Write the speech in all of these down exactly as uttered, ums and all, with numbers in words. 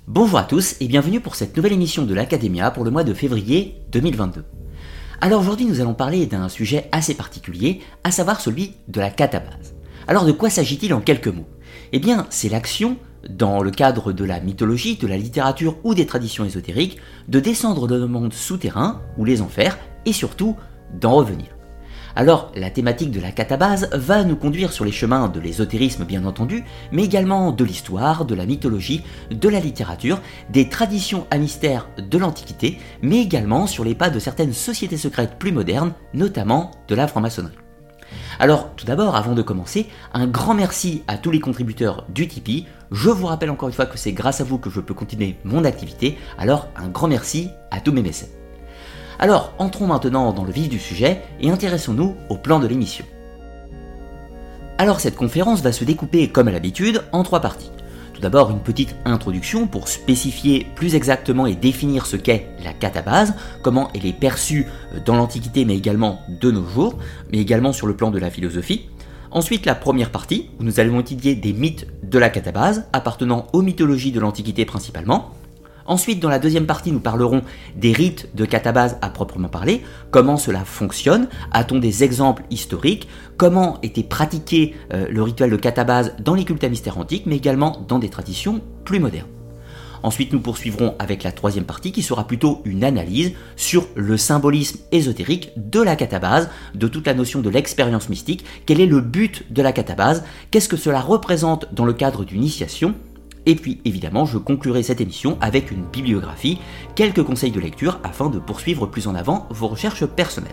Bonjour à tous et bienvenue pour cette nouvelle émission de l'Academia pour le mois de février deux mille vingt-deux. Alors aujourd'hui nous allons parler d'un sujet assez particulier, à savoir celui de la catabase. Alors de quoi s'agit-il en quelques mots ? Eh bien c'est l'action, dans le cadre de la mythologie, de la littérature ou des traditions ésotériques, de descendre dans le monde souterrain ou les enfers et surtout d'en revenir. Alors, la thématique de la catabase va nous conduire sur les chemins de l'ésotérisme bien entendu, mais également de l'histoire, de la mythologie, de la littérature, des traditions à mystère de l'Antiquité, mais également sur les pas de certaines sociétés secrètes plus modernes, notamment de la franc-maçonnerie. Alors, tout d'abord, avant de commencer, un grand merci à tous les contributeurs du Tipeee. Je vous rappelle encore une fois que c'est grâce à vous que je peux continuer mon activité, alors un grand merci à tous mes mécènes. Alors, entrons maintenant dans le vif du sujet et intéressons-nous au plan de l'émission. Alors cette conférence va se découper, comme à l'habitude, en trois parties. Tout d'abord, une petite introduction pour spécifier plus exactement et définir ce qu'est la catabase, comment elle est perçue dans l'Antiquité mais également de nos jours, mais également sur le plan de la philosophie. Ensuite, la première partie, où nous allons étudier des mythes de la catabase, appartenant aux mythologies de l'Antiquité principalement. Ensuite, dans la deuxième partie, nous parlerons des rites de catabase à proprement parler, comment cela fonctionne, a-t-on des exemples historiques, comment était pratiqué euh, le rituel de catabase dans les cultes à mystère antiques, mais également dans des traditions plus modernes. Ensuite, nous poursuivrons avec la troisième partie qui sera plutôt une analyse sur le symbolisme ésotérique de la catabase, de toute la notion de l'expérience mystique, quel est le but de la catabase, qu'est-ce que cela représente dans le cadre d'une initiation. Et puis évidemment, je conclurai cette émission avec une bibliographie, quelques conseils de lecture afin de poursuivre plus en avant vos recherches personnelles.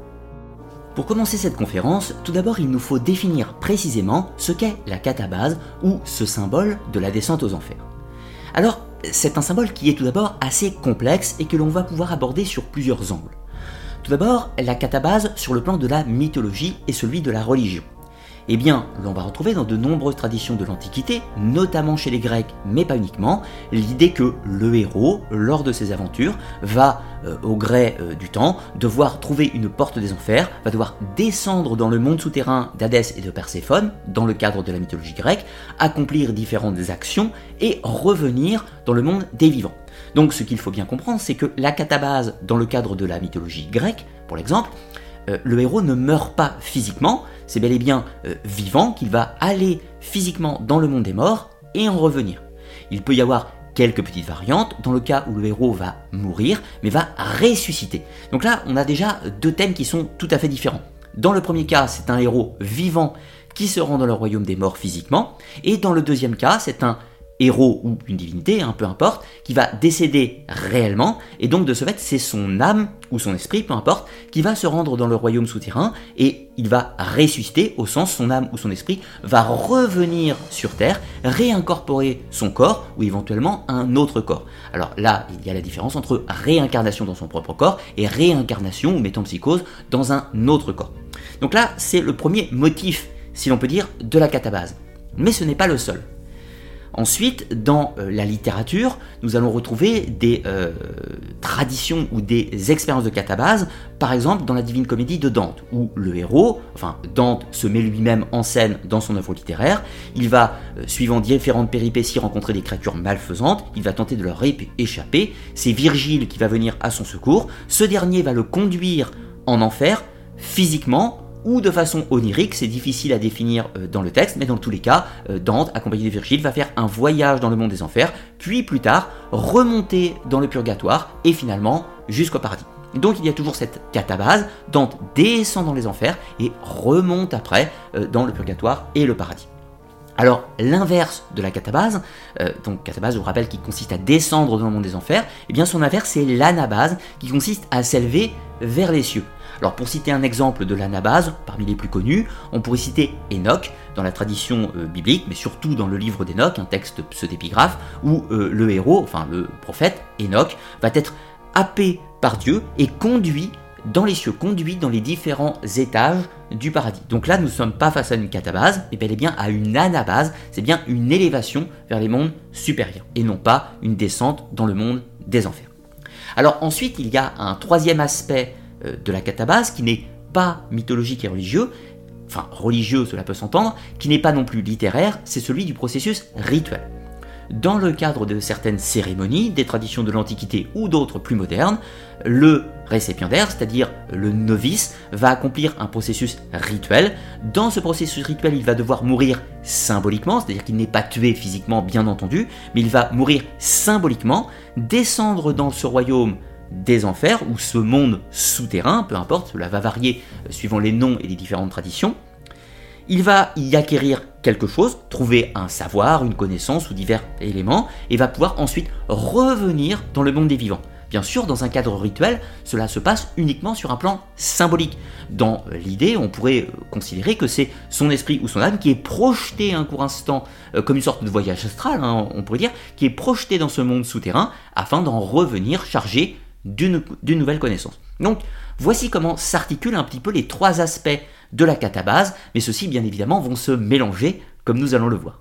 Pour commencer cette conférence, tout d'abord il nous faut définir précisément ce qu'est la catabase ou ce symbole de la descente aux enfers. Alors, c'est un symbole qui est tout d'abord assez complexe et que l'on va pouvoir aborder sur plusieurs angles. Tout d'abord, la catabase sur le plan de la mythologie et celui de la religion. Eh bien, l'on va retrouver dans de nombreuses traditions de l'Antiquité, notamment chez les Grecs, mais pas uniquement, l'idée que le héros, lors de ses aventures, va, euh, au gré euh, du temps, devoir trouver une porte des enfers, va devoir descendre dans le monde souterrain d'Hadès et de Perséphone, dans le cadre de la mythologie grecque, accomplir différentes actions et revenir dans le monde des vivants. Donc ce qu'il faut bien comprendre, c'est que la catabase, dans le cadre de la mythologie grecque, pour l'exemple, euh, le héros ne meurt pas physiquement, c'est bel et bien euh, vivant qu'il va aller physiquement dans le monde des morts et en revenir. Il peut y avoir quelques petites variantes dans le cas où le héros va mourir mais va ressusciter. Donc là on a déjà deux thèmes qui sont tout à fait différents. Dans le premier cas c'est un héros vivant qui se rend dans le royaume des morts physiquement, et dans le deuxième cas c'est un héros ou une divinité, hein, peu importe, qui va décéder réellement, et donc de ce fait c'est son âme ou son esprit, peu importe, qui va se rendre dans le royaume souterrain, et il va ressusciter, au sens son âme ou son esprit va revenir sur Terre, réincorporer son corps, ou éventuellement un autre corps. Alors là, il y a la différence entre réincarnation dans son propre corps, et réincarnation ou métempsychose dans un autre corps. Donc là, c'est le premier motif, si l'on peut dire, de la catabase. Mais ce n'est pas le seul. Ensuite, dans euh, la littérature, nous allons retrouver des euh, traditions ou des expériences de catabase, par exemple dans la Divine Comédie de Dante, où le héros, enfin Dante se met lui-même en scène dans son œuvre littéraire, il va, euh, suivant différentes péripéties, rencontrer des créatures malfaisantes, il va tenter de leur échapper, c'est Virgile qui va venir à son secours, ce dernier va le conduire en enfer, physiquement, ou de façon onirique, c'est difficile à définir euh, dans le texte, mais dans tous les cas, euh, Dante, accompagné de Virgile, va faire un voyage dans le monde des enfers, puis plus tard, remonter dans le purgatoire, et finalement, jusqu'au paradis. Donc il y a toujours cette catabase, Dante descend dans les enfers, et remonte après euh, dans le purgatoire et le paradis. Alors, l'inverse de la catabase, euh, donc catabase, je vous rappelle, qui consiste à descendre dans le monde des enfers, eh bien son inverse, c'est l'anabase, qui consiste à s'élever vers les cieux. Alors pour citer un exemple de l'anabase, parmi les plus connus, on pourrait citer Enoch, dans la tradition euh, biblique, mais surtout dans le livre d'Enoch, un texte pseudépigraphe, où euh, le héros, enfin le prophète, Enoch, va être happé par Dieu et conduit dans les cieux, conduit dans les différents étages du paradis. Donc là, nous ne sommes pas face à une catabase, mais bel et bien à une anabase, c'est bien une élévation vers les mondes supérieurs, et non pas une descente dans le monde des enfers. Alors ensuite, il y a un troisième aspect euh, de la catabase qui n'est pas mythologique et religieux, enfin religieux cela peut s'entendre, qui n'est pas non plus littéraire, c'est celui du processus rituel. dans le cadre de certaines cérémonies, des traditions de l'Antiquité ou d'autres plus modernes, le récipiendaire, c'est-à-dire le novice, va accomplir un processus rituel. Dans ce processus rituel, il va devoir mourir symboliquement, c'est-à-dire qu'il n'est pas tué physiquement, bien entendu, mais il va mourir symboliquement, descendre dans ce royaume des enfers, ou ce monde souterrain, peu importe, cela va varier suivant les noms et les différentes traditions. Il va y acquérir quelque chose, trouver un savoir, une connaissance ou divers éléments, et va pouvoir ensuite revenir dans le monde des vivants. Bien sûr, dans un cadre rituel, cela se passe uniquement sur un plan symbolique. Dans l'idée, on pourrait considérer que c'est son esprit ou son âme qui est projeté un court instant, euh, comme une sorte de voyage astral, hein, on pourrait dire, qui est projeté dans ce monde souterrain afin d'en revenir chargé d'une, d'une nouvelle connaissance. Donc, voici comment s'articulent un petit peu les trois aspects de la catabase, mais ceux-ci, bien évidemment, vont se mélanger, comme nous allons le voir.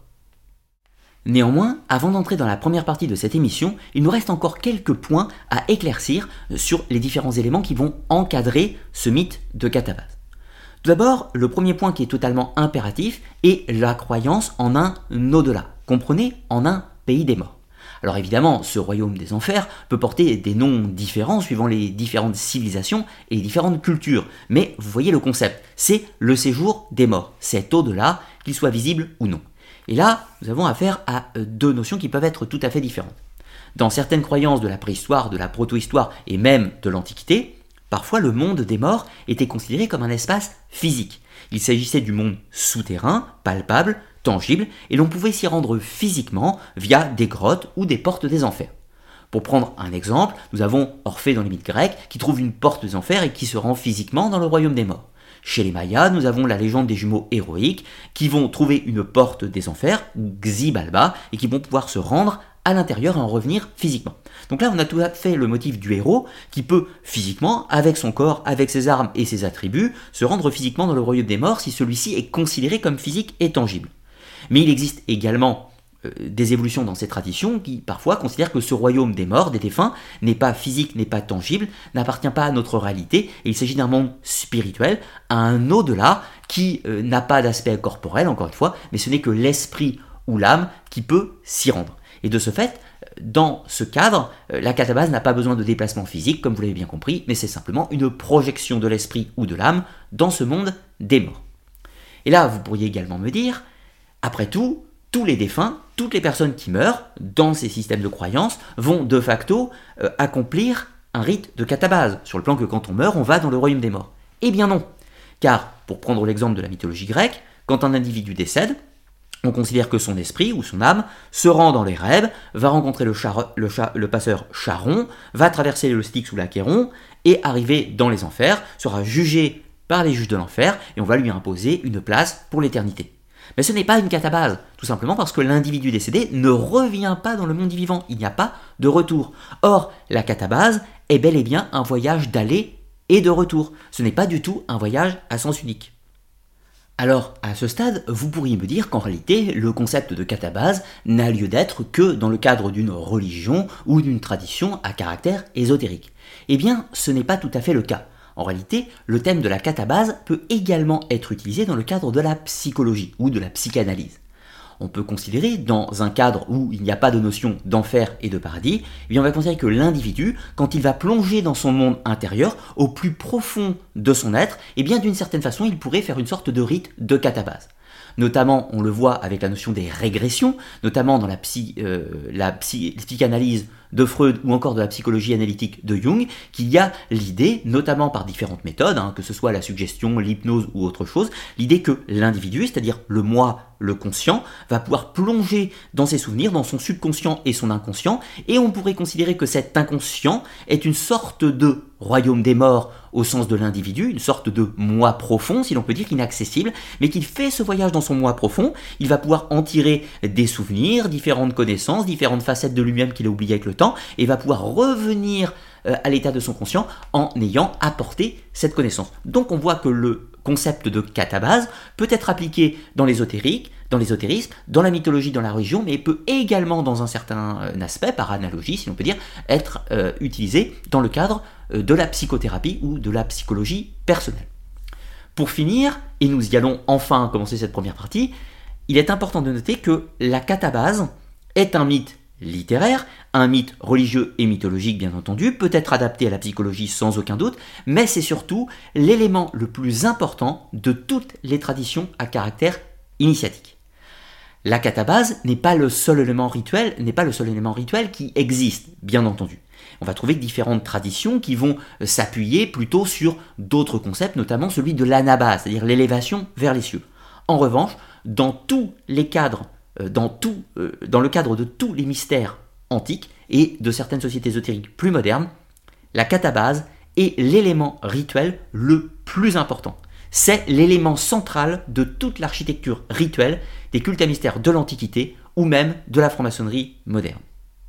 Néanmoins, avant d'entrer dans la première partie de cette émission, il nous reste encore quelques points à éclaircir sur les différents éléments qui vont encadrer ce mythe de catabase. Tout d'abord, le premier point qui est totalement impératif est la croyance en un au-delà, comprenez, en un pays des morts. Alors évidemment, ce royaume des enfers peut porter des noms différents suivant les différentes civilisations et les différentes cultures, mais vous voyez le concept, c'est le séjour des morts, cet au-delà, qu'il soit visible ou non. Et là, nous avons affaire à deux notions qui peuvent être tout à fait différentes. Dans certaines croyances de la préhistoire, de la proto-histoire et même de l'Antiquité, parfois le monde des morts était considéré comme un espace physique. Il s'agissait du monde souterrain, palpable, tangible, et l'on pouvait s'y rendre physiquement via des grottes ou des portes des enfers. Pour prendre un exemple, nous avons Orphée dans les mythes grecs qui trouve une porte des enfers et qui se rend physiquement dans le royaume des morts. Chez les Mayas, nous avons la légende des jumeaux héroïques qui vont trouver une porte des enfers, ou Xibalba, et qui vont pouvoir se rendre à l'intérieur et en revenir physiquement. Donc là, on a tout à fait le motif du héros qui peut physiquement, avec son corps, avec ses armes et ses attributs, se rendre physiquement dans le royaume des morts si celui-ci est considéré comme physique et tangible. Mais il existe également euh, des évolutions dans ces traditions qui parfois considèrent que ce royaume des morts, des défunts, n'est pas physique, n'est pas tangible, n'appartient pas à notre réalité, et il s'agit d'un monde spirituel, à un au-delà qui euh, n'a pas d'aspect corporel, encore une fois, mais ce n'est que l'esprit ou l'âme qui peut s'y rendre. Et de ce fait, dans ce cadre, euh, la catabase n'a pas besoin de déplacement physique, comme vous l'avez bien compris, mais c'est simplement une projection de l'esprit ou de l'âme dans ce monde des morts. Et là, vous pourriez également me dire, après tout, tous les défunts, toutes les personnes qui meurent dans ces systèmes de croyances vont de facto euh, accomplir un rite de catabase, sur le plan que quand on meurt, on va dans le royaume des morts. Eh bien non, car, pour prendre l'exemple de la mythologie grecque, quand un individu décède, on considère que son esprit ou son âme se rend dans les rêves, va rencontrer le, char- le, cha- le passeur Charon, va traverser le Styx ou l'Achéron, et arriver dans les enfers, sera jugé par les juges de l'enfer, et on va lui imposer une place pour l'éternité. Mais ce n'est pas une catabase, tout simplement parce que l'individu décédé ne revient pas dans le monde du vivant, il n'y a pas de retour. Or, la catabase est bel et bien un voyage d'aller et de retour, ce n'est pas du tout un voyage à sens unique. Alors, à ce stade, vous pourriez me dire qu'en réalité, le concept de catabase n'a lieu d'être que dans le cadre d'une religion ou d'une tradition à caractère ésotérique. Eh bien, ce n'est pas tout à fait le cas. En réalité, le thème de la catabase peut également être utilisé dans le cadre de la psychologie ou de la psychanalyse. On peut considérer, dans un cadre où il n'y a pas de notion d'enfer et de paradis, eh bien on va considérer que l'individu, quand il va plonger dans son monde intérieur, au plus profond de son être, eh bien d'une certaine façon, il pourrait faire une sorte de rite de catabase. Notamment, on le voit avec la notion des régressions, notamment dans la, psy, euh, la psy, psychanalyse de Freud ou encore de la psychologie analytique de Jung, qu'il y a l'idée, notamment par différentes méthodes, hein, que ce soit la suggestion, l'hypnose ou autre chose, l'idée que l'individu, c'est-à-dire le moi, le conscient, va pouvoir plonger dans ses souvenirs, dans son subconscient et son inconscient, et on pourrait considérer que cet inconscient est une sorte de royaume des morts au sens de l'individu, une sorte de moi profond, si l'on peut dire, inaccessible, mais qu'il fait ce voyage dans son moi profond, il va pouvoir en tirer des souvenirs, différentes connaissances, différentes facettes de lui-même qu'il a oubliées avec le temps, et va pouvoir revenir euh, à l'état de son conscient en ayant apporté cette connaissance. Donc on voit que le concept de catabase peut être appliqué dans l'ésotérique, dans l'ésotérisme, dans la mythologie, dans la religion, mais peut également, dans un certain aspect, par analogie, si l'on peut dire, être euh, utilisé dans le cadre euh, de la psychothérapie ou de la psychologie personnelle. Pour finir, et nous y allons enfin commencer cette première partie, il est important de noter que la catabase est un mythe littéraire, un mythe religieux et mythologique bien entendu, peut être adapté à la psychologie sans aucun doute, mais c'est surtout l'élément le plus important de toutes les traditions à caractère initiatique. La catabase n'est pas le seul élément rituel, n'est pas le seul élément rituel qui existe, bien entendu. On va trouver différentes traditions qui vont s'appuyer plutôt sur d'autres concepts, notamment celui de l'anabase, c'est-à-dire l'élévation vers les cieux. En revanche, dans tous les cadres Dans, tout, euh, dans le cadre de tous les mystères antiques et de certaines sociétés ésotériques plus modernes, la catabase est l'élément rituel le plus important. C'est l'élément central de toute l'architecture rituelle des cultes à mystères de l'Antiquité ou même de la franc-maçonnerie moderne.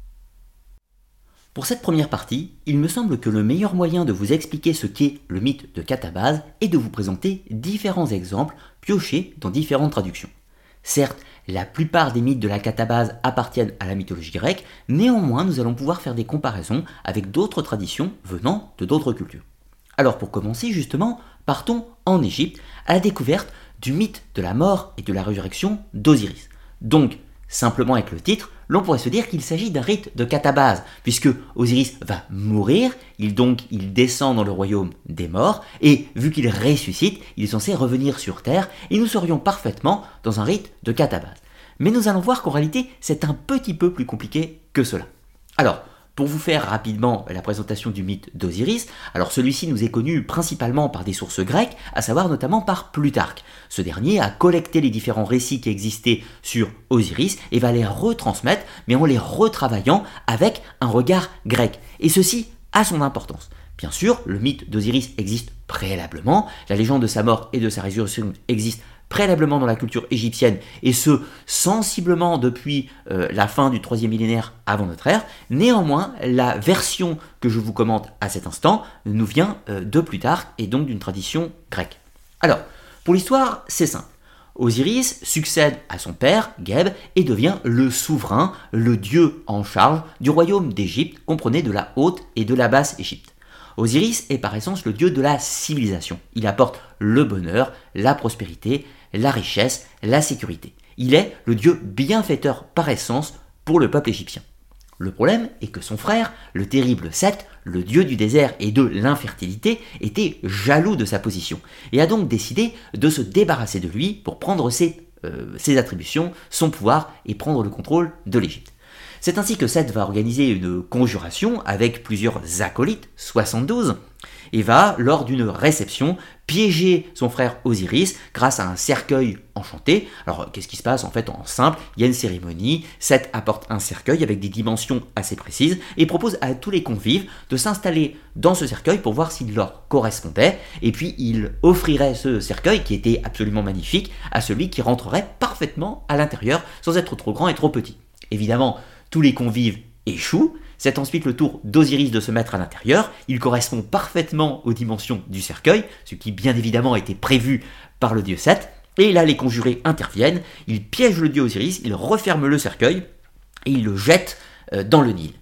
Pour cette première partie, il me semble que le meilleur moyen de vous expliquer ce qu'est le mythe de catabase est de vous présenter différents exemples piochés dans différentes traductions. Certes, la plupart des mythes de la catabase appartiennent à la mythologie grecque, néanmoins nous allons pouvoir faire des comparaisons avec d'autres traditions venant de d'autres cultures. Alors pour commencer justement, partons en Égypte à la découverte du mythe de la mort et de la résurrection d'Osiris. Donc, simplement avec le titre, l'on pourrait se dire qu'il s'agit d'un rite de catabase, puisque Osiris va mourir, il donc il descend dans le royaume des morts, et vu qu'il ressuscite, il est censé revenir sur Terre, et nous serions parfaitement dans un rite de catabase. Mais nous allons voir qu'en réalité, c'est un petit peu plus compliqué que cela. Alors, pour vous faire rapidement la présentation du mythe d'Osiris, alors celui-ci nous est connu principalement par des sources grecques, à savoir notamment par Plutarque. Ce dernier a collecté les différents récits qui existaient sur Osiris et va les retransmettre, mais en les retravaillant avec un regard grec. Et ceci a son importance. Bien sûr, le mythe d'Osiris existe préalablement, la légende de sa mort et de sa résurrection existe préalablement dans la culture égyptienne, et ce, sensiblement depuis euh, la fin du troisième millénaire avant notre ère. Néanmoins, la version que je vous commente à cet instant nous vient euh, de Plutarque et donc d'une tradition grecque. Alors, pour l'histoire, c'est simple. Osiris succède à son père, Geb, et devient le souverain, le dieu en charge du royaume d'Égypte, comprenez de la haute et de la basse Égypte. Osiris est par essence le dieu de la civilisation. Il apporte le bonheur, la prospérité, la richesse, la sécurité. Il est le dieu bienfaiteur par essence pour le peuple égyptien. Le problème est que son frère, le terrible Seth, le dieu du désert et de l'infertilité, était jaloux de sa position et a donc décidé de se débarrasser de lui pour prendre ses, euh, ses attributions, son pouvoir et prendre le contrôle de l'Égypte. C'est ainsi que Seth va organiser une conjuration avec plusieurs acolytes, soixante-douze, et va, lors d'une réception, piéger son frère Osiris grâce à un cercueil enchanté. Alors, qu'est-ce qui se passe? En fait, en simple, il y a une cérémonie, Seth apporte un cercueil avec des dimensions assez précises et propose à tous les convives de s'installer dans ce cercueil pour voir s'il leur correspondait, et puis il offrirait ce cercueil, qui était absolument magnifique, à celui qui rentrerait parfaitement à l'intérieur, sans être trop grand et trop petit. Évidemment, tous les convives échouent. C'est ensuite le tour d'Osiris de se mettre à l'intérieur. Il correspond parfaitement aux dimensions du cercueil, ce qui bien évidemment a été prévu par le dieu Seth. Et là, les conjurés interviennent, ils piègent le dieu Osiris, ils referment le cercueil et ils le jettent dans le Nil.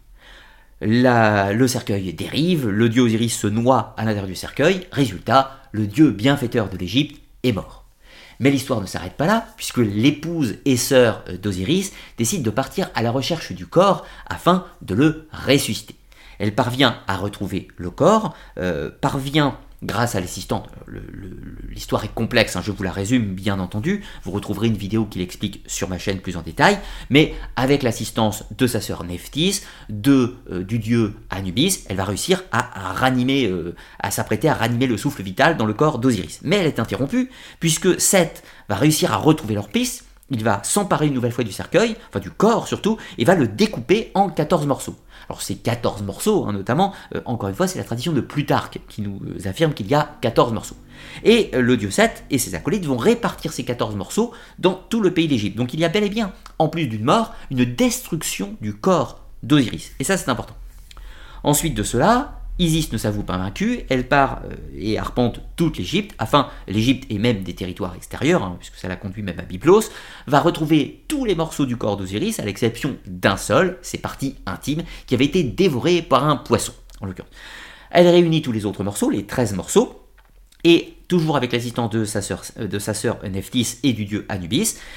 La, le cercueil dérive, le dieu Osiris se noie à l'intérieur du cercueil. Résultat, le dieu bienfaiteur de l'Égypte est mort. Mais l'histoire ne s'arrête pas là, puisque l'épouse et sœur d'Osiris décide de partir à la recherche du corps afin de le ressusciter. Elle parvient à retrouver le corps, euh, parvient grâce à l'assistante, le, le, l'histoire est complexe, hein, je vous la résume bien entendu, vous retrouverez une vidéo qui l'explique sur ma chaîne plus en détail, mais avec l'assistance de sa sœur Nephthys, de, euh, du dieu Anubis, elle va réussir à, à ranimer, euh, à s'apprêter à ranimer le souffle vital dans le corps d'Osiris. Mais elle est interrompue, puisque Seth va réussir à retrouver leur piste, il va s'emparer une nouvelle fois du cercueil, enfin du corps surtout, et va le découper en quatorze morceaux. Alors ces quatorze morceaux, hein, notamment, euh, encore une fois, c'est la tradition de Plutarque qui nous euh, affirme qu'il y a quatorze morceaux. Et euh, le dieu Seth et ses acolytes vont répartir ces quatorze morceaux dans tout le pays d'Égypte. Donc il y a bel et bien, en plus d'une mort, une destruction du corps d'Osiris. Et ça c'est important. Ensuite de cela, Isis ne s'avoue pas vaincue, elle part euh, et arpente toute l'Égypte, afin, l'Égypte et même des territoires extérieurs, hein, puisque ça la conduit même à Byblos, va retrouver tous les morceaux du corps d'Osiris, à l'exception d'un seul, ses parties intimes, qui avait été dévoré par un poisson, en l'occurrence. Elle réunit tous les autres morceaux, les treize morceaux, et toujours avec l'assistance de sa sœur, de sa sœur Nephthys et du dieu Anubis,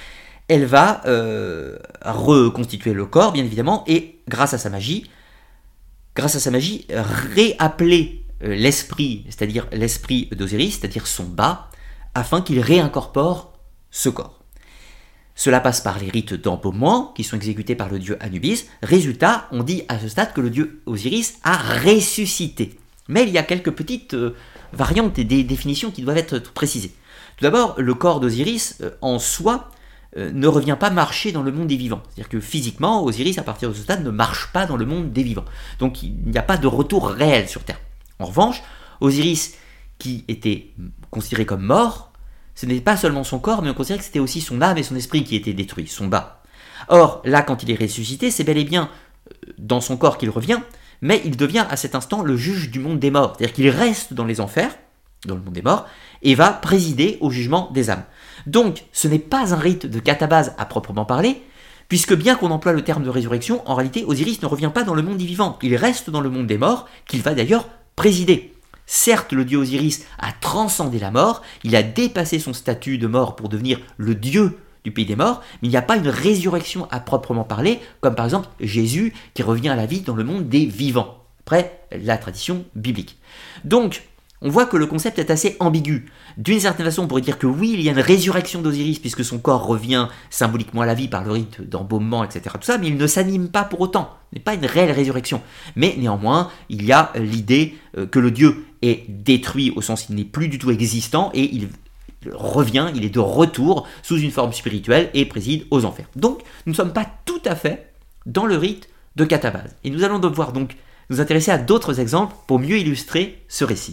elle va euh, reconstituer le corps, bien évidemment, et grâce à sa magie, grâce à sa magie, réappeler euh, l'esprit, c'est-à-dire l'esprit d'Osiris, c'est-à-dire son bas, afin qu'il réincorpore ce corps. Cela passe par les rites d'embaumement qui sont exécutés par le dieu Anubis. Résultat, on dit à ce stade que le dieu Osiris a ressuscité. Mais il y a quelques petites euh, variantes et des définitions qui doivent être précisées. Tout d'abord, le corps d'Osiris, euh, en soi, euh, ne revient pas marcher dans le monde des vivants. C'est-à-dire que physiquement, Osiris, à partir de ce stade, ne marche pas dans le monde des vivants. Donc il n'y a pas de retour réel sur Terre. En revanche, Osiris, qui était considéré comme mort, ce n'est pas seulement son corps, mais on considère que c'était aussi son âme et son esprit qui étaient détruits, son bas. Or, là, quand il est ressuscité, c'est bel et bien dans son corps qu'il revient, mais il devient à cet instant le juge du monde des morts. C'est-à-dire qu'il reste dans les enfers, dans le monde des morts, et va présider au jugement des âmes. Donc, ce n'est pas un rite de catabase à proprement parler, puisque bien qu'on emploie le terme de résurrection, en réalité, Osiris ne revient pas dans le monde des vivants. Il reste dans le monde des morts, qu'il va d'ailleurs présider. Certes, le dieu Osiris a transcendé la mort, il a dépassé son statut de mort pour devenir le dieu du pays des morts, mais il n'y a pas une résurrection à proprement parler, comme par exemple Jésus qui revient à la vie dans le monde des vivants, après la tradition biblique. Donc, on voit que le concept est assez ambigu. D'une certaine façon, on pourrait dire que oui, il y a une résurrection d'Osiris, puisque son corps revient symboliquement à la vie par le rite d'embaumement, et cetera. Tout ça, mais il ne s'anime pas pour autant. Ce n'est pas une réelle résurrection. Mais néanmoins, il y a l'idée que le dieu est détruit, au sens qu'il n'est plus du tout existant, et il revient, il est de retour sous une forme spirituelle et préside aux enfers. Donc, nous ne sommes pas tout à fait dans le rite de catabase. Et nous allons devoir donc nous intéresser à d'autres exemples pour mieux illustrer ce récit.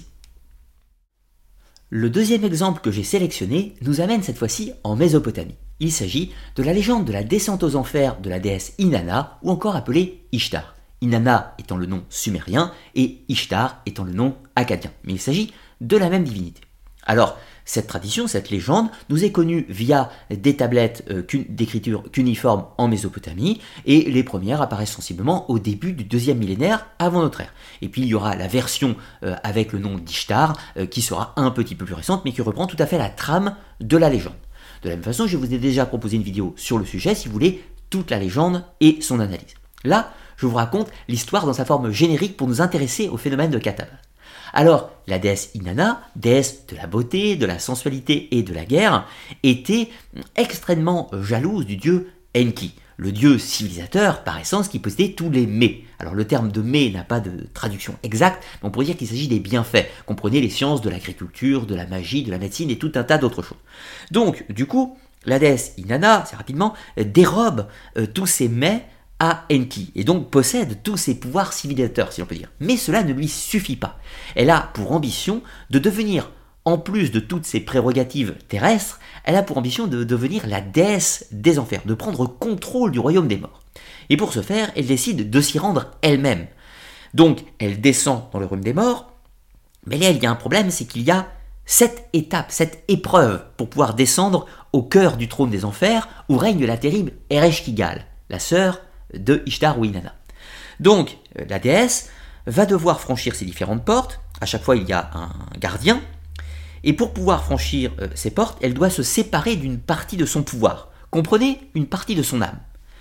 Le deuxième exemple que j'ai sélectionné nous amène cette fois-ci en Mésopotamie. Il s'agit de la légende de la descente aux enfers de la déesse Inanna, ou encore appelée Ishtar. Inanna étant le nom sumérien et Ishtar étant le nom akkadien. Mais il s'agit de la même divinité. Alors, cette tradition, cette légende, nous est connue via des tablettes euh, d'écriture cuniforme en Mésopotamie, et les premières apparaissent sensiblement au début du deuxième millénaire avant notre ère. Et puis il y aura la version euh, avec le nom d'Ishtar, euh, qui sera un petit peu plus récente, mais qui reprend tout à fait la trame de la légende. De la même façon, je vous ai déjà proposé une vidéo sur le sujet, si vous voulez, toute la légende et son analyse. Là, je vous raconte l'histoire dans sa forme générique pour nous intéresser au phénomène de catabase. Alors, la déesse Inanna, déesse de la beauté, de la sensualité et de la guerre, était extrêmement jalouse du dieu Enki, le dieu civilisateur par essence qui possédait tous les mets. Alors le terme de mets n'a pas de traduction exacte, mais on pourrait dire qu'il s'agit des bienfaits. Comprenez les sciences de l'agriculture, de la magie, de la médecine et tout un tas d'autres choses. Donc, du coup, la déesse Inanna, assez rapidement, dérobe euh, tous ces mets à Enki, et donc possède tous ses pouvoirs civilisateurs, si l'on peut dire. Mais cela ne lui suffit pas. Elle a pour ambition de devenir, en plus de toutes ses prérogatives terrestres, elle a pour ambition de devenir la déesse des enfers, de prendre contrôle du royaume des morts. Et pour ce faire, elle décide de s'y rendre elle-même. Donc, elle descend dans le royaume des morts, mais là, il y a un problème, c'est qu'il y a cette étape, cette épreuve pour pouvoir descendre au cœur du trône des enfers, où règne la terrible Ereshkigal, la sœur de Ishtar ou Inanna. Donc, la déesse va devoir franchir ces différentes portes. À chaque fois, il y a un gardien. Et pour pouvoir franchir euh, ces portes, elle doit se séparer d'une partie de son pouvoir. Comprenez, une partie de son âme.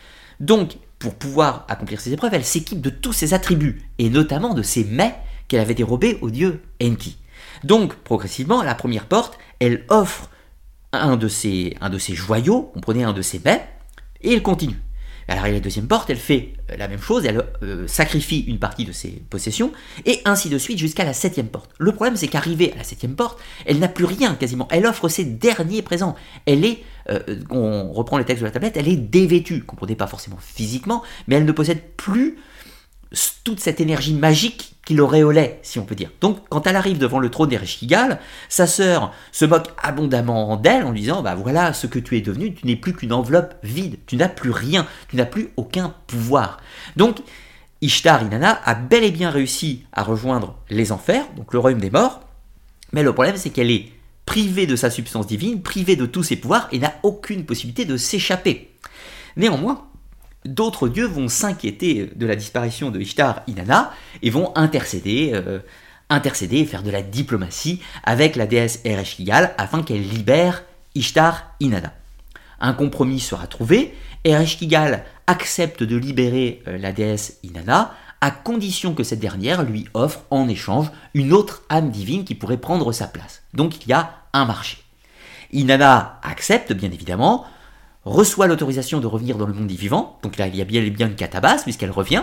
Donc, pour pouvoir accomplir ces épreuves, elle s'équipe de tous ses attributs, et notamment de ses mets qu'elle avait dérobés au dieu Enki. Donc, progressivement, à la première porte, elle offre un de ses, un de ses joyaux, comprenez, un de ses mets, et elle continue. Elle arrive à la deuxième porte, elle fait la même chose, elle euh, sacrifie une partie de ses possessions, et ainsi de suite jusqu'à la septième porte. Le problème, c'est qu'arrivée à la septième porte, elle n'a plus rien quasiment. Elle offre ses derniers présents. Elle est, euh, on reprend les textes de la tablette, elle est dévêtue. Comprenez, pas forcément physiquement, mais elle ne possède plus toute cette énergie magique qui l'auréolait, si on peut dire. Donc, quand elle arrive devant le trône d'Ereshkigal, sa sœur se moque abondamment d'elle en lui disant « Bah voilà ce que tu es devenu, tu n'es plus qu'une enveloppe vide, tu n'as plus rien, tu n'as plus aucun pouvoir. » Donc, Ishtar Inanna a bel et bien réussi à rejoindre les enfers, donc le royaume des morts, mais le problème c'est qu'elle est privée de sa substance divine, privée de tous ses pouvoirs et n'a aucune possibilité de s'échapper. Néanmoins, d'autres dieux vont s'inquiéter de la disparition de Ishtar Inanna et vont intercéder, euh, intercéder et faire de la diplomatie avec la déesse Ereshkigal afin qu'elle libère Ishtar Inanna. Un compromis sera trouvé, Ereshkigal accepte de libérer euh, la déesse Inanna, à condition que cette dernière lui offre en échange une autre âme divine qui pourrait prendre sa place. Donc il y a un marché. Inanna accepte, bien évidemment, reçoit l'autorisation de revenir dans le monde des vivants, donc là il y a bien et bien une catabase puisqu'elle revient,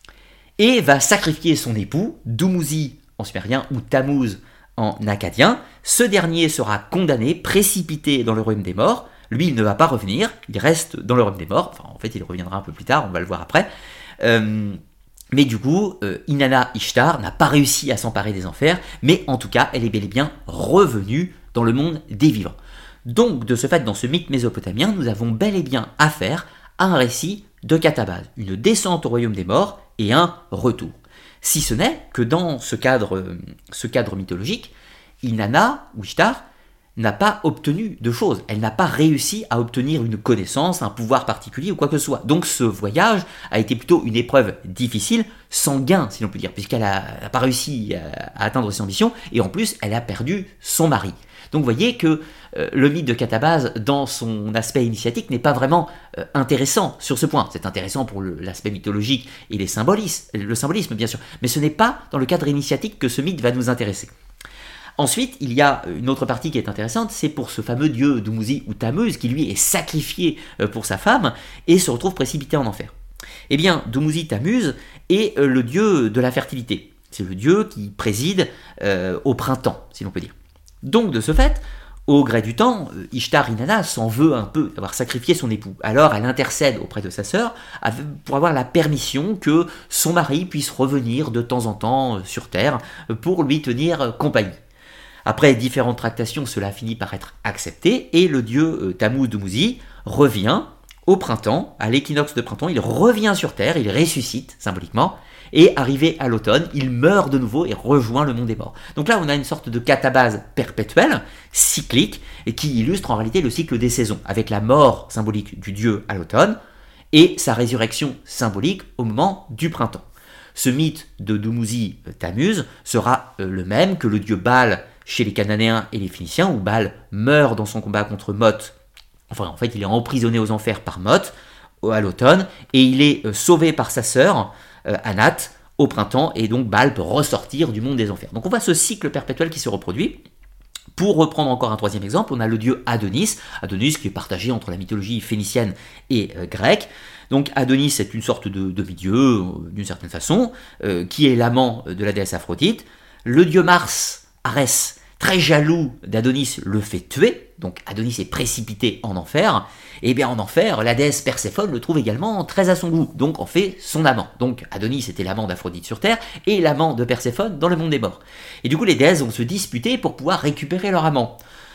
et va sacrifier son époux, Dumuzi en sumérien ou Tammuz en akkadien. Ce dernier sera condamné, précipité dans le royaume des morts. Lui, il ne va pas revenir, il reste dans le royaume des morts, enfin en fait il reviendra un peu plus tard, on va le voir après. Euh, mais du coup, euh, Inanna Ishtar n'a pas réussi à s'emparer des enfers, mais en tout cas, elle est bel et bien revenue dans le monde des vivants. Donc, de ce fait, dans ce mythe mésopotamien, nous avons bel et bien affaire à un récit de catabase, une descente au royaume des morts et un retour. Si ce n'est que dans ce cadre, euh, ce cadre mythologique, Inanna ou Ishtar n'a pas obtenu de choses, elle n'a pas réussi à obtenir une connaissance, un pouvoir particulier ou quoi que ce soit. Donc ce voyage a été plutôt une épreuve difficile, sans gain si l'on peut dire, puisqu'elle n'a pas réussi à, à atteindre ses ambitions, et en plus elle a perdu son mari. Donc vous voyez que euh, le mythe de catabase, dans son aspect initiatique, n'est pas vraiment euh, intéressant sur ce point. C'est intéressant pour le, l'aspect mythologique et les symbolismes, le symbolisme bien sûr, mais ce n'est pas dans le cadre initiatique que ce mythe va nous intéresser. Ensuite, il y a une autre partie qui est intéressante, c'est pour ce fameux dieu Dumuzi ou Tammuz, qui lui est sacrifié pour sa femme et se retrouve précipité en enfer. Eh bien, Dumuzi Tammuz est le dieu de la fertilité. C'est le dieu qui préside euh, au printemps, si l'on peut dire. Donc, de ce fait, au gré du temps, Ishtar Inanna s'en veut un peu d'avoir sacrifié son époux. Alors, elle intercède auprès de sa sœur pour avoir la permission que son mari puisse revenir de temps en temps sur Terre pour lui tenir compagnie. Après différentes tractations, cela finit par être accepté, et le dieu euh, Tammuz Dumuzi revient au printemps, à l'équinoxe de printemps, il revient sur Terre, il ressuscite symboliquement, et arrivé à l'automne, il meurt de nouveau et rejoint le monde des morts. Donc là, on a une sorte de catabase perpétuelle, cyclique, et qui illustre en réalité le cycle des saisons, avec la mort symbolique du dieu à l'automne, et sa résurrection symbolique au moment du printemps. Ce mythe de Dumuzi Tammuz sera euh, le même que le dieu Baal chez les Cananéens et les Phéniciens, où Baal meurt dans son combat contre Mot. Enfin, en fait, il est emprisonné aux enfers par Mot à l'automne, et il est euh, sauvé par sa sœur, euh, Anat, au printemps, et donc Baal peut ressortir du monde des enfers. Donc on voit ce cycle perpétuel qui se reproduit. Pour reprendre encore un troisième exemple, on a le dieu Adonis, Adonis qui est partagé entre la mythologie phénicienne et euh, grecque. Donc Adonis est une sorte de demi-dieu, euh, d'une certaine façon, euh, qui est l'amant de la déesse Aphrodite. Le dieu Mars, Arès, très jaloux d'Adonis, le fait tuer, donc Adonis est précipité en enfer, et bien en enfer, la déesse Perséphone le trouve également très à son goût, donc en fait son amant. Donc Adonis était l'amant d'Aphrodite sur Terre, et l'amant de Perséphone dans le monde des morts. Et du coup les déesses vont se disputer pour pouvoir récupérer leur amant.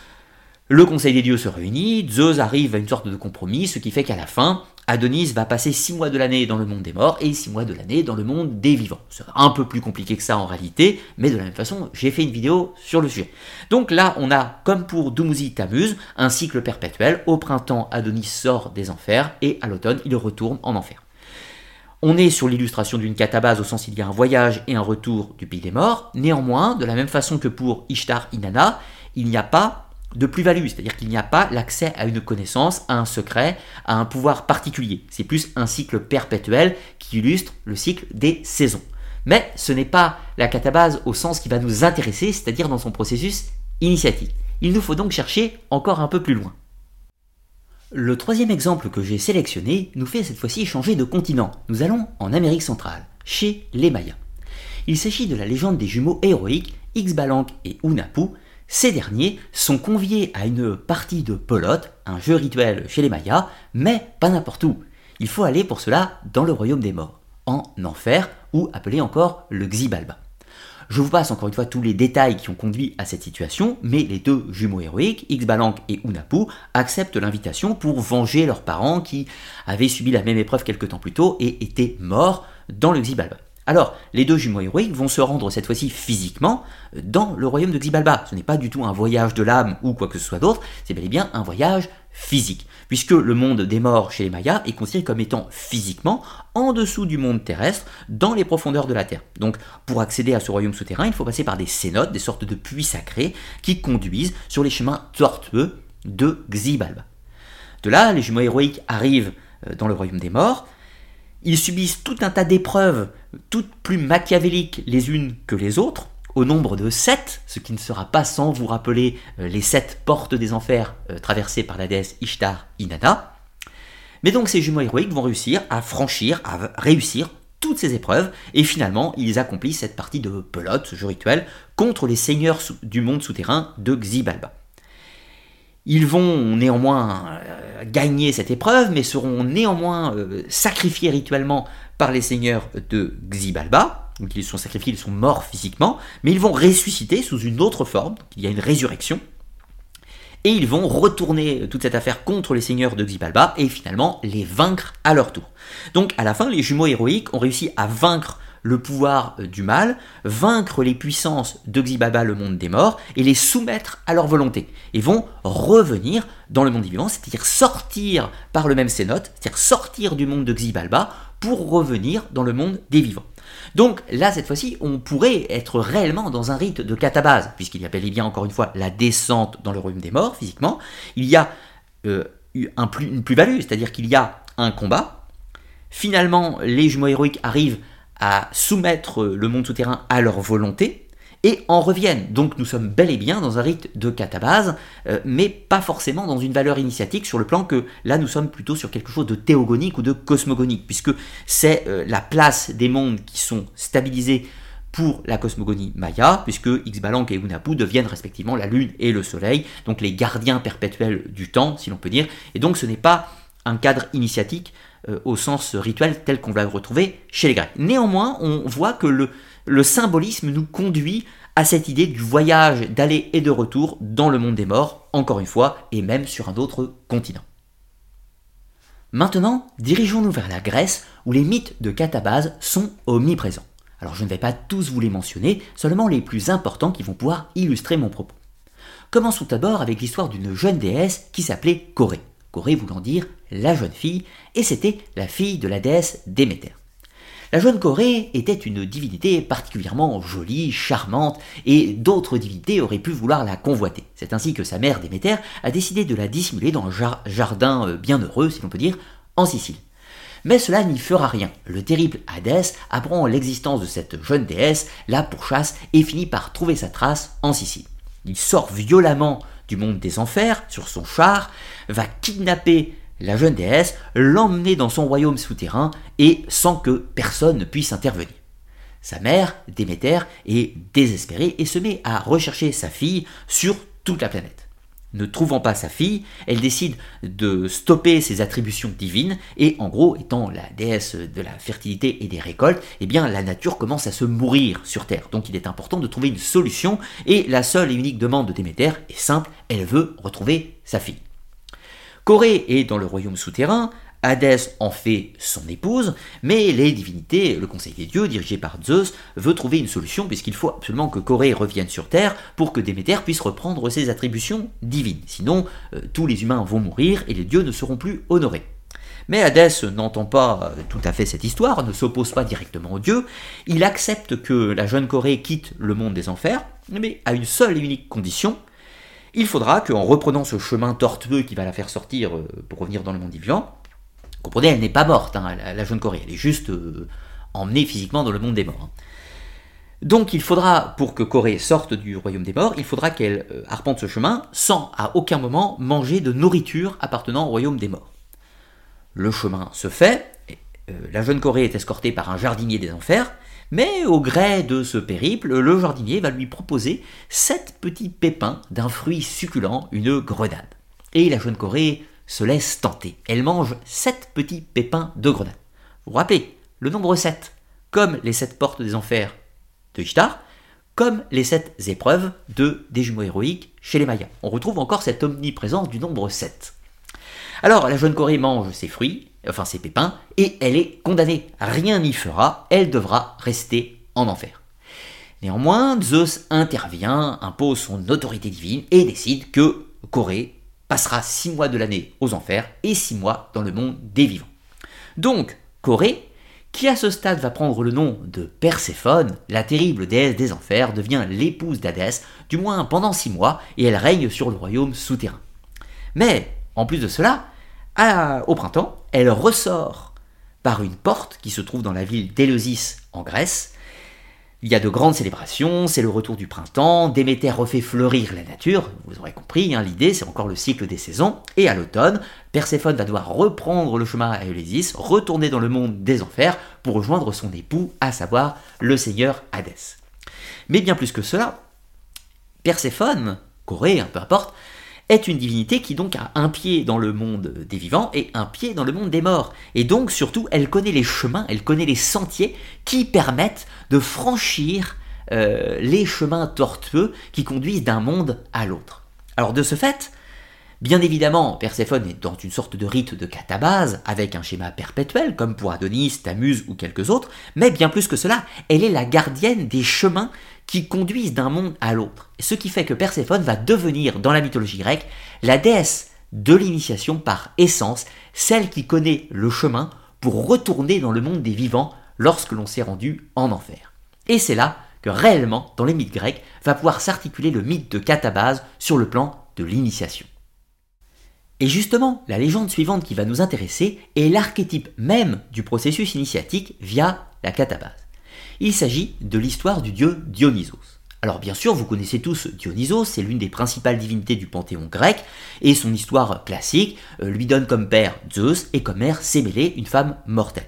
Le conseil des dieux se réunit, Zeus arrive à une sorte de compromis, ce qui fait qu'à la fin, Adonis va passer six mois de l'année dans le monde des morts et six mois de l'année dans le monde des vivants. C'est un peu plus compliqué que ça en réalité, mais de la même façon, j'ai fait une vidéo sur le sujet. Donc là, on a, comme pour Dumuzi Tammuz, un cycle perpétuel. Au printemps, Adonis sort des enfers et à l'automne, il retourne en enfer. On est sur l'illustration d'une catabase au sens il y a un voyage et un retour du pays des morts. Néanmoins, de la même façon que pour Ishtar Inanna, il n'y a pas de plus-value, c'est-à-dire qu'il n'y a pas l'accès à une connaissance, à un secret, à un pouvoir particulier. C'est plus un cycle perpétuel qui illustre le cycle des saisons. Mais ce n'est pas la catabase au sens qui va nous intéresser, c'est-à-dire dans son processus initiatique. Il nous faut donc chercher encore un peu plus loin. Le troisième exemple que j'ai sélectionné nous fait cette fois-ci changer de continent. Nous allons en Amérique centrale, chez les Mayas. Il s'agit de la légende des jumeaux héroïques Xbalanque et Hunahpu. Ces derniers sont conviés à une partie de pelote, un jeu rituel chez les Mayas, mais pas n'importe où. Il faut aller pour cela dans le royaume des morts, en enfer, ou appelé encore le Xibalba. Je vous passe encore une fois tous les détails qui ont conduit à cette situation, mais les deux jumeaux héroïques, Xbalanque et Hunahpu, acceptent l'invitation pour venger leurs parents qui avaient subi la même épreuve quelques temps plus tôt et étaient morts dans le Xibalba. Alors, les deux jumeaux héroïques vont se rendre cette fois-ci physiquement dans le royaume de Xibalba. Ce n'est pas du tout un voyage de l'âme ou quoi que ce soit d'autre, c'est bel et bien un voyage physique, puisque le monde des morts chez les Mayas est considéré comme étant physiquement en dessous du monde terrestre, dans les profondeurs de la Terre. Donc, pour accéder à ce royaume souterrain, il faut passer par des cénotes, des sortes de puits sacrés, qui conduisent sur les chemins tortueux de Xibalba. De là, les jumeaux héroïques arrivent dans le royaume des morts. Ils subissent tout un tas d'épreuves, toutes plus machiavéliques les unes que les autres, au nombre de sept, ce qui ne sera pas sans vous rappeler les sept portes des enfers traversées par la déesse Ishtar Inanna. Mais donc ces jumeaux héroïques vont réussir à franchir, à réussir toutes ces épreuves, et finalement ils accomplissent cette partie de pelote, ce jeu rituel, contre les seigneurs du monde souterrain de Xibalba. Ils vont néanmoins euh, gagner cette épreuve, mais seront néanmoins euh, sacrifiés rituellement par les seigneurs de Xibalba. Donc ils sont sacrifiés, ils sont morts physiquement, mais ils vont ressusciter sous une autre forme, donc il y a une résurrection, et ils vont retourner toute cette affaire contre les seigneurs de Xibalba, et finalement les vaincre à leur tour. Donc à la fin, les jumeaux héroïques ont réussi à vaincre le pouvoir du mal, vaincre les puissances de Xibalba, le monde des morts, et les soumettre à leur volonté, et vont revenir dans le monde des vivants, c'est-à-dire sortir par le même cénote, c'est-à-dire sortir du monde de Xibalba pour revenir dans le monde des vivants. Donc là, cette fois-ci, on pourrait être réellement dans un rite de catabase, puisqu'il y a bel et bien, encore une fois, la descente dans le royaume des morts, physiquement. Il y a euh, un plus, une plus-value, c'est-à-dire qu'il y a un combat. Finalement, les jumeaux héroïques arrivent à soumettre le monde souterrain à leur volonté, et en reviennent. Donc nous sommes bel et bien dans un rite de catabase, euh, mais pas forcément dans une valeur initiatique, sur le plan que là nous sommes plutôt sur quelque chose de théogonique ou de cosmogonique, puisque c'est euh, la place des mondes qui sont stabilisés pour la cosmogonie maya, puisque Xbalanque et Hunahpu deviennent respectivement la lune et le soleil, donc les gardiens perpétuels du temps, si l'on peut dire, et donc ce n'est pas un cadre initiatique euh, au sens rituel tel qu'on va le retrouver chez les Grecs. Néanmoins, on voit que le Le symbolisme nous conduit à cette idée du voyage d'aller et de retour dans le monde des morts, encore une fois, et même sur un autre continent. Maintenant, dirigeons-nous vers la Grèce, où les mythes de catabase sont omniprésents. Alors je ne vais pas tous vous les mentionner, seulement les plus importants qui vont pouvoir illustrer mon propos. Commençons d'abord avec l'histoire d'une jeune déesse qui s'appelait Corée. Corée voulant dire la jeune fille, et c'était la fille de la déesse Déméter. La jeune Corée était une divinité particulièrement jolie, charmante, et d'autres divinités auraient pu vouloir la convoiter. C'est ainsi que sa mère Déméter a décidé de la dissimuler dans un jardin bienheureux, si l'on peut dire, en Sicile. Mais cela n'y fera rien. Le terrible Hadès apprend l'existence de cette jeune déesse, la pourchasse, et finit par trouver sa trace en Sicile. Il sort violemment du monde des enfers sur son char, va kidnapper la jeune déesse, l'emmener dans son royaume souterrain et sans que personne ne puisse intervenir. Sa mère, Déméter, est désespérée et se met à rechercher sa fille sur toute la planète. Ne trouvant pas sa fille, elle décide de stopper ses attributions divines et en gros, étant la déesse de la fertilité et des récoltes, eh bien la nature commence à se mourir sur Terre. Donc il est important de trouver une solution et la seule et unique demande de Déméter est simple, elle veut retrouver sa fille. Corée est dans le royaume souterrain, Hadès en fait son épouse, mais les divinités, le conseil des dieux, dirigé par Zeus, veut trouver une solution puisqu'il faut absolument que Corée revienne sur Terre pour que Déméter puisse reprendre ses attributions divines. Sinon, euh, tous les humains vont mourir et les dieux ne seront plus honorés. Mais Hadès n'entend pas tout à fait cette histoire, ne s'oppose pas directement aux dieux, il accepte que la jeune Corée quitte le monde des enfers, mais à une seule et unique condition. Il faudra qu'en reprenant ce chemin tortueux qui va la faire sortir pour revenir dans le monde des vivants, comprenez, elle n'est pas morte, hein, la, la jeune Corée, elle est juste euh, emmenée physiquement dans le monde des morts. Hein. Donc il faudra, pour que Corée sorte du royaume des morts, il faudra qu'elle euh, arpente ce chemin sans à aucun moment manger de nourriture appartenant au royaume des morts. Le chemin se fait, et, euh, la jeune Corée est escortée par un jardinier des enfers, mais au gré de ce périple, le jardinier va lui proposer sept petits pépins d'un fruit succulent, une grenade. Et la jeune Corée se laisse tenter. Elle mange sept petits pépins de grenade. Vous vous rappelez, le nombre sept, comme les sept portes des enfers de Ishtar, comme les sept épreuves de, des jumeaux héroïques chez les Mayas. On retrouve encore cette omniprésence du nombre sept. Alors, la jeune Corée mange ses fruits, enfin ses pépins, et elle est condamnée. Rien n'y fera, elle devra rester en enfer. Néanmoins, Zeus intervient, impose son autorité divine et décide que Corée passera six mois de l'année aux enfers et six mois dans le monde des vivants. Donc, Corée, qui à ce stade va prendre le nom de Perséphone, la terrible déesse des enfers, devient l'épouse d'Hadès, du moins pendant six mois, et elle règne sur le royaume souterrain. Mais, en plus de cela, À, au printemps, elle ressort par une porte qui se trouve dans la ville d'Éleusis en Grèce. Il y a de grandes célébrations, c'est le retour du printemps, Déméter refait fleurir la nature, vous aurez compris, hein, l'idée c'est encore le cycle des saisons, et à l'automne, Perséphone va devoir reprendre le chemin à Éleusis, retourner dans le monde des enfers pour rejoindre son époux, à savoir le seigneur Hadès. Mais bien plus que cela, Perséphone, Corée, hein, peu importe, est une divinité qui donc a un pied dans le monde des vivants et un pied dans le monde des morts. Et donc surtout, elle connaît les chemins, elle connaît les sentiers qui permettent de franchir euh, les chemins tortueux qui conduisent d'un monde à l'autre. Alors de ce fait, bien évidemment, Perséphone est dans une sorte de rite de catabase, avec un schéma perpétuel, comme pour Adonis, Tamuse ou quelques autres, mais bien plus que cela, elle est la gardienne des chemins qui conduisent d'un monde à l'autre. Ce qui fait que Perséphone va devenir, dans la mythologie grecque, la déesse de l'initiation par essence, celle qui connaît le chemin pour retourner dans le monde des vivants lorsque l'on s'est rendu en enfer. Et c'est là que réellement, dans les mythes grecs, va pouvoir s'articuler le mythe de catabase sur le plan de l'initiation. Et justement, la légende suivante qui va nous intéresser est l'archétype même du processus initiatique via la catabase. Il s'agit de l'histoire du dieu Dionysos. Alors bien sûr, vous connaissez tous Dionysos, c'est l'une des principales divinités du panthéon grec, et son histoire classique euh, lui donne comme père Zeus et comme mère Sémélé, une femme mortelle.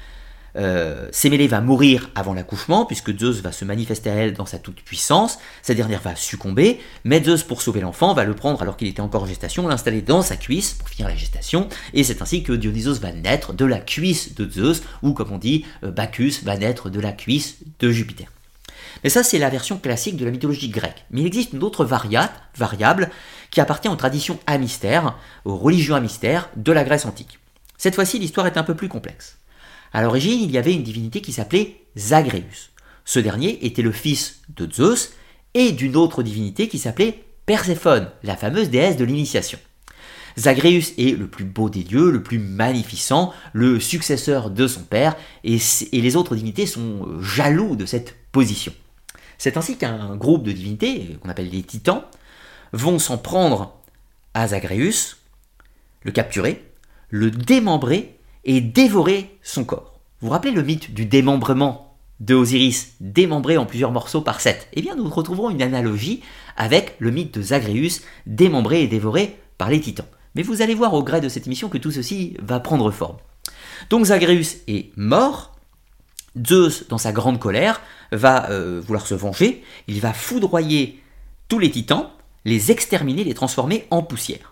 Euh, Sémélé va mourir avant l'accouchement, puisque Zeus va se manifester à elle dans sa toute-puissance, sa dernière va succomber, mais Zeus, pour sauver l'enfant, va le prendre alors qu'il était encore en gestation, l'installer dans sa cuisse pour finir la gestation, et c'est ainsi que Dionysos va naître de la cuisse de Zeus, ou comme on dit, Bacchus va naître de la cuisse de Jupiter. Mais ça, c'est la version classique de la mythologie grecque. Mais il existe une autre variate, variable qui appartient aux traditions amystères, aux religions amystères de la Grèce antique. Cette fois-ci, l'histoire est un peu plus complexe. À l'origine, il y avait une divinité qui s'appelait Zagreus. Ce dernier était le fils de Zeus et d'une autre divinité qui s'appelait Perséphone, la fameuse déesse de l'initiation. Zagreus est le plus beau des dieux, le plus magnificent, le successeur de son père, et, et les autres divinités sont jaloux de cette position. C'est ainsi qu'un groupe de divinités, qu'on appelle les titans, vont s'en prendre à Zagreus, le capturer, le démembrer et dévorer son corps. Vous vous rappelez le mythe du démembrement de Osiris, démembré en plusieurs morceaux par Seth? Eh bien, nous retrouverons une analogie avec le mythe de Zagreus, démembré et dévoré par les titans. Mais vous allez voir au gré de cette émission que tout ceci va prendre forme. Donc Zagreus est mort, Zeus, dans sa grande colère, va euh, vouloir se venger, il va foudroyer tous les titans, les exterminer, les transformer en poussière.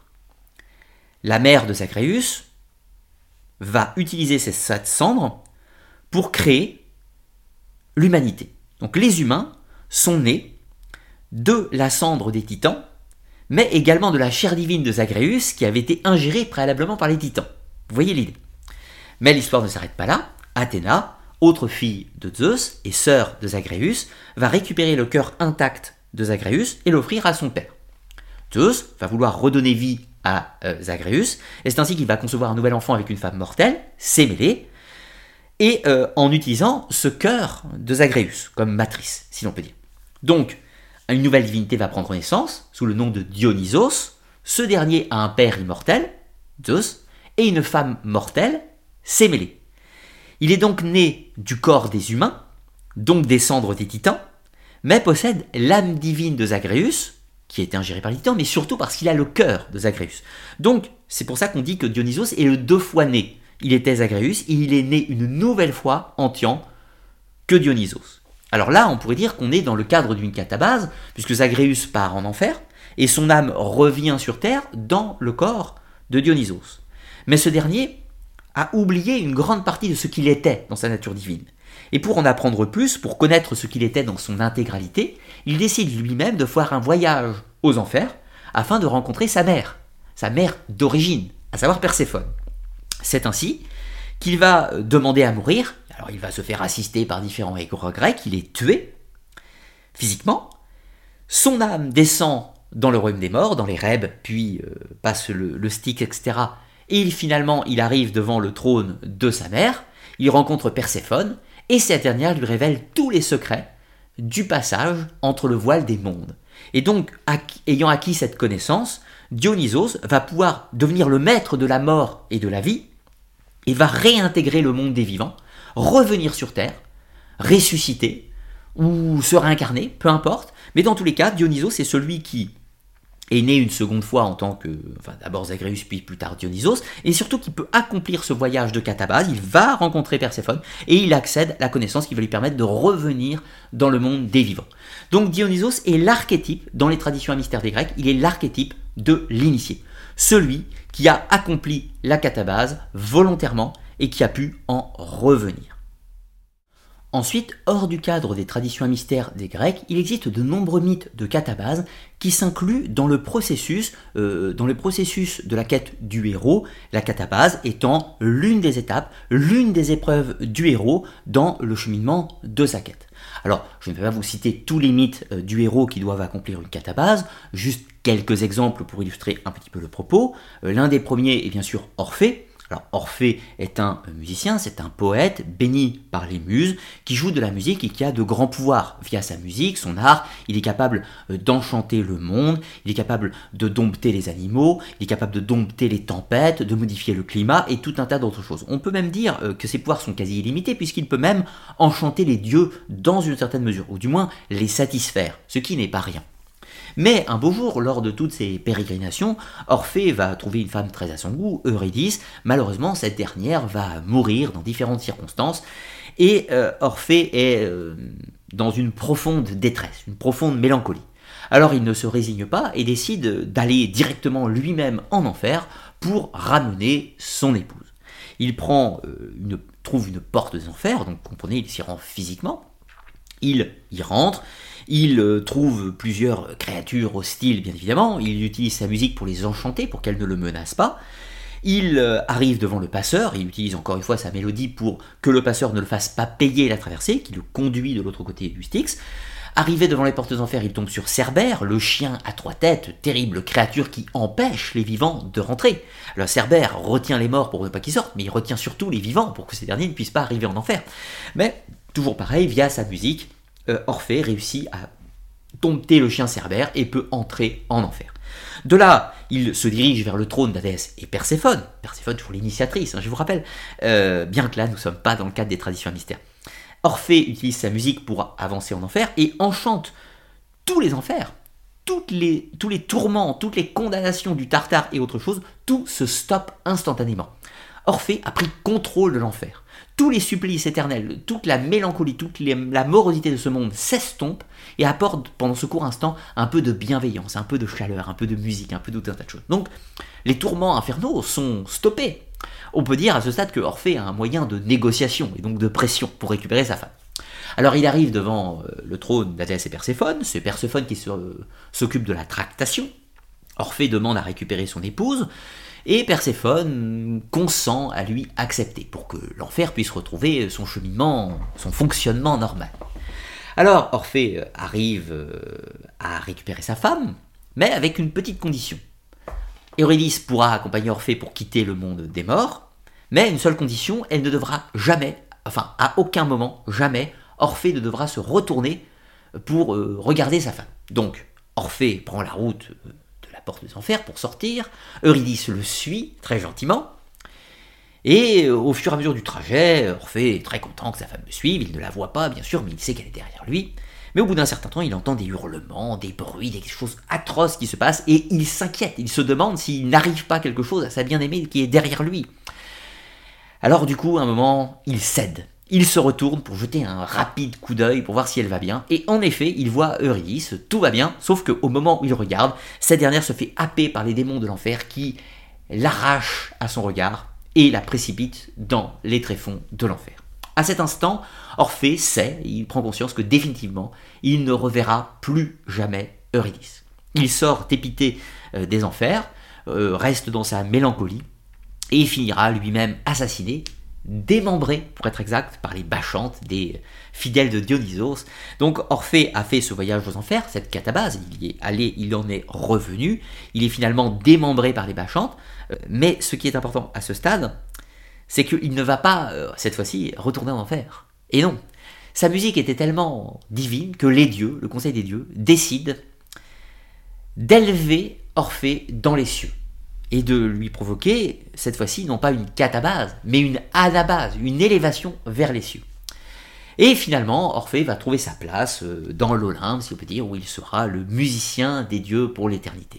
La mère de Zagreus va utiliser cette cendre pour créer l'humanité. Donc les humains sont nés de la cendre des titans, mais également de la chair divine de Zagreus qui avait été ingérée préalablement par les titans. Vous voyez l'idée. Mais l'histoire ne s'arrête pas là. Athéna, autre fille de Zeus et sœur de Zagreus, va récupérer le cœur intact de Zagreus et l'offrir à son père. Zeus va vouloir redonner vie à euh, Zagreus, et c'est ainsi qu'il va concevoir un nouvel enfant avec une femme mortelle, Sémélé, et euh, en utilisant ce cœur de Zagreus comme matrice, si l'on peut dire. Donc, une nouvelle divinité va prendre naissance, sous le nom de Dionysos. Ce dernier a un père immortel, Zeus, et une femme mortelle, Sémélé. Il est donc né du corps des humains, donc des cendres des titans, mais possède l'âme divine de Zagreus, qui a été ingéré par les titans, mais surtout parce qu'il a le cœur de Zagreus. Donc, c'est pour ça qu'on dit que Dionysos est le deux fois né. Il était Zagreus, et il est né une nouvelle fois en tant que Dionysos. Alors là, on pourrait dire qu'on est dans le cadre d'une catabase, puisque Zagreus part en enfer, et son âme revient sur Terre dans le corps de Dionysos. Mais ce dernier a oublié une grande partie de ce qu'il était dans sa nature divine. Et pour en apprendre plus, pour connaître ce qu'il était dans son intégralité, il décide lui-même de faire un voyage aux enfers afin de rencontrer sa mère, sa mère d'origine, à savoir Perséphone. C'est ainsi qu'il va demander à mourir. Alors il va se faire assister par différents héros grecs, il est tué physiquement. Son âme descend dans le royaume des morts, dans les rêves, puis euh, passe le, le Styx, et cetera. Et il, finalement, il arrive devant le trône de sa mère, il rencontre Perséphone, et cette dernière lui révèle tous les secrets du passage entre le voile des mondes. Et donc, ayant acquis cette connaissance, Dionysos va pouvoir devenir le maître de la mort et de la vie, et va réintégrer le monde des vivants, revenir sur Terre, ressusciter, ou se réincarner, peu importe, mais dans tous les cas, Dionysos c'est celui qui est né une seconde fois en tant que, enfin d'abord Zagreus puis plus tard Dionysos, et surtout qui peut accomplir ce voyage de Catabase, il va rencontrer Perséphone, et il accède à la connaissance qui va lui permettre de revenir dans le monde des vivants. Donc Dionysos est l'archétype, dans les traditions à mystère des Grecs, il est l'archétype de l'initié, celui qui a accompli la Catabase volontairement et qui a pu en revenir. Ensuite, hors du cadre des traditions à mystère des Grecs, il existe de nombreux mythes de Catabase qui s'incluent dans le processus, euh, dans le processus de la quête du héros, la Catabase étant l'une des étapes, l'une des épreuves du héros dans le cheminement de sa quête. Alors, je ne vais pas vous citer tous les mythes euh, du héros qui doivent accomplir une Catabase, juste quelques exemples pour illustrer un petit peu le propos. Euh, l'un des premiers est bien sûr Orphée. Alors Orphée est un musicien, c'est un poète béni par les muses qui joue de la musique et qui a de grands pouvoirs. Via sa musique, son art, il est capable d'enchanter le monde, il est capable de dompter les animaux, il est capable de dompter les tempêtes, de modifier le climat et tout un tas d'autres choses. On peut même dire que ses pouvoirs sont quasi illimités puisqu'il peut même enchanter les dieux dans une certaine mesure, ou du moins les satisfaire, ce qui n'est pas rien. Mais un beau jour, lors de toutes ces pérégrinations, Orphée va trouver une femme très à son goût, Eurydice. Malheureusement, cette dernière va mourir dans différentes circonstances, et euh, Orphée est euh, dans une profonde détresse, une profonde mélancolie. Alors il ne se résigne pas et décide d'aller directement lui-même en enfer pour ramener son épouse. Il prend, euh, une, trouve une porte des enfers, donc comprenez, il s'y rend physiquement, il y rentre, il euh, trouve plusieurs créatures hostiles, bien évidemment, il utilise sa musique pour les enchanter, pour qu'elles ne le menacent pas. Il euh, arrive devant le passeur, il utilise encore une fois sa mélodie pour que le passeur ne le fasse pas payer la traversée, qui le conduit de l'autre côté du Styx. Arrivé devant les portes des enfers, il tombe sur Cerbère, le chien à trois têtes, terrible créature qui empêche les vivants de rentrer. Alors Cerbère retient les morts pour ne pas qu'ils sortent, mais il retient surtout les vivants pour que ces derniers ne puissent pas arriver en enfer. Mais toujours pareil, via sa musique, Euh, Orphée réussit à dompter le chien Cerbère et peut entrer en enfer. De là, il se dirige vers le trône d'Hadès et Perséphone. Perséphone, toujours l'initiatrice, hein, je vous rappelle, euh, bien que là, nous ne sommes pas dans le cadre des traditions à mystère. Orphée utilise sa musique pour avancer en enfer et enchante tous les enfers, toutes les, tous les tourments, toutes les condamnations du Tartare et autre chose, tout se stoppe instantanément. Orphée a pris contrôle de l'enfer. Tous les supplices éternels, toute la mélancolie, toute les, la morosité de ce monde s'estompe et apporte pendant ce court instant un peu de bienveillance, un peu de chaleur, un peu de musique, un peu de tout un tas de choses. Donc les tourments infernaux sont stoppés. On peut dire à ce stade que Orphée a un moyen de négociation et donc de pression pour récupérer sa femme. Alors il arrive devant euh, le trône d'Hadès et Perséphone, c'est Perséphone qui se, euh, s'occupe de la tractation. Orphée demande à récupérer son épouse, et Perséphone consent à lui accepter pour que l'enfer puisse retrouver son cheminement, son fonctionnement normal. Alors Orphée arrive à récupérer sa femme, mais avec une petite condition. Eurydice pourra accompagner Orphée pour quitter le monde des morts, mais une seule condition, elle ne devra jamais, enfin à aucun moment, jamais, Orphée ne devra se retourner pour euh, regarder sa femme. Donc Orphée prend la route euh, porte des enfers pour sortir, Eurydice le suit très gentiment, et au fur et à mesure du trajet, Orphée est très content que sa femme le suive, il ne la voit pas bien sûr, mais il sait qu'elle est derrière lui, mais au bout d'un certain temps, il entend des hurlements, des bruits, des choses atroces qui se passent, et il s'inquiète, il se demande s'il n'arrive pas quelque chose à sa bien-aimée qui est derrière lui. Alors du coup, à un moment, il cède. Il se retourne pour jeter un rapide coup d'œil pour voir si elle va bien, et en effet, il voit Eurydice, tout va bien, sauf qu'au moment où il regarde, cette dernière se fait happer par les démons de l'enfer qui l'arrachent à son regard et la précipitent dans les tréfonds de l'enfer. À cet instant, Orphée sait, il prend conscience que définitivement, il ne reverra plus jamais Eurydice. Il sort dépité euh, des enfers, euh, reste dans sa mélancolie, et il finira lui-même assassiné, démembré, pour être exact, par les Bachantes, des fidèles de Dionysos. Donc Orphée a fait ce voyage aux enfers, cette Catabase, il y est allé, il en est revenu, il est finalement démembré par les Bachantes, mais ce qui est important à ce stade, c'est qu'il ne va pas, euh, cette fois-ci, retourner en enfer. Et non, sa musique était tellement divine que les dieux, le conseil des dieux, décident d'élever Orphée dans les cieux et de lui provoquer, cette fois-ci, non pas une catabase, mais une anabase, une élévation vers les cieux. Et finalement, Orphée va trouver sa place dans l'Olympe, si on peut dire, où il sera le musicien des dieux pour l'éternité.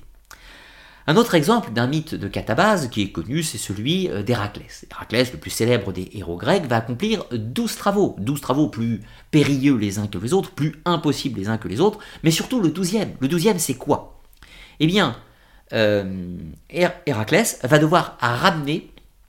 Un autre exemple d'un mythe de catabase qui est connu, c'est celui d'Héraclès. Héraclès, le plus célèbre des héros grecs, va accomplir douze travaux, douze travaux plus périlleux les uns que les autres, plus impossibles les uns que les autres, mais surtout le douzième. Le douzième, c'est quoi ? Eh bien, euh, Héraclès va devoir ramener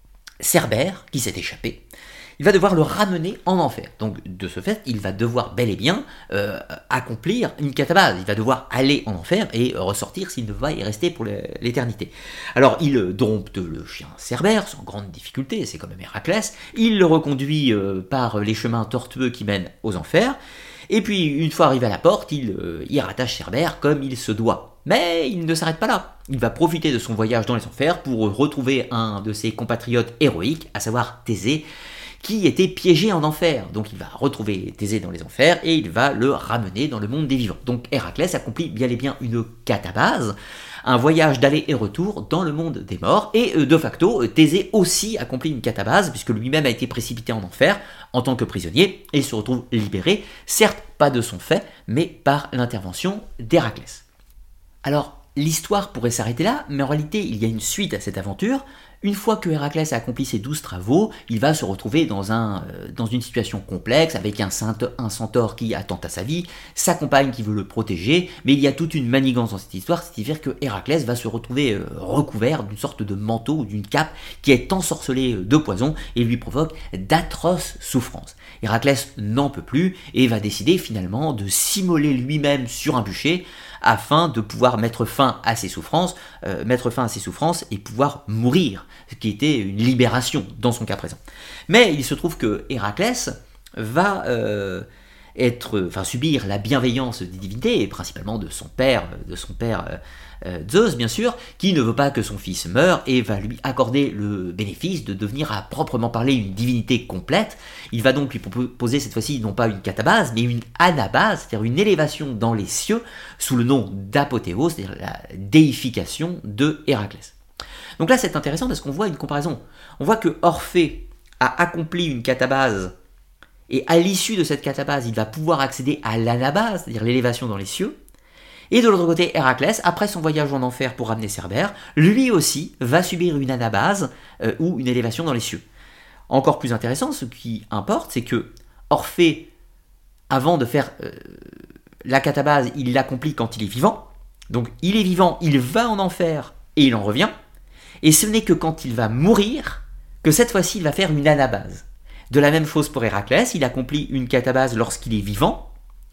Cerbère, qui s'est échappé, il va devoir le ramener en enfer. Donc, de ce fait, il va devoir bel et bien euh, accomplir une catabase. Il va devoir aller en enfer et ressortir s'il ne va y rester pour l'éternité. Alors, il dompte le chien Cerbère, sans grande difficulté, c'est quand même Héraclès. Il le reconduit euh, par les chemins tortueux qui mènent aux enfers. Et puis, une fois arrivé à la porte, il euh, y rattache Cerbère comme il se doit. Mais il ne s'arrête pas là. Il va profiter de son voyage dans les enfers pour retrouver un de ses compatriotes héroïques, à savoir Thésée, qui était piégé en enfer. Donc il va retrouver Thésée dans les enfers et il va le ramener dans le monde des vivants. Donc Héraclès accomplit bien et bien une catabase, un voyage d'aller et retour dans le monde des morts, et de facto, Thésée aussi accomplit une catabase, puisque lui-même a été précipité en enfer en tant que prisonnier, et il se retrouve libéré, certes pas de son fait, mais par l'intervention d'Héraclès. Alors, l'histoire pourrait s'arrêter là, mais en réalité, il y a une suite à cette aventure. Une fois que Héraclès a accompli ses douze travaux, il va se retrouver dans, un, euh, dans une situation complexe, avec un, un centaure qui attente à sa vie, sa compagne qui veut le protéger, mais il y a toute une manigance dans cette histoire, c'est-à-dire que Héraclès va se retrouver euh, recouvert d'une sorte de manteau ou d'une cape qui est ensorcelée de poison et lui provoque d'atroces souffrances. Héraclès n'en peut plus et va décider finalement de s'immoler lui-même sur un bûcher, afin de pouvoir mettre fin à ses souffrances, euh, mettre fin à ses souffrances et pouvoir mourir, ce qui était une libération dans son cas présent. Mais il se trouve que Héraclès va euh, être, enfin, subir la bienveillance des divinités, et principalement de son père, de son père euh, euh, Zeus bien sûr, qui ne veut pas que son fils meure et va lui accorder le bénéfice de devenir à proprement parler une divinité complète. Il va donc lui proposer cette fois-ci non pas une catabase, mais une anabase, c'est-à-dire une élévation dans les cieux sous le nom d'apothéose, c'est-à-dire la déification de Héraclès. Donc là c'est intéressant parce qu'on voit une comparaison. On voit que Orphée a accompli une catabase et à l'issue de cette catabase, il va pouvoir accéder à l'anabase, c'est-à-dire l'élévation dans les cieux. Et de l'autre côté, Héraclès, après son voyage en enfer pour ramener Cerbère, lui aussi va subir une anabase euh, ou une élévation dans les cieux. Encore plus intéressant, ce qui importe, c'est que Orphée, avant de faire euh, la catabase, il l'accomplit quand il est vivant. Donc il est vivant, il va en enfer et il en revient. Et ce n'est que quand il va mourir que cette fois-ci il va faire une anabase. De la même chose pour Héraclès, il accomplit une catabase lorsqu'il est vivant,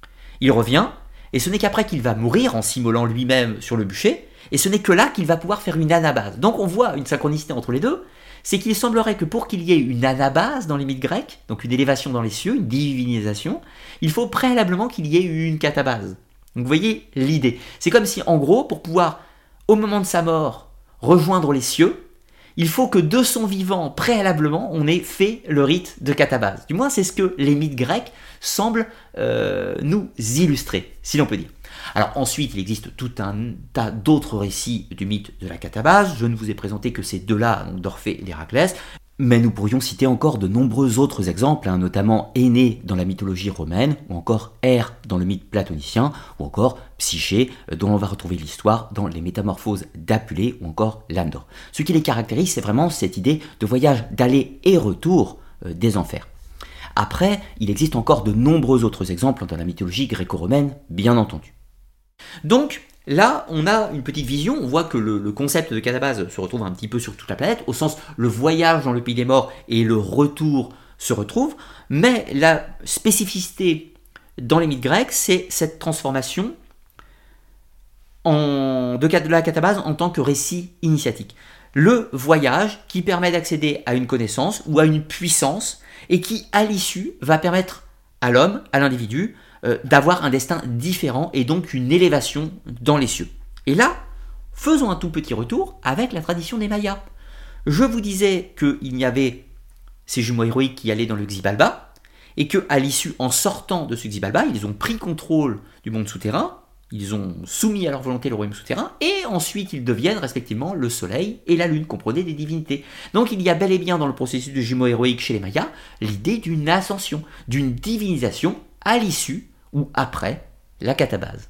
il revient, et ce n'est qu'après qu'il va mourir en s'immolant lui-même sur le bûcher, et ce n'est que là qu'il va pouvoir faire une anabase. Donc on voit une synchronicité entre les deux, c'est qu'il semblerait que pour qu'il y ait une anabase dans les mythes grecs, donc une élévation dans les cieux, une divinisation, il faut préalablement qu'il y ait une catabase. Donc vous voyez l'idée. C'est comme si en gros, pour pouvoir, au moment de sa mort, rejoindre les cieux, il faut que de son vivant, préalablement, on ait fait le rite de catabase. Du moins, c'est ce que les mythes grecs semblent euh, nous illustrer, si l'on peut dire. Alors ensuite, il existe tout un tas d'autres récits du mythe de la catabase. Je ne vous ai présenté que ces deux-là, donc d'Orphée et d'Héraclès. Mais nous pourrions citer encore de nombreux autres exemples, hein, notamment Énée dans la mythologie romaine, ou encore Hère dans le mythe platonicien, ou encore Psyché, dont on va retrouver l'histoire dans les Métamorphoses d'Apulée, ou encore l'Âme d'or. Ce qui les caractérise, c'est vraiment cette idée de voyage d'aller et retour euh, des enfers. Après, il existe encore de nombreux autres exemples dans la mythologie gréco-romaine, bien entendu. Donc, là, on a une petite vision, on voit que le, le concept de catabase se retrouve un petit peu sur toute la planète, au sens le voyage dans le pays des morts et le retour se retrouvent, mais la spécificité dans les mythes grecs, c'est cette transformation en, de, de la catabase en tant que récit initiatique. Le voyage qui permet d'accéder à une connaissance ou à une puissance et qui, à l'issue, va permettre à l'homme, à l'individu, euh, d'avoir un destin différent et donc une élévation dans les cieux. Et là, faisons un tout petit retour avec la tradition des Mayas. Je vous disais qu'il y avait ces jumeaux héroïques qui allaient dans le Xibalba et qu'à l'issue, en sortant de ce Xibalba, ils ont pris contrôle du monde souterrain, ils ont soumis à leur volonté le royaume souterrain, et ensuite ils deviennent respectivement le soleil et la lune, comprenez, des divinités. Donc il y a bel et bien dans le processus de jumeaux héroïques chez les Mayas, l'idée d'une ascension, d'une divinisation à l'issue ou après la catabase.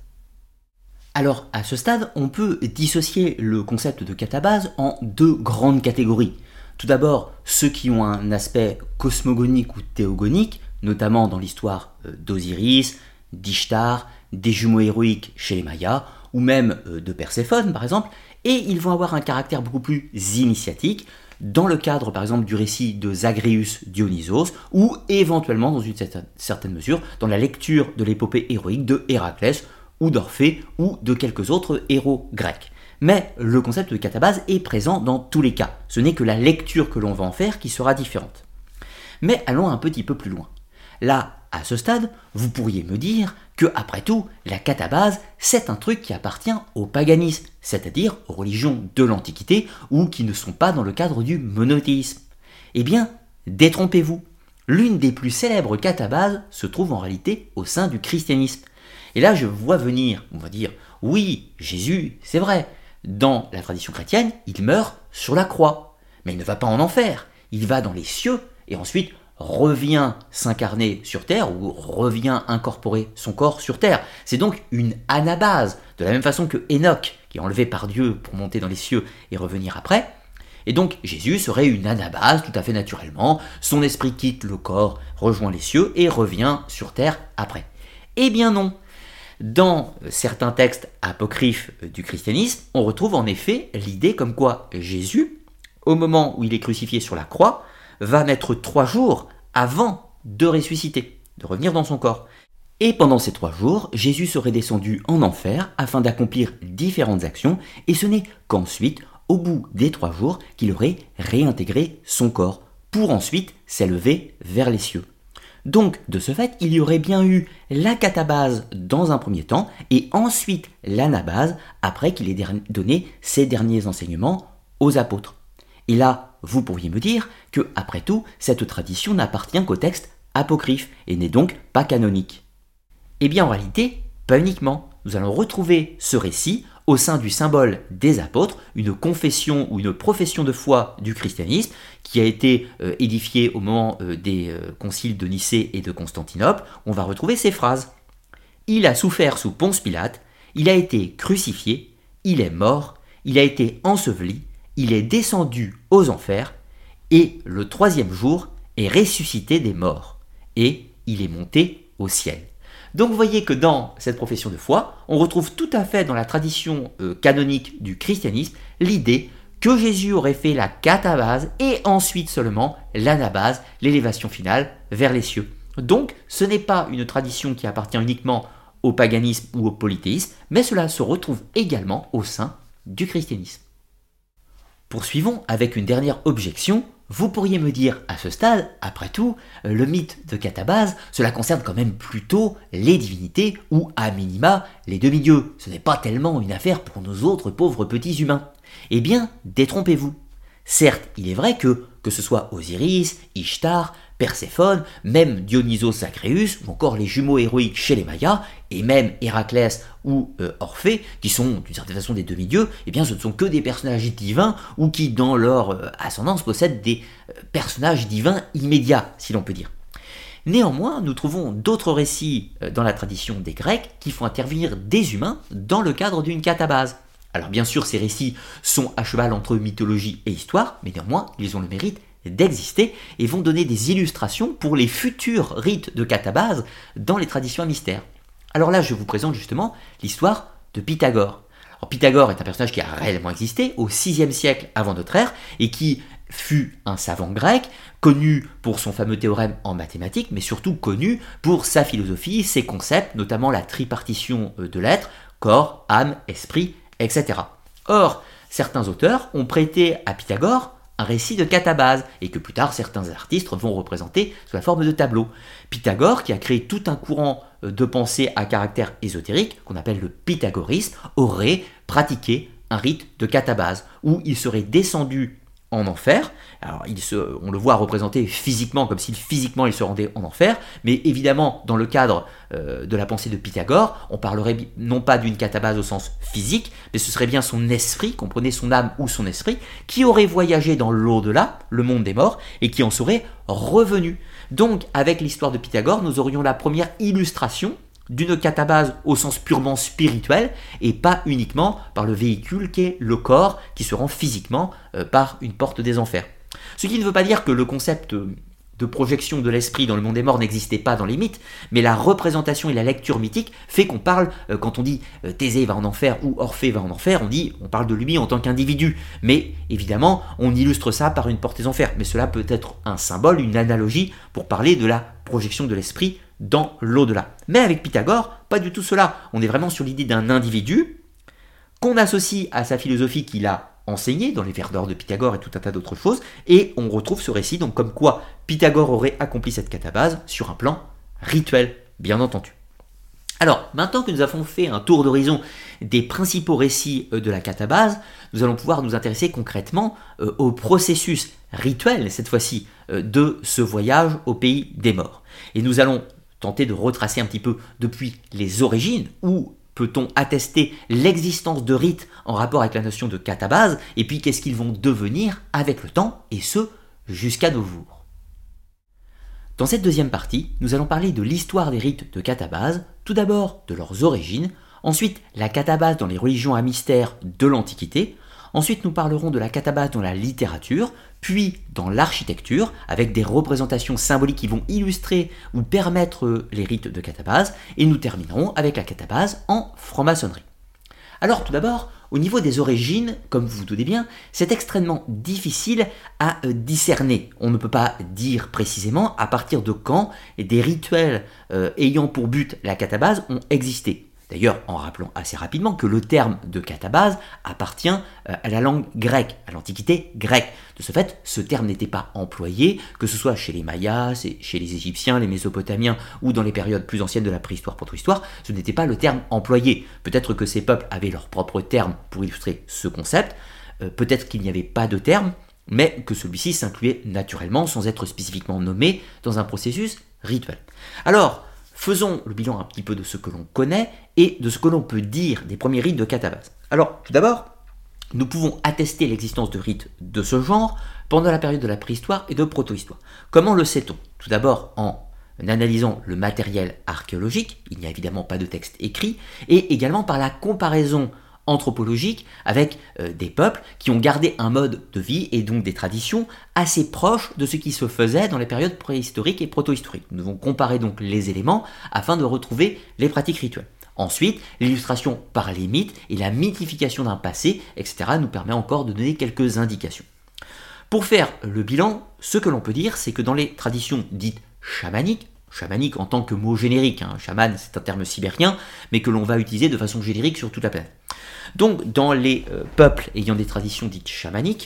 Alors à ce stade, on peut dissocier le concept de catabase en deux grandes catégories. Tout d'abord, ceux qui ont un aspect cosmogonique ou théogonique, notamment dans l'histoire d'Osiris, d'Ishtar, des jumeaux héroïques chez les Mayas, ou même de Perséphone par exemple, et ils vont avoir un caractère beaucoup plus initiatique, dans le cadre par exemple du récit de Zagreus Dionysos, ou éventuellement dans une certaine mesure dans la lecture de l'épopée héroïque de Héraclès, ou d'Orphée, ou de quelques autres héros grecs. Mais le concept de catabase est présent dans tous les cas, ce n'est que la lecture que l'on va en faire qui sera différente. Mais allons un petit peu plus loin. Là, à ce stade, vous pourriez me dire que, après tout, la catabase, c'est un truc qui appartient au paganisme, c'est-à-dire aux religions de l'Antiquité ou qui ne sont pas dans le cadre du monothéisme. Eh bien, détrompez-vous. L'une des plus célèbres catabases se trouve en réalité au sein du christianisme. Et là, je vois venir, on va dire, oui, Jésus, c'est vrai, dans la tradition chrétienne, il meurt sur la croix, mais il ne va pas en enfer, il va dans les cieux et ensuite revient s'incarner sur terre ou revient incorporer son corps sur terre. C'est donc une anabase, de la même façon que Enoch, qui est enlevé par Dieu pour monter dans les cieux et revenir après. Et donc Jésus serait une anabase tout à fait naturellement, son esprit quitte le corps, rejoint les cieux et revient sur terre après. Eh bien non. Dans certains textes apocryphes du christianisme, on retrouve en effet l'idée comme quoi Jésus, au moment où il est crucifié sur la croix, va mettre trois jours avant de ressusciter, de revenir dans son corps. Et pendant ces trois jours, Jésus serait descendu en enfer afin d'accomplir différentes actions, et ce n'est qu'ensuite, au bout des trois jours, qu'il aurait réintégré son corps, pour ensuite s'élever vers les cieux. Donc, de ce fait, il y aurait bien eu la catabase dans un premier temps, et ensuite l'anabase, après qu'il ait donné ses derniers enseignements aux apôtres. Et là, vous pourriez me dire que, après tout, cette tradition n'appartient qu'au texte apocryphe et n'est donc pas canonique. Eh bien, en réalité, pas uniquement. Nous allons retrouver ce récit au sein du symbole des apôtres, une confession ou une profession de foi du christianisme qui a été euh, édifiée au moment euh, des euh, conciles de Nicée et de Constantinople. On va retrouver ces phrases. « Il a souffert sous Ponce Pilate, il a été crucifié, il est mort, il a été enseveli, il est descendu aux enfers, et le troisième jour est ressuscité des morts, et il est monté au ciel. » Donc vous voyez que dans cette profession de foi, on retrouve tout à fait dans la tradition euh, canonique du christianisme l'idée que Jésus aurait fait la catabase et ensuite seulement l'anabase, l'élévation finale vers les cieux. Donc ce n'est pas une tradition qui appartient uniquement au paganisme ou au polythéisme, mais cela se retrouve également au sein du christianisme. Poursuivons avec une dernière objection. Vous pourriez me dire, à ce stade, après tout, le mythe de catabase, cela concerne quand même plutôt les divinités ou, à minima, les demi-dieux. Ce n'est pas tellement une affaire pour nous autres pauvres petits humains. Eh bien, détrompez-vous. Certes, il est vrai que, que ce soit Osiris, Ishtar, Perséphone, même Dionysos Zagreus, ou encore les jumeaux héroïques chez les Mayas, et même Héraclès ou euh, Orphée, qui sont d'une certaine façon des demi-dieux, eh bien ce ne sont que des personnages divins, ou qui dans leur euh, ascendance possèdent des euh, personnages divins immédiats, si l'on peut dire. Néanmoins, nous trouvons d'autres récits euh, dans la tradition des Grecs qui font intervenir des humains dans le cadre d'une catabase. Alors bien sûr, ces récits sont à cheval entre mythologie et histoire, mais néanmoins, ils ont le mérite d'exister et vont donner des illustrations pour les futurs rites de catabase dans les traditions à mystère. Alors là, je vous présente justement l'histoire de Pythagore. Alors, Pythagore est un personnage qui a réellement existé au sixième siècle avant notre ère et qui fut un savant grec, connu pour son fameux théorème en mathématiques, mais surtout connu pour sa philosophie, ses concepts, notamment la tripartition de l'être, corps, âme, esprit, et cetera. Or, certains auteurs ont prêté à Pythagore un récit de catabase, et que plus tard certains artistes vont représenter sous la forme de tableaux. Pythagore, qui a créé tout un courant de pensée à caractère ésotérique, qu'on appelle le pythagorisme, aurait pratiqué un rite de catabase, où il serait descendu en enfer. Alors, il se, on le voit représenté physiquement, comme si physiquement il se rendait en enfer, mais évidemment, dans le cadre euh, de la pensée de Pythagore, on parlerait non pas d'une catabase au sens physique, mais ce serait bien son esprit, comprenez son âme ou son esprit, qui aurait voyagé dans l'au-delà, le monde des morts, et qui en serait revenu. Donc, avec l'histoire de Pythagore, nous aurions la première illustration d'une catabase au sens purement spirituel et pas uniquement par le véhicule qu'est le corps qui se rend physiquement euh, par une porte des enfers. Ce qui ne veut pas dire que le concept de projection de l'esprit dans le monde des morts n'existait pas dans les mythes, mais la représentation et la lecture mythique fait qu'on parle, euh, quand on dit euh, Thésée va en enfer ou Orphée va en enfer, on dit, on parle de lui en tant qu'individu. Mais évidemment, on illustre ça par une porte des enfers. Mais cela peut être un symbole, une analogie pour parler de la projection de l'esprit dans l'au-delà. Mais avec Pythagore, pas du tout cela. On est vraiment sur l'idée d'un individu qu'on associe à sa philosophie qu'il a enseignée dans les vers d'or de Pythagore et tout un tas d'autres choses, et on retrouve ce récit, donc comme quoi Pythagore aurait accompli cette catabase sur un plan rituel, bien entendu. Alors, maintenant que nous avons fait un tour d'horizon des principaux récits de la catabase, nous allons pouvoir nous intéresser concrètement euh, au processus rituel, cette fois-ci, euh, de ce voyage au pays des morts. Et nous allons tenter de retracer un petit peu depuis les origines, où peut-on attester l'existence de rites en rapport avec la notion de catabase, et puis qu'est-ce qu'ils vont devenir avec le temps, et ce, jusqu'à nos jours. Dans cette deuxième partie, nous allons parler de l'histoire des rites de catabase, tout d'abord de leurs origines, ensuite la catabase dans les religions à mystère de l'Antiquité, ensuite nous parlerons de la catabase dans la littérature, puis dans l'architecture, avec des représentations symboliques qui vont illustrer ou permettre les rites de catabase, et nous terminerons avec la catabase en franc-maçonnerie. Alors tout d'abord, au niveau des origines, comme vous vous doutez bien, c'est extrêmement difficile à discerner. On ne peut pas dire précisément à partir de quand des rituels euh, ayant pour but la catabase ont existé. D'ailleurs, en rappelant assez rapidement que le terme de catabase appartient à la langue grecque, à l'Antiquité grecque. De ce fait, ce terme n'était pas employé, que ce soit chez les Mayas, chez les Égyptiens, les Mésopotamiens ou dans les périodes plus anciennes de la préhistoire, protohistoire, ce n'était pas le terme employé. Peut-être que ces peuples avaient leur propre terme pour illustrer ce concept, euh, peut-être qu'il n'y avait pas de terme, mais que celui-ci s'incluait naturellement sans être spécifiquement nommé dans un processus rituel. Alors, faisons le bilan un petit peu de ce que l'on connaît et de ce que l'on peut dire des premiers rites de catabase. Alors, tout d'abord, nous pouvons attester l'existence de rites de ce genre pendant la période de la préhistoire et de protohistoire. Comment le sait-on? Tout d'abord en analysant le matériel archéologique, il n'y a évidemment pas de texte écrit, et également par la comparaison anthropologique avec euh, des peuples qui ont gardé un mode de vie et donc des traditions assez proches de ce qui se faisait dans les périodes préhistoriques et protohistoriques. Nous devons comparer donc les éléments afin de retrouver les pratiques rituelles. Ensuite, l'illustration par les mythes et la mythification d'un passé, et cetera nous permet encore de donner quelques indications. Pour faire le bilan, ce que l'on peut dire, c'est que dans les traditions dites chamaniques, chamanique en tant que mot générique, hein, chaman c'est un terme sibérien, mais que l'on va utiliser de façon générique sur toute la planète. Donc dans les euh, peuples ayant des traditions dites chamaniques,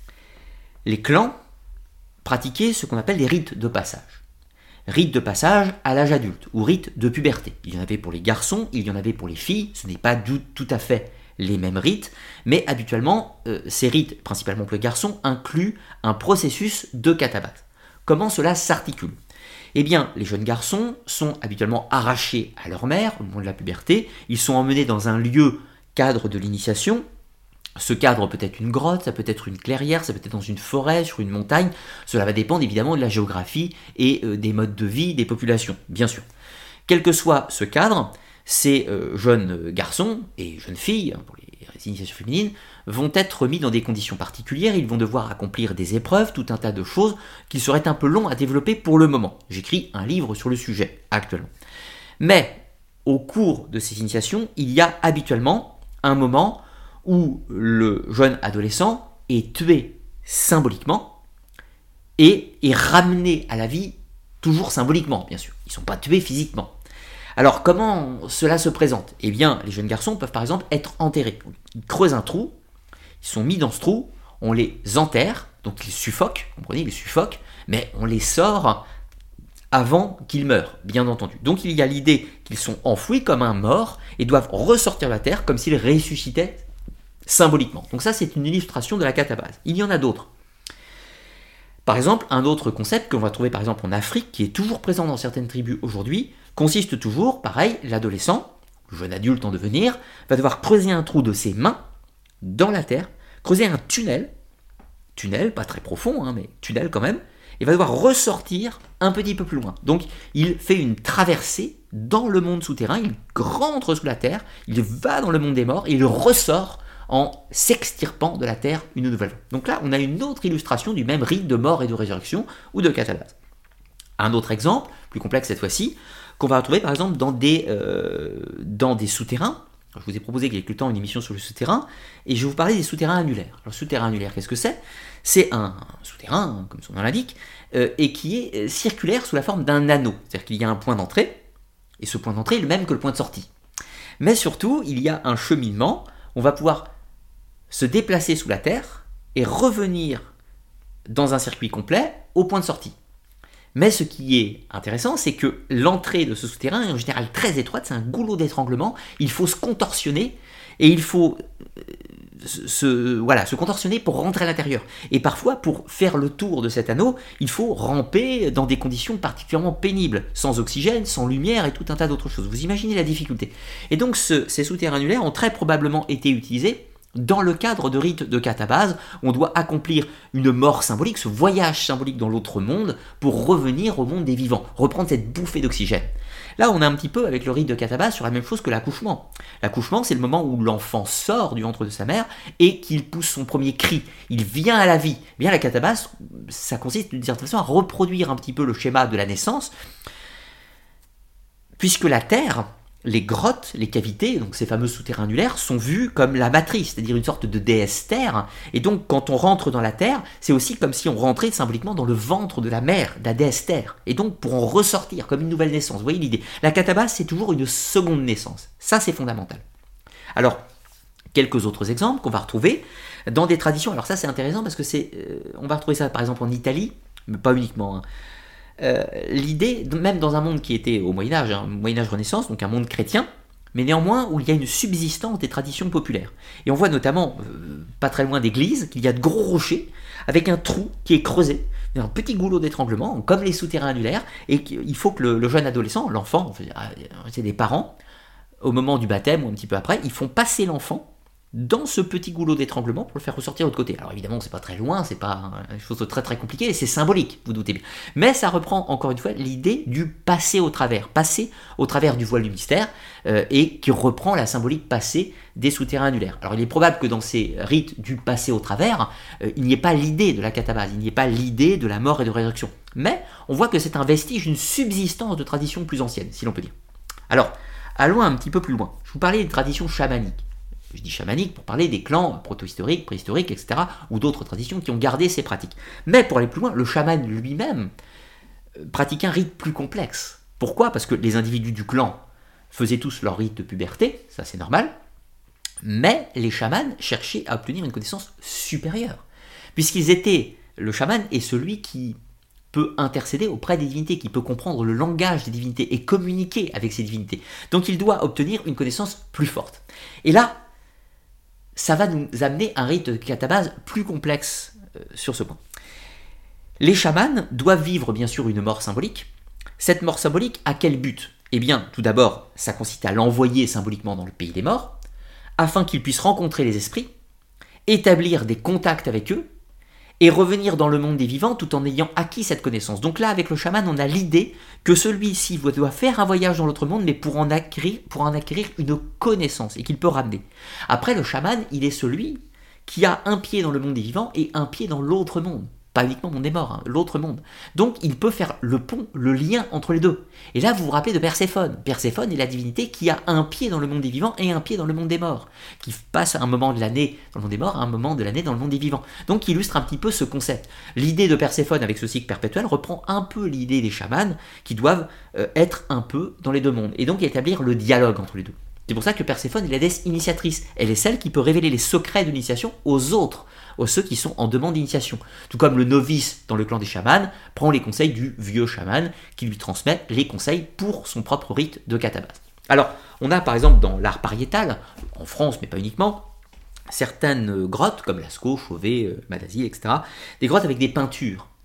les clans pratiquaient ce qu'on appelle des rites de passage. Rites de passage à l'âge adulte, ou rites de puberté. Il y en avait pour les garçons, il y en avait pour les filles, ce n'est pas du, tout à fait les mêmes rites, mais habituellement, euh, ces rites, principalement pour les garçons, incluent un processus de catabase. Comment cela s'articule ? Eh bien, les jeunes garçons sont habituellement arrachés à leur mère au moment de la puberté, ils sont emmenés dans un lieu cadre de l'initiation. Ce cadre peut être une grotte, ça peut être une clairière, ça peut être dans une forêt, sur une montagne, cela va dépendre évidemment de la géographie et euh, des modes de vie des populations, bien sûr. Quel que soit ce cadre, ces euh, jeunes garçons et jeunes filles, hein, pour les initiations féminines, vont être mis dans des conditions particulières, ils vont devoir accomplir des épreuves, tout un tas de choses qu'il serait un peu long à développer pour le moment. J'écris un livre sur le sujet actuellement. Mais au cours de ces initiations, il y a habituellement un moment où le jeune adolescent est tué symboliquement et est ramené à la vie toujours symboliquement, bien sûr. Ils ne sont pas tués physiquement. Alors comment cela se présente ? Eh bien, les jeunes garçons peuvent par exemple être enterrés. Ils creusent un trou, ils sont mis dans ce trou, on les enterre, donc ils suffoquent, vous comprenez, ils les suffoquent, mais on les sort avant qu'ils meurent, bien entendu. Donc il y a l'idée qu'ils sont enfouis comme un mort et doivent ressortir de la terre comme s'ils ressuscitaient symboliquement. Donc ça, c'est une illustration de la catabase. Il y en a d'autres. Par exemple, un autre concept qu'on va trouver par exemple en Afrique, qui est toujours présent dans certaines tribus aujourd'hui, consiste toujours, pareil, l'adolescent, le jeune adulte en devenir, va devoir creuser un trou de ses mains dans la terre, creuser un tunnel, tunnel, pas très profond, hein, mais tunnel quand même, et va devoir ressortir un petit peu plus loin. Donc il fait une traversée dans le monde souterrain, il rentre sous la terre, il va dans le monde des morts, et il ressort en s'extirpant de la terre une nouvelle fois. Donc là, on a une autre illustration du même rite de mort et de résurrection, ou de catabase. Un autre exemple, plus complexe cette fois-ci, qu'on va retrouver par exemple dans des, euh, dans des souterrains. Alors, je vous ai proposé il y a quelque temps une émission sur le souterrain, et je vais vous parler des souterrains annulaires. Alors, le souterrain annulaire, qu'est-ce que c'est? C'est un souterrain, comme son nom l'indique, euh, et qui est circulaire sous la forme d'un anneau. C'est-à-dire qu'il y a un point d'entrée, et ce point d'entrée est le même que le point de sortie. Mais surtout, il y a un cheminement, on va pouvoir se déplacer sous la terre et revenir dans un circuit complet au point de sortie. Mais ce qui est intéressant, c'est que l'entrée de ce souterrain est en général très étroite, c'est un goulot d'étranglement, il faut se contorsionner et il faut se, voilà, se contorsionner pour rentrer à l'intérieur. Et parfois, pour faire le tour de cet anneau, il faut ramper dans des conditions particulièrement pénibles, sans oxygène, sans lumière et tout un tas d'autres choses. Vous imaginez la difficulté. Et donc ce, ces souterrains annulaires ont très probablement été utilisés dans le cadre de rites de catabase, on doit accomplir une mort symbolique, ce voyage symbolique dans l'autre monde, pour revenir au monde des vivants, reprendre cette bouffée d'oxygène. Là, on a un petit peu, avec le rite de catabase, sur la même chose que l'accouchement. L'accouchement, c'est le moment où l'enfant sort du ventre de sa mère et qu'il pousse son premier cri. Il vient à la vie. Eh bien, la catabase, ça consiste d'une certaine façon à reproduire un petit peu le schéma de la naissance, puisque la terre, les grottes, les cavités, donc ces fameux souterrains annulaires, sont vus comme la matrice, c'est-à-dire une sorte de déesse terre. Et donc, quand on rentre dans la terre, c'est aussi comme si on rentrait symboliquement dans le ventre de la mère, de la déesse terre. Et donc, pour en ressortir comme une nouvelle naissance. Vous voyez l'idée? La catabase, c'est toujours une seconde naissance. Ça, c'est fondamental. Alors, quelques autres exemples qu'on va retrouver dans des traditions. Alors ça, c'est intéressant parce que c'est, euh, on va retrouver ça, par exemple, en Italie, mais pas uniquement, hein. Euh, l'idée, même dans un monde qui était au Moyen-Âge, hein, Moyen-Âge-Renaissance, donc un monde chrétien, mais néanmoins où il y a une subsistance des traditions populaires. Et on voit notamment, euh, pas très loin d'églises, qu'il y a de gros rochers avec un trou qui est creusé, un petit goulot d'étranglement, comme les souterrains annulaires, et il faut que le, le jeune adolescent, l'enfant, c'est des parents, au moment du baptême ou un petit peu après, ils font passer l'enfant dans ce petit goulot d'étranglement pour le faire ressortir de l'autre côté. Alors évidemment, c'est pas très loin, c'est pas une chose de très très compliquée, et c'est symbolique, vous doutez bien. Mais ça reprend encore une fois l'idée du passer au travers, passer au travers du voile du mystère, euh, et qui reprend la symbolique passée des souterrains annulaires. Alors il est probable que dans ces rites du passer au travers, euh, il n'y ait pas l'idée de la catabase, il n'y ait pas l'idée de la mort et de résurrection. Mais on voit que c'est un vestige, une subsistance de traditions plus anciennes, si l'on peut dire. Alors, allons un petit peu plus loin. Je vous parlais des traditions chamaniques. Je dis chamanique pour parler des clans proto-historiques, préhistoriques, et cetera, ou d'autres traditions qui ont gardé ces pratiques. Mais pour aller plus loin, le chaman lui-même pratiquait un rite plus complexe. Pourquoi? Parce que les individus du clan faisaient tous leur rite de puberté, ça c'est normal, mais les chamans cherchaient à obtenir une connaissance supérieure, puisqu'ils étaient, le chaman est celui qui peut intercéder auprès des divinités, qui peut comprendre le langage des divinités et communiquer avec ces divinités. Donc il doit obtenir une connaissance plus forte. Et là, ça va nous amener à un rite de catabase plus complexe euh, sur ce point. Les chamans doivent vivre bien sûr une mort symbolique. Cette mort symbolique, à quel but? Eh bien, tout d'abord, ça consiste à l'envoyer symboliquement dans le pays des morts, afin qu'il puisse rencontrer les esprits, établir des contacts avec eux, et revenir dans le monde des vivants tout en ayant acquis cette connaissance. Donc là, avec le chaman, on a l'idée que celui-ci doit faire un voyage dans l'autre monde, mais pour en acquérir, pour en acquérir une connaissance, et qu'il peut ramener. Après, le chaman, il est celui qui a un pied dans le monde des vivants et un pied dans l'autre monde. Pas uniquement le monde des morts, hein, l'autre monde. Donc, il peut faire le pont, le lien entre les deux. Et là, vous vous rappelez de Perséphone. Perséphone est la divinité qui a un pied dans le monde des vivants et un pied dans le monde des morts, qui passe un moment de l'année dans le monde des morts, un moment de l'année dans le monde des vivants. Donc, il illustre un petit peu ce concept. L'idée de Perséphone avec ce cycle perpétuel reprend un peu l'idée des chamans qui doivent euh, être un peu dans les deux mondes, et donc établir le dialogue entre les deux. C'est pour ça que Perséphone est la déesse initiatrice. Elle est celle qui peut révéler les secrets de l'initiation aux autres, aux ceux qui sont en demande d'initiation. Tout comme le novice dans le clan des chamans prend les conseils du vieux chaman qui lui transmet les conseils pour son propre rite de catabase. Alors, on a par exemple dans l'art pariétal, en France mais pas uniquement, certaines grottes comme Lascaux, Chauvet, Madasil, et cetera, des grottes avec des peintures,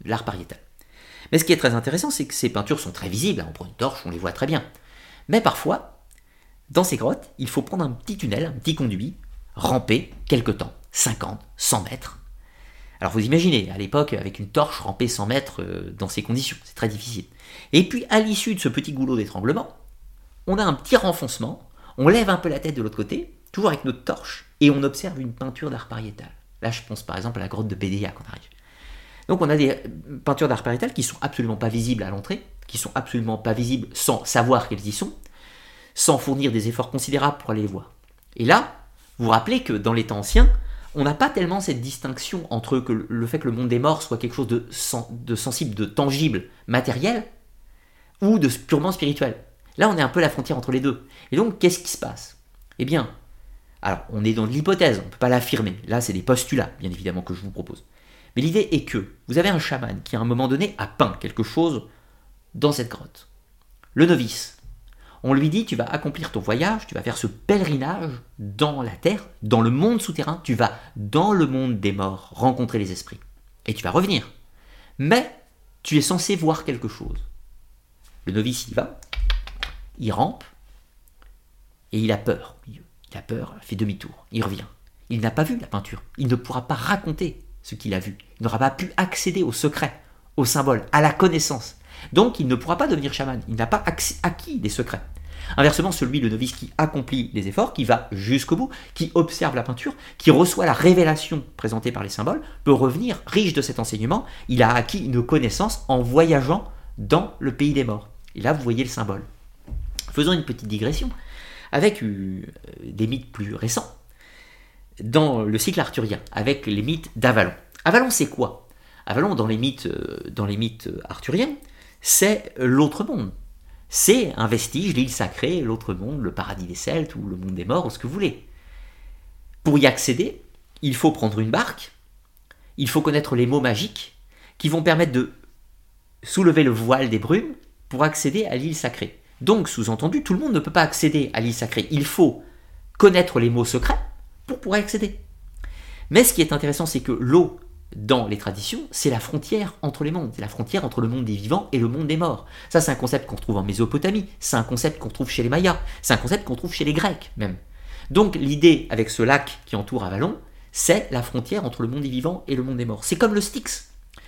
de l'art pariétal. Mais ce qui est très intéressant, c'est que ces peintures sont très visibles, on prend une torche, on les voit très bien. Mais parfois, dans ces grottes, il faut prendre un petit tunnel, un petit conduit, ramper quelque temps, cinquante, cent mètres. Alors vous imaginez, à l'époque, avec une torche, ramper cent mètres euh, dans ces conditions, c'est très difficile. Et puis, à l'issue de ce petit goulot d'étranglement, on a un petit renfoncement, on lève un peu la tête de l'autre côté, toujours avec notre torche, et on observe une peinture d'art pariétal. Là, je pense par exemple à la grotte de Bédéa qu'on arrive. Donc on a des peintures d'art pariétal qui sont absolument pas visibles à l'entrée, qui sont absolument pas visibles sans savoir qu'elles y sont, sans fournir des efforts considérables pour aller les voir. Et là, vous vous rappelez que dans les temps anciens, on n'a pas tellement cette distinction entre que le fait que le monde des morts soit quelque chose de, sen- de sensible, de tangible, matériel, ou de purement spirituel. Là, on est un peu à la frontière entre les deux. Et donc, qu'est-ce qui se passe ? Eh bien, alors, on est dans de l'hypothèse, on ne peut pas l'affirmer. Là, c'est des postulats, bien évidemment, que je vous propose. Mais l'idée est que vous avez un chaman qui, à un moment donné, a peint quelque chose dans cette grotte. Le novice, on lui dit, tu vas accomplir ton voyage, tu vas faire ce pèlerinage dans la terre, dans le monde souterrain, tu vas dans le monde des morts rencontrer les esprits. Et tu vas revenir. Mais tu es censé voir quelque chose. Le novice, il y va, il rampe, et il a peur. Il a peur, il fait demi-tour, il revient. Il n'a pas vu la peinture, il ne pourra pas raconter ce qu'il a vu. Il n'aura pas pu accéder au secret, au symbole, à la connaissance. Donc il ne pourra pas devenir chaman, il n'a pas acquis des secrets. Inversement, celui, le novice qui accomplit les efforts, qui va jusqu'au bout, qui observe la peinture, qui reçoit la révélation présentée par les symboles, peut revenir riche de cet enseignement. Il a acquis une connaissance en voyageant dans le pays des morts. Et là, vous voyez le symbole. Faisons une petite digression avec euh, des mythes plus récents. Dans le cycle arthurien, avec les mythes d'Avalon. Avalon, c'est quoi ? Avalon, dans les mythes, euh, dans les mythes arthuriens, c'est l'autre monde. C'est un vestige, l'île sacrée, l'autre monde, le paradis des Celtes, ou le monde des morts, ou ce que vous voulez. Pour y accéder, il faut prendre une barque, il faut connaître les mots magiques qui vont permettre de soulever le voile des brumes pour accéder à l'île sacrée. Donc, sous-entendu, tout le monde ne peut pas accéder à l'île sacrée. Il faut connaître les mots secrets pour pouvoir y accéder. Mais ce qui est intéressant, c'est que l'eau, dans les traditions, c'est la frontière entre les mondes. C'est la frontière entre le monde des vivants et le monde des morts. Ça, c'est un concept qu'on retrouve en Mésopotamie. C'est un concept qu'on trouve chez les Mayas. C'est un concept qu'on trouve chez les Grecs, même. Donc, l'idée, avec ce lac qui entoure Avalon, c'est la frontière entre le monde des vivants et le monde des morts. C'est comme le Styx.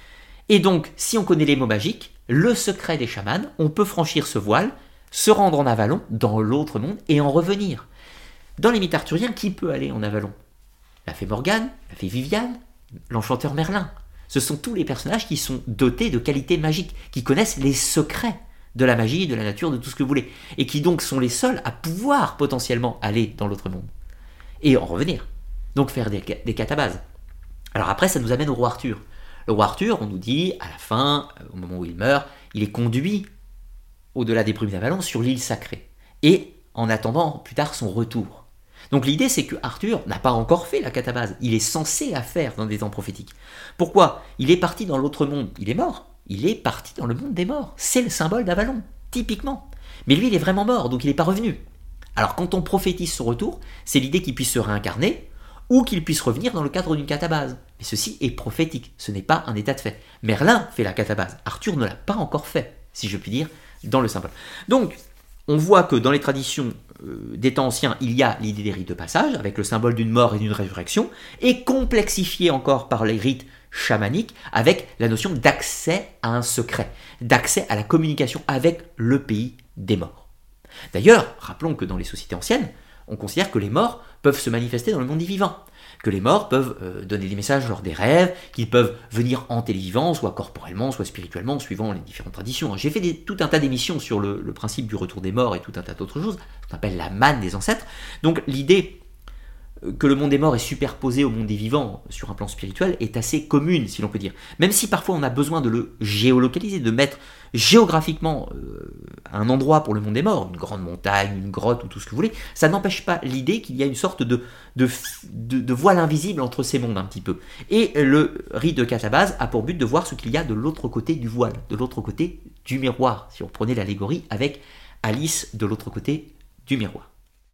Et donc, si on connaît les mots magiques, le secret des chamans, on peut franchir ce voile, se rendre en Avalon, dans l'autre monde, et en revenir. Dans les mythes arthuriens, qui peut aller en Avalon ? La fée Morgane, la fée Viviane, l'enchanteur Merlin. Ce sont tous les personnages qui sont dotés de qualités magiques, qui connaissent les secrets de la magie, de la nature, de tout ce que vous voulez, et qui donc sont les seuls à pouvoir potentiellement aller dans l'autre monde, et en revenir. Donc faire des, des catabases. Alors après, ça nous amène au roi Arthur. Le roi Arthur, on nous dit, à la fin, au moment où il meurt, il est conduit au-delà des brumes d'Avalon sur l'île sacrée, et en attendant plus tard son retour. Donc l'idée, c'est que Arthur n'a pas encore fait la catabase. Il est censé la faire dans des temps prophétiques. Pourquoi ? Il est parti dans l'autre monde. Il est mort. Il est parti dans le monde des morts. C'est le symbole d'Avalon, typiquement. Mais lui, il est vraiment mort, donc il n'est pas revenu. Alors quand on prophétise son retour, c'est l'idée qu'il puisse se réincarner ou qu'il puisse revenir dans le cadre d'une catabase. Mais ceci est prophétique, ce n'est pas un état de fait. Merlin fait la catabase. Arthur ne l'a pas encore fait, si je puis dire, dans le symbole. Donc, on voit que dans les traditions euh, des temps anciens, il y a l'idée des rites de passage, avec le symbole d'une mort et d'une résurrection, et complexifié encore par les rites chamaniques, avec la notion d'accès à un secret, d'accès à la communication avec le pays des morts. D'ailleurs, rappelons que dans les sociétés anciennes, on considère que les morts peuvent se manifester dans le monde des vivants, que les morts peuvent euh, donner des messages lors des rêves, qu'ils peuvent venir hanter les vivants, soit corporellement, soit spirituellement, suivant les différentes traditions. J'ai fait des, tout un tas d'émissions sur le, le principe du retour des morts et tout un tas d'autres choses, qu'on appelle la manne des ancêtres. Donc l'idée que le monde des morts est superposé au monde des vivants sur un plan spirituel est assez commune, si l'on peut dire. Même si parfois on a besoin de le géolocaliser, de mettre géographiquement euh, un endroit pour le monde des morts, une grande montagne, une grotte ou tout ce que vous voulez, ça n'empêche pas l'idée qu'il y a une sorte de, de, de, de voile invisible entre ces mondes un petit peu. Et le rite de catabase a pour but de voir ce qu'il y a de l'autre côté du voile, de l'autre côté du miroir, si on prenait l'allégorie avec Alice de l'autre côté du miroir.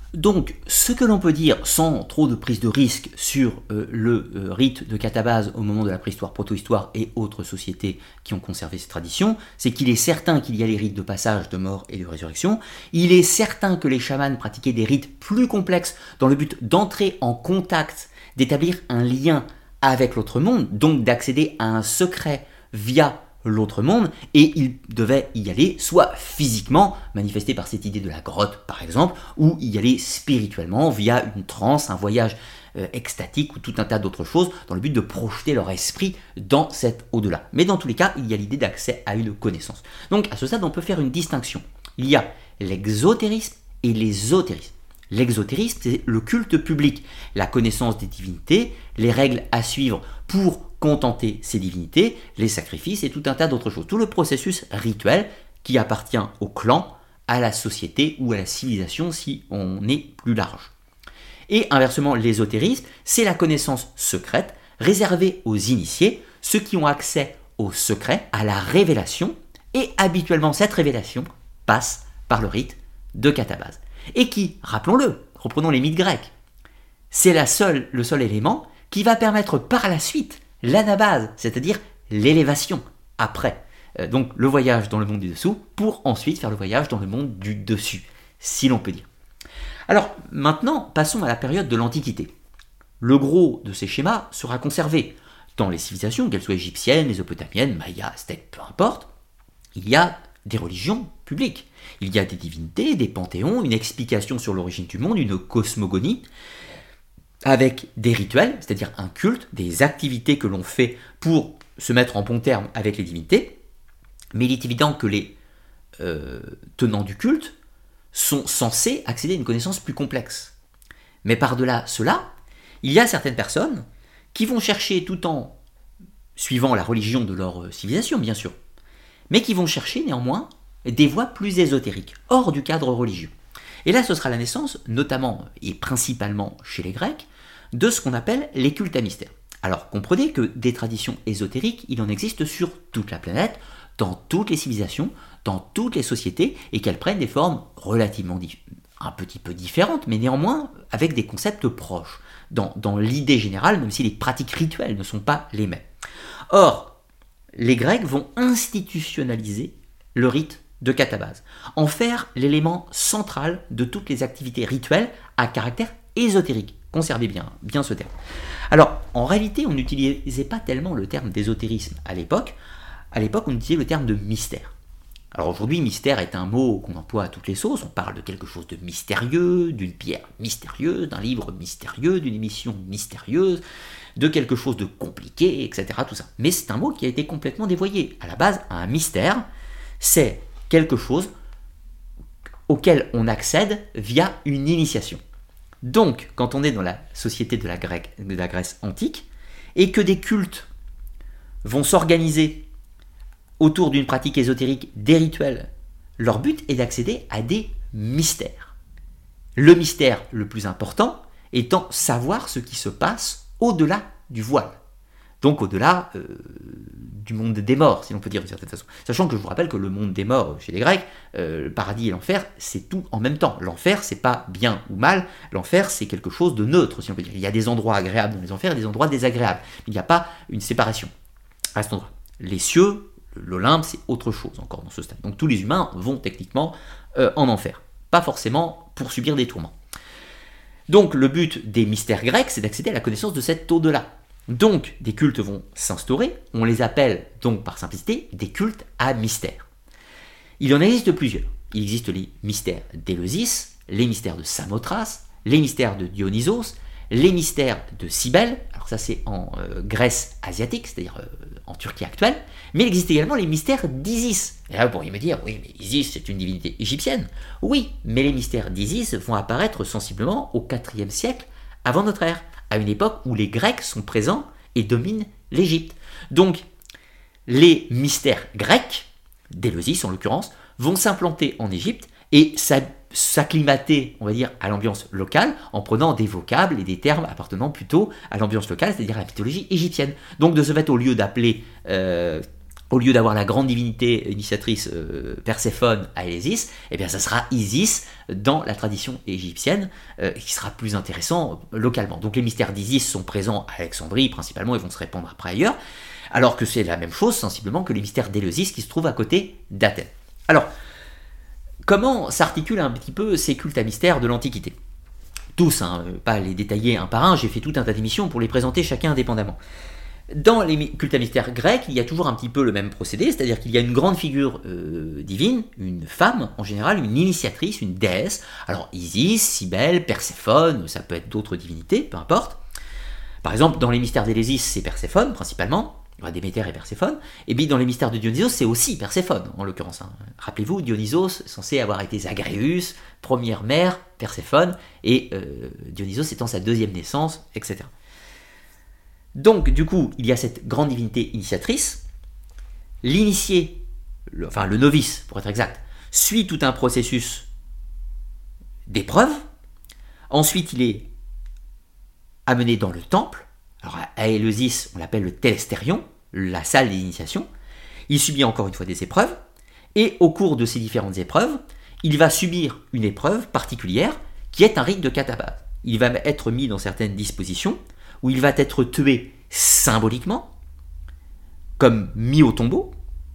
Donc, ce que l'on peut dire sans trop de prise de risque sur euh, le euh, rite de catabase au moment de la préhistoire, protohistoire et autres sociétés qui ont conservé ces traditions, c'est qu'il est certain qu'il y a les rites de passage, de mort et de résurrection. Il est certain que les chamans pratiquaient des rites plus complexes dans le but d'entrer en contact, d'établir un lien avec l'autre monde, donc d'accéder à un secret via l'autre monde, et il devait y aller soit physiquement, manifesté par cette idée de la grotte par exemple, ou y aller spirituellement via une transe, un voyage euh, extatique ou tout un tas d'autres choses dans le but de projeter leur esprit dans cet au-delà. Mais dans tous les cas, il y a l'idée d'accès à une connaissance. Donc à ce stade, on peut faire une distinction. Il y a l'exotérisme et l'ésotérisme. L'exotérisme, c'est le culte public, la connaissance des divinités, les règles à suivre pour contenter ces divinités, les sacrifices et tout un tas d'autres choses. Tout le processus rituel qui appartient au clan, à la société ou à la civilisation si on est plus large. Et inversement, l'ésotérisme, c'est la connaissance secrète réservée aux initiés, ceux qui ont accès au secret, à la révélation, et habituellement cette révélation passe par le rite de catabase. Et qui, rappelons-le, reprenons les mythes grecs, c'est la seule, le seul élément qui va permettre par la suite l'anabase, c'est-à-dire l'élévation, après. Euh, donc le voyage dans le monde du dessous, pour ensuite faire le voyage dans le monde du dessus, si l'on peut dire. Alors maintenant, passons à la période de l'Antiquité. Le gros de ces schémas sera conservé dans les civilisations, qu'elles soient égyptiennes, mésopotamiennes, mayas, aztèques, peu importe. Il y a des religions publiques. Il y a des divinités, des panthéons, une explication sur l'origine du monde, une cosmogonie, avec des rituels, c'est-à-dire un culte, des activités que l'on fait pour se mettre en bon terme avec les divinités. Mais il est évident que les euh, tenants du culte sont censés accéder à une connaissance plus complexe. Mais par-delà cela, il y a certaines personnes qui vont chercher, tout en suivant la religion de leur civilisation, bien sûr, mais qui vont chercher néanmoins des voies plus ésotériques, hors du cadre religieux. Et là, ce sera la naissance, notamment et principalement chez les Grecs, de ce qu'on appelle les cultes à mystère. Alors, comprenez que des traditions ésotériques, il en existe sur toute la planète, dans toutes les civilisations, dans toutes les sociétés, et qu'elles prennent des formes relativement dif- un petit peu différentes, mais néanmoins avec des concepts proches, dans, dans l'idée générale, même si les pratiques rituelles ne sont pas les mêmes. Or, les Grecs vont institutionnaliser le rite de catabase, en faire l'élément central de toutes les activités rituelles à caractère ésotérique. Conservez bien, bien ce terme. Alors, en réalité, on n'utilisait pas tellement le terme d'ésotérisme à l'époque. À l'époque, on utilisait le terme de mystère. Alors aujourd'hui, mystère est un mot qu'on emploie à toutes les sauces. On parle de quelque chose de mystérieux, d'une pierre mystérieuse, d'un livre mystérieux, d'une émission mystérieuse, de quelque chose de compliqué, et cetera. Tout ça. Mais c'est un mot qui a été complètement dévoyé. À la base, un mystère, c'est quelque chose auquel on accède via une initiation. Donc, quand on est dans la société de la, Grèce, de la Grèce antique, et que des cultes vont s'organiser autour d'une pratique ésotérique, des rituels, leur but est d'accéder à des mystères. Le mystère le plus important étant savoir ce qui se passe au-delà du voile. Donc au-delà euh, du monde des morts, si l'on peut dire d'une certaine façon. Sachant que je vous rappelle que le monde des morts chez les Grecs, euh, le paradis et l'enfer, c'est tout en même temps. L'enfer, c'est pas bien ou mal, l'enfer, c'est quelque chose de neutre, si on peut dire. Il y a des endroits agréables dans les enfers et des endroits désagréables. Il n'y a pas une séparation à cet endroit. Les cieux, l'Olympe, c'est autre chose encore dans ce stade. Donc tous les humains vont techniquement euh, en enfer. Pas forcément pour subir des tourments. Donc le but des mystères grecs, c'est d'accéder à la connaissance de cet au-delà. Donc, des cultes vont s'instaurer, on les appelle donc par simplicité des cultes à mystère. Il en existe plusieurs. Il existe les mystères d'Éleusis, les mystères de Samothrace, les mystères de Dionysos, les mystères de Cybèle, alors ça c'est en euh, Grèce asiatique, c'est-à-dire euh, en Turquie actuelle, mais il existe également les mystères d'Isis. Et là vous pourriez me dire, oui mais Isis c'est une divinité égyptienne. Oui, mais les mystères d'Isis vont apparaître sensiblement au quatrième siècle avant notre ère, à une époque où les Grecs sont présents et dominent l'Égypte. Donc, les mystères grecs, d'Éleusis en l'occurrence, vont s'implanter en Égypte et s'acclimater, on va dire, à l'ambiance locale en prenant des vocables et des termes appartenant plutôt à l'ambiance locale, c'est-à-dire à la mythologie égyptienne. Donc, de ce fait, au lieu d'appeler euh, au lieu d'avoir la grande divinité initiatrice euh, Perséphone à Élésis, eh bien ça sera Isis dans la tradition égyptienne, euh, qui sera plus intéressant euh, localement. Donc les mystères d'Isis sont présents à Alexandrie principalement et vont se répandre après ailleurs, alors que c'est la même chose sensiblement que les mystères d'Éleusis qui se trouvent à côté d'Athènes. Alors, comment s'articulent un petit peu ces cultes à mystères de l'Antiquité ? Tous, hein, pas les détailler un par un, j'ai fait tout un tas d'émissions pour les présenter chacun indépendamment. Dans les cultes à mystères grecs, il y a toujours un petit peu le même procédé, c'est-à-dire qu'il y a une grande figure euh, divine, une femme en général, une initiatrice, une déesse. Alors Isis, Cybèle, Perséphone, ça peut être d'autres divinités, peu importe. Par exemple, dans les mystères d'Élésis, c'est Perséphone principalement, Déméter et Perséphone. Et bien dans les mystères de Dionysos, c'est aussi Perséphone en l'occurrence. Hein. Rappelez-vous, Dionysos est censé avoir été Zagreus, première mère, Perséphone, et euh, Dionysos étant sa deuxième naissance, et cetera. Donc, du coup, il y a cette grande divinité initiatrice. L'initié, le, enfin le novice, pour être exact, suit tout un processus d'épreuve. Ensuite, il est amené dans le temple. Alors, à Éleusis, on l'appelle le Télestérion, la salle d'initiation. Il subit encore une fois des épreuves. Et au cours de ces différentes épreuves, il va subir une épreuve particulière qui est un rite de catabase. Il va être mis dans certaines dispositions où il va être tué symboliquement, comme mis au tombeau,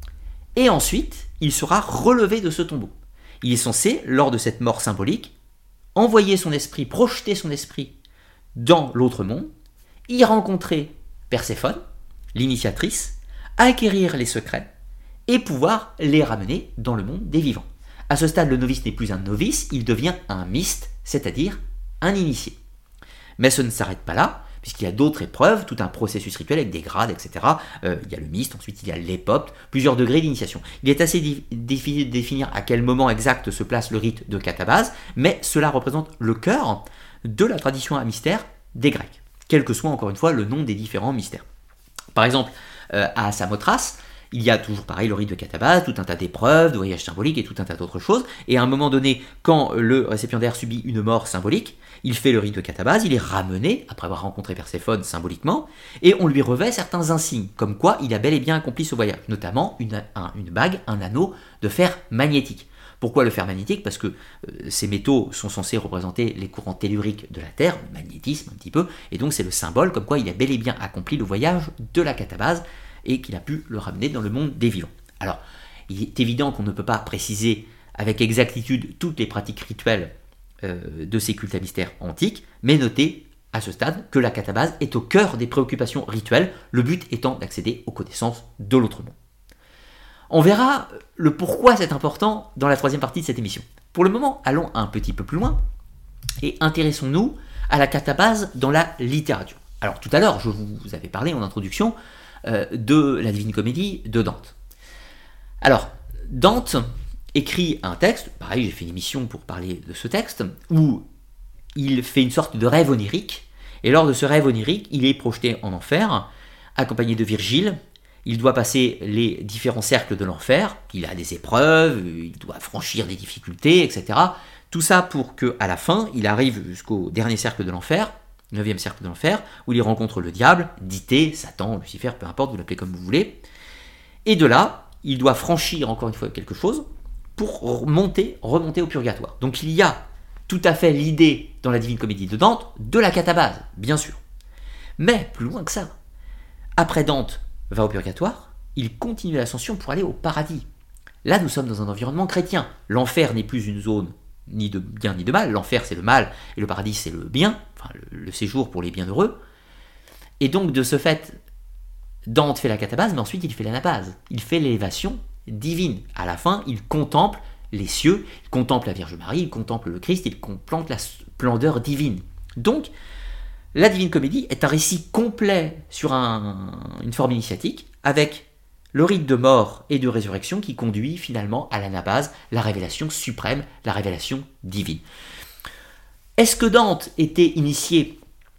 et ensuite il sera relevé de ce tombeau. Il est censé, lors de cette mort symbolique, envoyer son esprit, projeter son esprit dans l'autre monde, y rencontrer Perséphone, l'initiatrice, acquérir les secrets, et pouvoir les ramener dans le monde des vivants. À ce stade, le novice n'est plus un novice, il devient un myste, c'est-à-dire un initié. Mais ce ne s'arrête pas là, puisqu'il y a d'autres épreuves, tout un processus rituel avec des grades, et cetera. Euh, il y a le myste, ensuite il y a l'épopte, plusieurs degrés d'initiation. Il est assez difficile de définir à quel moment exact se place le rite de catabase, mais cela représente le cœur de la tradition à mystère des Grecs, quel que soit encore une fois le nom des différents mystères. Par exemple, euh, à Samothrace, il y a toujours pareil le rite de catabase, tout un tas d'épreuves, de voyages symboliques et tout un tas d'autres choses. Et à un moment donné, quand le récipiendaire subit une mort symbolique, il fait le rite de catabase, il est ramené, après avoir rencontré Perséphone symboliquement, et on lui revêt certains insignes, comme quoi il a bel et bien accompli ce voyage, notamment une, un, une bague, un anneau de fer magnétique. Pourquoi le fer magnétique ? Parce que euh, ces métaux sont censés représenter les courants telluriques de la Terre, le magnétisme un petit peu, et donc c'est le symbole comme quoi il a bel et bien accompli le voyage de la catabase, et qu'il a pu le ramener dans le monde des vivants. Alors, il est évident qu'on ne peut pas préciser avec exactitude toutes les pratiques rituelles euh, de ces cultes à mystère antiques, mais notez à ce stade que la catabase est au cœur des préoccupations rituelles, le but étant d'accéder aux connaissances de l'autre monde. On verra le pourquoi c'est important dans la troisième partie de cette émission. Pour le moment, allons un petit peu plus loin et intéressons-nous à la catabase dans la littérature. Alors tout à l'heure, je vous avais parlé en introduction euh, de la Divine Comédie de Dante. Alors, Dante écrit un texte, pareil, j'ai fait une émission pour parler de ce texte, où il fait une sorte de rêve onirique, et lors de ce rêve onirique, il est projeté en enfer, accompagné de Virgile. Il doit passer les différents cercles de l'enfer, il a des épreuves, il doit franchir des difficultés, et cetera. Tout ça pour qu'à la fin, il arrive jusqu'au dernier cercle de l'enfer, neuvième cercle de l'enfer, où il rencontre le diable, Dité, Satan, Lucifer, peu importe, vous l'appelez comme vous voulez. Et de là, il doit franchir encore une fois quelque chose pour remonter, remonter au purgatoire. Donc il y a tout à fait l'idée dans la Divine Comédie de Dante de la catabase, bien sûr. Mais plus loin que ça. Après Dante va au purgatoire, il continue l'ascension pour aller au paradis. Là, nous sommes dans un environnement chrétien. L'enfer n'est plus une zone ni de bien ni de mal. L'enfer, c'est le mal, et le paradis, c'est le bien, enfin le, le séjour pour les bienheureux. Et donc, de ce fait, Dante fait la catabase, mais ensuite, il fait l'anabase. Il fait l'élévation divine. À la fin, il contemple les cieux, il contemple la Vierge Marie, il contemple le Christ, il contemple la splendeur divine. Donc, la Divine Comédie est un récit complet sur un, une forme initiatique, avec le rite de mort et de résurrection qui conduit finalement à l'anabase, la révélation suprême, la révélation divine. Est-ce que Dante était initié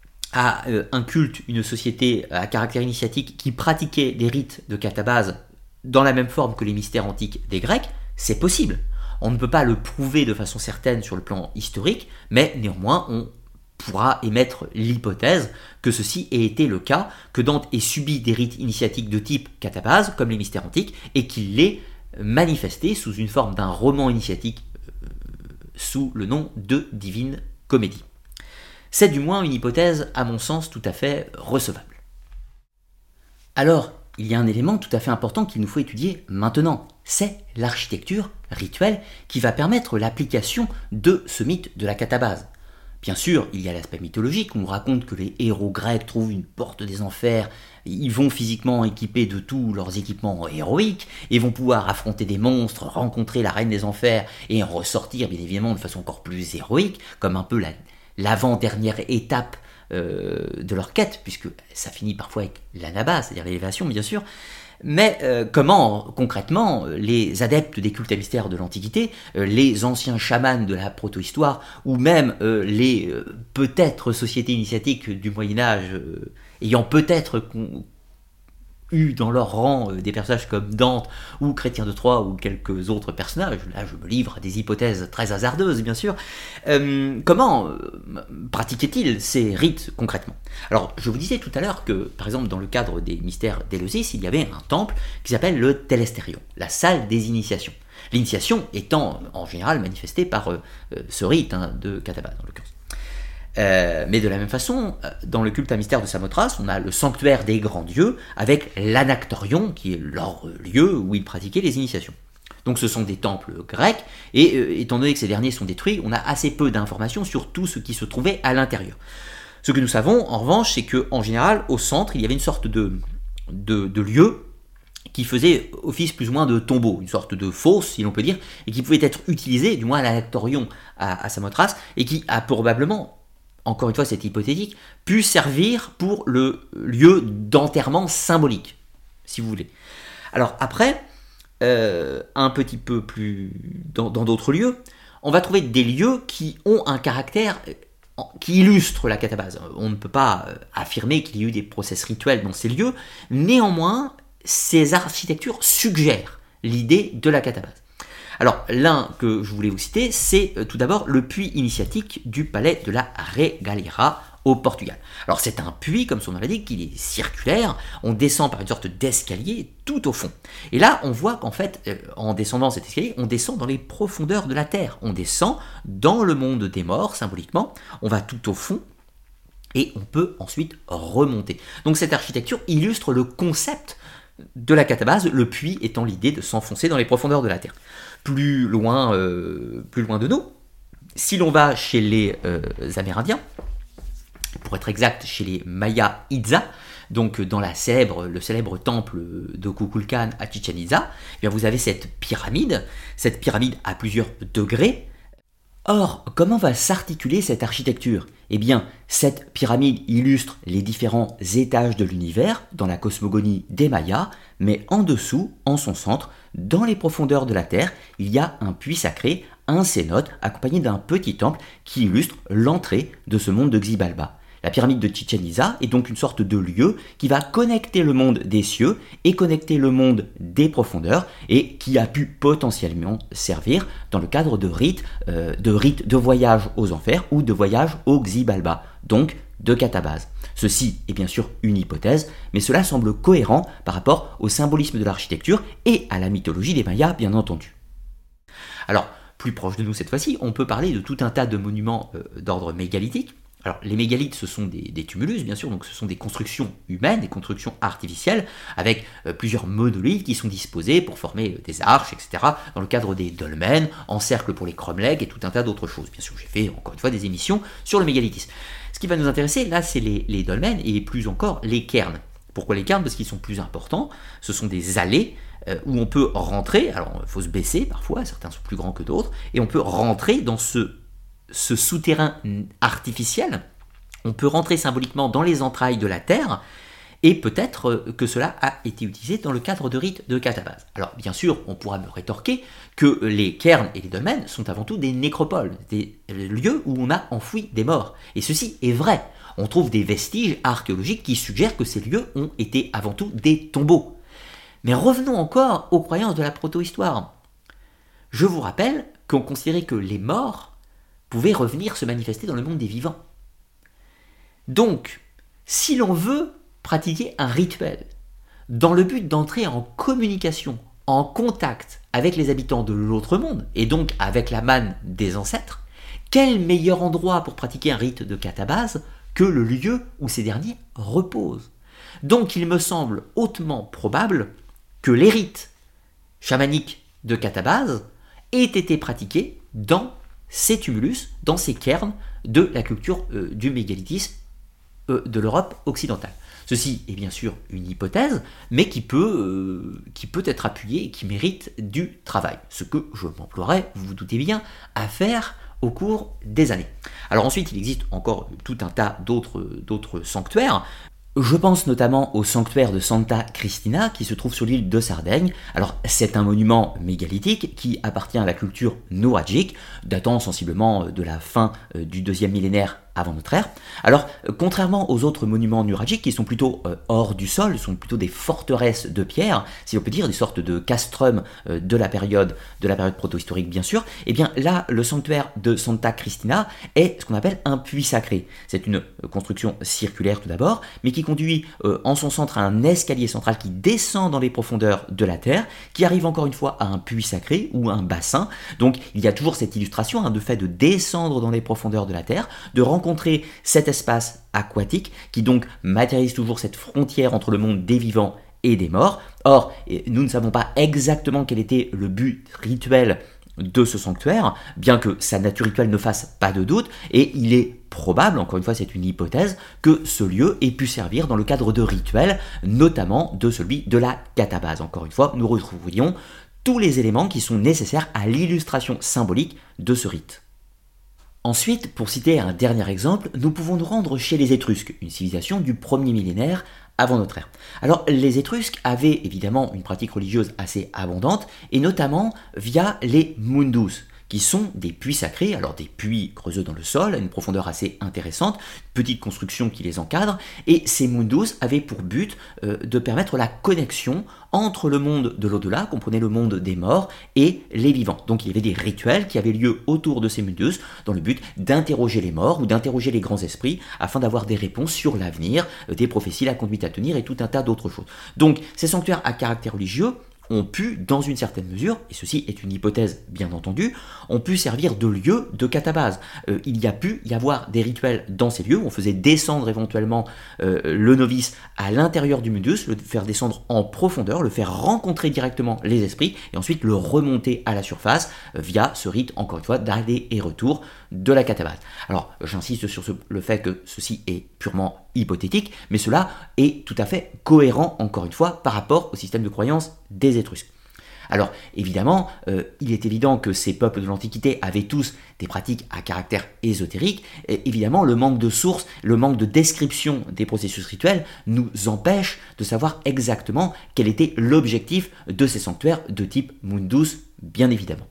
à euh, un culte, une société à caractère initiatique qui pratiquait des rites de catabase dans la même forme que les mystères antiques des Grecs ? C'est possible. On ne peut pas le prouver de façon certaine sur le plan historique, mais néanmoins on pourra émettre l'hypothèse que ceci ait été le cas, que Dante ait subi des rites initiatiques de type catabase, comme les mystères antiques, et qu'il l'ait manifesté sous une forme d'un roman initiatique euh, sous le nom de Divine Comédie. C'est du moins une hypothèse, à mon sens, tout à fait recevable. Alors, il y a un élément tout à fait important qu'il nous faut étudier maintenant, c'est l'architecture rituelle qui va permettre l'application de ce mythe de la catabase. Bien sûr, il y a l'aspect mythologique, on nous raconte que les héros grecs trouvent une porte des enfers, ils vont physiquement équipés de tous leurs équipements héroïques, et vont pouvoir affronter des monstres, rencontrer la reine des enfers, et en ressortir bien évidemment de façon encore plus héroïque, comme un peu la, l'avant-dernière étape euh, de leur quête, puisque ça finit parfois avec l'anaba, c'est-à-dire l'élévation bien sûr. Mais euh, comment, concrètement, les adeptes des cultes à mystère de l'Antiquité, euh, les anciens chamans de la proto-histoire, ou même euh, les euh, peut-être sociétés initiatiques du Moyen-Âge, euh, ayant peut-être con- eu dans leur rang euh, des personnages comme Dante, ou Chrétien de Troyes, ou quelques autres personnages, là je me livre à des hypothèses très hasardeuses bien sûr, euh, comment euh, pratiquaient-ils ces rites concrètement? Alors je vous disais tout à l'heure que par exemple dans le cadre des mystères d'Éleusis, il y avait un temple qui s'appelle le Telestérion, la salle des initiations. L'initiation étant en général manifestée par euh, ce rite hein, de catabase en l'occurrence. Euh, mais de la même façon, dans le culte à mystère de Samothrace, on a le sanctuaire des grands dieux avec l'anactorion, qui est leur lieu où ils pratiquaient les initiations. Donc ce sont des temples grecs, et euh, étant donné que ces derniers sont détruits, on a assez peu d'informations sur tout ce qui se trouvait à l'intérieur. Ce que nous savons, en revanche, c'est qu'en général, au centre, il y avait une sorte de, de, de lieu qui faisait office plus ou moins de tombeau, une sorte de fosse, si l'on peut dire, et qui pouvait être utilisé, du moins à l'anactorion à, à Samothrace, et qui a probablement, encore une fois c'est hypothétique, pu servir pour le lieu d'enterrement symbolique, si vous voulez. Alors après, euh, un petit peu plus dans, dans d'autres lieux, on va trouver des lieux qui ont un caractère qui illustrent la catabase. On ne peut pas affirmer qu'il y a eu des process rituels dans ces lieux, néanmoins, ces architectures suggèrent l'idée de la catabase. Alors, l'un que je voulais vous citer, c'est euh, tout d'abord le puits initiatique du palais de la Regaleira au Portugal. Alors, c'est un puits, comme son nom l'indique, qui est circulaire, on descend par une sorte d'escalier tout au fond. Et là, on voit qu'en fait, euh, en descendant cet escalier, on descend dans les profondeurs de la terre, on descend dans le monde des morts, symboliquement, on va tout au fond, et on peut ensuite remonter. Donc, cette architecture illustre le concept de la catabase, le puits étant l'idée de s'enfoncer dans les profondeurs de la terre. Plus loin, euh, plus loin de nous, si l'on va chez les euh, Amérindiens, pour être exact, chez les Maya Itza, donc dans la célèbre, le célèbre temple de Kukulkan à Chichen Itza, eh bien vous avez cette pyramide, cette pyramide à plusieurs degrés. Or, comment va s'articuler cette architecture? Eh bien, cette pyramide illustre les différents étages de l'univers dans la cosmogonie des Mayas, mais en dessous, en son centre, dans les profondeurs de la Terre, il y a un puits sacré, un cénote, accompagné d'un petit temple qui illustre l'entrée de ce monde de Xibalba. La pyramide de Chichen Itza est donc une sorte de lieu qui va connecter le monde des cieux et connecter le monde des profondeurs et qui a pu potentiellement servir dans le cadre de rites euh, de, rites de voyage aux enfers ou de voyage au Xibalba, donc de catabase. Ceci est bien sûr une hypothèse, mais cela semble cohérent par rapport au symbolisme de l'architecture et à la mythologie des Mayas, bien entendu. Alors, plus proche de nous cette fois-ci, on peut parler de tout un tas de monuments euh, d'ordre mégalithique. Alors, les mégalithes, ce sont des, des tumulus, bien sûr, donc ce sont des constructions humaines, des constructions artificielles, avec euh, plusieurs monolithes qui sont disposés pour former euh, des arches, et cetera, dans le cadre des dolmens, en cercle pour les cromlechs et tout un tas d'autres choses. Bien sûr, j'ai fait, encore une fois, des émissions sur le mégalithisme. Ce qui va nous intéresser, là, c'est les, les dolmens et plus encore les cairns. Pourquoi les cairns? Parce qu'ils sont plus importants, ce sont des allées euh, où on peut rentrer, alors il faut se baisser parfois, certains sont plus grands que d'autres, et on peut rentrer dans ce ce souterrain artificiel, on peut rentrer symboliquement dans les entrailles de la Terre, et peut-être que cela a été utilisé dans le cadre de rites de catabase. Alors bien sûr, on pourra me rétorquer que les cairns et les dolmens sont avant tout des nécropoles, des lieux où on a enfoui des morts. Et ceci est vrai. On trouve des vestiges archéologiques qui suggèrent que ces lieux ont été avant tout des tombeaux. Mais revenons encore aux croyances de la proto-histoire. Je vous rappelle qu'on considérait que les morts pouvaient revenir se manifester dans le monde des vivants. Donc, si l'on veut pratiquer un rituel dans le but d'entrer en communication, en contact avec les habitants de l'autre monde, et donc avec la manne des ancêtres, quel meilleur endroit pour pratiquer un rite de catabase que le lieu où ces derniers reposent? Donc il me semble hautement probable que les rites chamaniques de catabase aient été pratiqués dans ces tumulus, dans ces cairns de la culture euh, du mégalithisme euh, de l'Europe occidentale. Ceci est bien sûr une hypothèse, mais qui peut, euh, qui peut être appuyée et qui mérite du travail. Ce que je m'emploierai, vous vous doutez bien, à faire au cours des années. Alors ensuite, il existe encore tout un tas d'autres, d'autres sanctuaires. Je pense notamment au sanctuaire de Santa Cristina qui se trouve sur l'île de Sardaigne. Alors c'est un monument mégalithique qui appartient à la culture nuragique, datant sensiblement de la fin du deuxième millénaire avant notre ère. Alors, contrairement aux autres monuments nuragiques qui sont plutôt euh, hors du sol, sont plutôt des forteresses de pierre, si on peut dire, des sortes de castrum euh, de la période, de la période proto-historique bien sûr, et bien là, le sanctuaire de Santa Cristina est ce qu'on appelle un puits sacré. C'est une euh, construction circulaire tout d'abord, mais qui conduit euh, en son centre à un escalier central qui descend dans les profondeurs de la terre, qui arrive encore une fois à un puits sacré ou un bassin. Donc, il y a toujours cette illustration hein, de fait de descendre dans les profondeurs de la terre, de rencontrer rencontrer cet espace aquatique qui donc matérialise toujours cette frontière entre le monde des vivants et des morts. Or, nous ne savons pas exactement quel était le but rituel de ce sanctuaire, bien que sa nature rituelle ne fasse pas de doute, et il est probable, encore une fois c'est une hypothèse, que ce lieu ait pu servir dans le cadre de rituels, notamment de celui de la catabase. Encore une fois, nous retrouverions tous les éléments qui sont nécessaires à l'illustration symbolique de ce rite. Ensuite, pour citer un dernier exemple, nous pouvons nous rendre chez les Étrusques, une civilisation du premier millénaire avant notre ère. Alors, les Étrusques avaient évidemment une pratique religieuse assez abondante, et notamment via les mundus, qui sont des puits sacrés, alors des puits creusés dans le sol, à une profondeur assez intéressante, petite construction qui les encadre, et ces mundus avaient pour but euh, de permettre la connexion entre le monde de l'au-delà, comprenez le monde des morts, et les vivants. Donc il y avait des rituels qui avaient lieu autour de ces mundus, dans le but d'interroger les morts ou d'interroger les grands esprits, afin d'avoir des réponses sur l'avenir, euh, des prophéties, la conduite à tenir, et tout un tas d'autres choses. Donc ces sanctuaires à caractère religieux ont pu, dans une certaine mesure, et ceci est une hypothèse bien entendu, ont pu servir de lieu de catabase. Euh, il y a pu y avoir des rituels dans ces lieux, où on faisait descendre éventuellement euh, le novice à l'intérieur du mundus, le faire descendre en profondeur, le faire rencontrer directement les esprits, et ensuite le remonter à la surface euh, via ce rite, encore une fois, d'aller et retour de la catabase. Alors, j'insiste sur ce, le fait que ceci est purement hypothétique, mais cela est tout à fait cohérent, encore une fois, par rapport au système de croyance des Étrusques. Alors, évidemment, euh, il est évident que ces peuples de l'Antiquité avaient tous des pratiques à caractère ésotérique, et évidemment, le manque de sources, le manque de description des processus rituels nous empêche de savoir exactement quel était l'objectif de ces sanctuaires de type mundus, bien évidemment.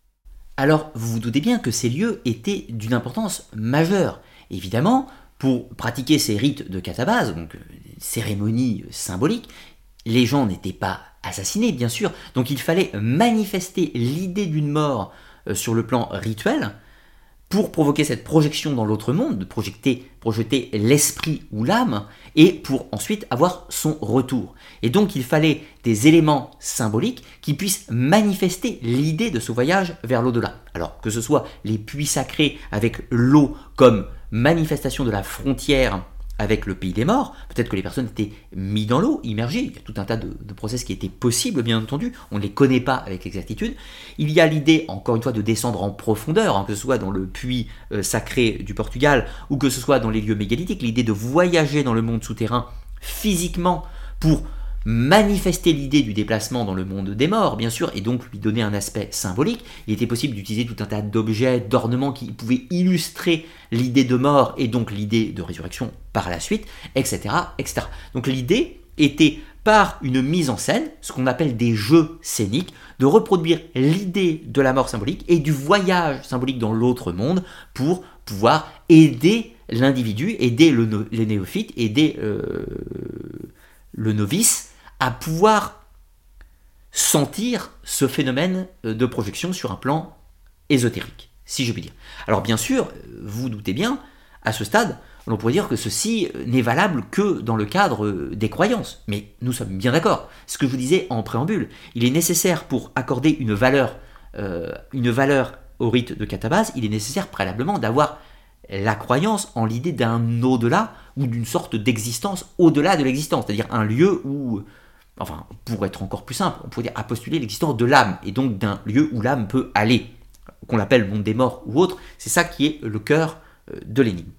Alors, vous vous doutez bien que ces lieux étaient d'une importance majeure. Évidemment, pour pratiquer ces rites de catabase, donc euh, cérémonies symboliques, les gens n'étaient pas assassinés, bien sûr, donc il fallait manifester l'idée d'une mort euh, sur le plan rituel pour provoquer cette projection dans l'autre monde, de projeter, projeter l'esprit ou l'âme, et pour ensuite avoir son retour. Et donc il fallait des éléments symboliques qui puissent manifester l'idée de ce voyage vers l'au-delà. Alors que ce soit les puits sacrés avec l'eau comme manifestation de la frontière avec le pays des morts, peut-être que les personnes étaient mises dans l'eau, immergées, il y a tout un tas de, de process qui étaient possibles, bien entendu, on ne les connaît pas avec exactitude. Il y a l'idée, encore une fois, de descendre en profondeur, hein, que ce soit dans le puits euh, sacré du Portugal, ou que ce soit dans les lieux mégalithiques, l'idée de voyager dans le monde souterrain physiquement pour manifester l'idée du déplacement dans le monde des morts, bien sûr, et donc lui donner un aspect symbolique. Il était possible d'utiliser tout un tas d'objets, d'ornements qui pouvaient illustrer l'idée de mort et donc l'idée de résurrection par la suite, et cetera, et cetera. Donc l'idée était, par une mise en scène, ce qu'on appelle des jeux scéniques, de reproduire l'idée de la mort symbolique et du voyage symbolique dans l'autre monde pour pouvoir aider l'individu, aider le, no- les néophytes, aider euh, le novice à pouvoir sentir ce phénomène de projection sur un plan ésotérique, si je puis dire. Alors bien sûr, vous vous doutez bien, À ce stade, on pourrait dire que ceci n'est valable que dans le cadre des croyances. Mais nous sommes bien d'accord. Ce que je vous disais en préambule, il est nécessaire pour accorder une valeur, euh, une valeur au rite de catabase, il est nécessaire préalablement d'avoir la croyance en l'idée d'un au-delà ou d'une sorte d'existence au-delà de l'existence, c'est-à-dire un lieu où, enfin, pour être encore plus simple, on pourrait dire à postuler l'existence de l'âme, et donc d'un lieu où l'âme peut aller, qu'on l'appelle monde des morts ou autre. C'est ça qui est le cœur de l'énigme.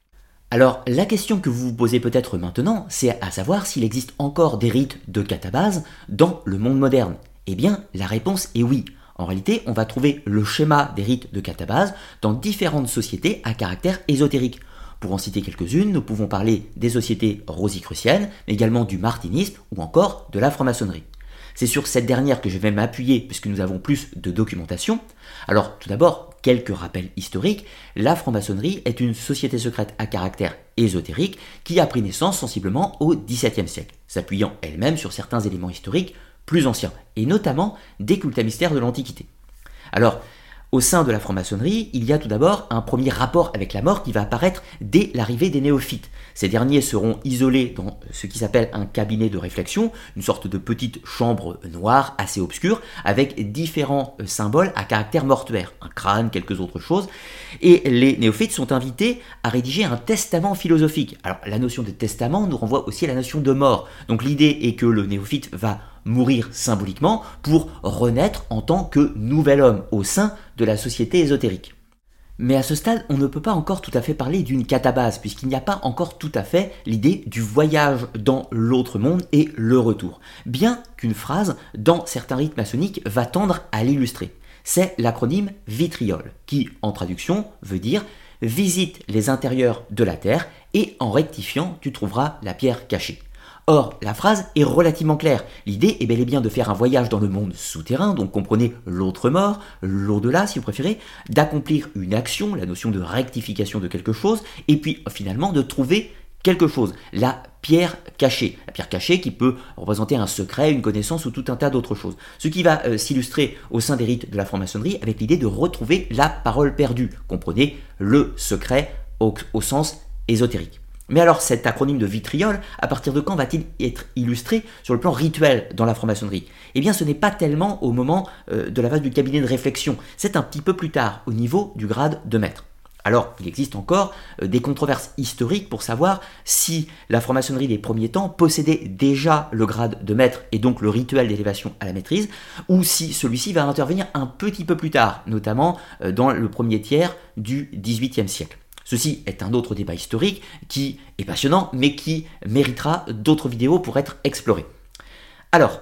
Alors, la question que vous vous posez peut-être maintenant, c'est à savoir s'il existe encore des rites de catabase dans le monde moderne. Eh bien, la réponse est oui. En réalité, on va trouver le schéma des rites de catabase dans différentes sociétés à caractère ésotérique. Pour en citer quelques-unes, nous pouvons parler des sociétés rosicruciennes, mais également du martinisme ou encore de la franc-maçonnerie. C'est sur cette dernière que je vais m'appuyer puisque nous avons plus de documentation. Alors tout d'abord, quelques rappels historiques. La franc-maçonnerie est une société secrète à caractère ésotérique qui a pris naissance sensiblement au dix-septième siècle, s'appuyant elle-même sur certains éléments historiques plus anciens, et notamment des cultes à mystère de l'Antiquité. Alors, au sein de la franc-maçonnerie, il y a tout d'abord un premier rapport avec la mort qui va apparaître dès l'arrivée des néophytes. Ces derniers seront isolés dans ce qui s'appelle un cabinet de réflexion, une sorte de petite chambre noire assez obscure, avec différents symboles à caractère mortuaire, un crâne, quelques autres choses, et les néophytes sont invités à rédiger un testament philosophique. Alors la notion de testament nous renvoie aussi à la notion de mort, donc l'idée est que le néophyte va mourir symboliquement pour renaître en tant que nouvel homme au sein de la société ésotérique. Mais à ce stade, on ne peut pas encore tout à fait parler d'une catabase, puisqu'il n'y a pas encore tout à fait l'idée du voyage dans l'autre monde et le retour. Bien qu'une phrase, dans certains rites maçonniques, va tendre à l'illustrer. C'est l'acronyme vitriol, qui, en traduction, veut dire « visite les intérieurs de la terre et en rectifiant, tu trouveras la pierre cachée ». Or, la phrase est relativement claire. L'idée est bel et bien de faire un voyage dans le monde souterrain, donc comprenez l'autre mort, l'au-delà si vous préférez, d'accomplir une action, la notion de rectification de quelque chose, et puis finalement de trouver quelque chose, la pierre cachée. La pierre cachée qui peut représenter un secret, une connaissance ou tout un tas d'autres choses. Ce qui va euh, s'illustrer au sein des rites de la franc-maçonnerie avec l'idée de retrouver la parole perdue. Comprenez le secret au, au sens ésotérique. Mais alors cet acronyme de vitriol, à partir de quand va-t-il être illustré sur le plan rituel dans la franc-maçonnerie ? Eh bien ce n'est pas tellement au moment euh, de la phase du cabinet de réflexion, c'est un petit peu plus tard, au niveau du grade de maître. Alors il existe encore euh, des controverses historiques pour savoir si la franc-maçonnerie des premiers temps possédait déjà le grade de maître et donc le rituel d'élévation à la maîtrise, ou si celui-ci va intervenir un petit peu plus tard, notamment euh, dans le premier tiers du dix-huitième siècle. Ceci est un autre débat historique qui est passionnant, mais qui méritera d'autres vidéos pour être exploré. Alors,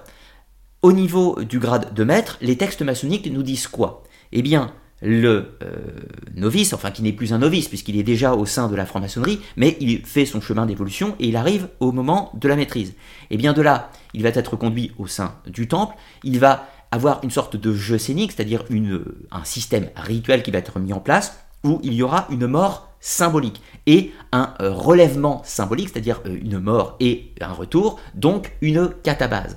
au niveau du grade de maître, les textes maçonniques nous disent quoi ? Eh bien, le euh, novice, enfin qui n'est plus un novice puisqu'il est déjà au sein de la franc-maçonnerie, mais il fait son chemin d'évolution et il arrive au moment de la maîtrise. Et bien de là, il va être conduit au sein du temple, il va avoir une sorte de jeu scénique, c'est-à-dire une, un système rituel qui va être mis en place, où il y aura une mort symbolique et un euh, relèvement symbolique, c'est-à-dire euh, une mort et un retour, donc une catabase.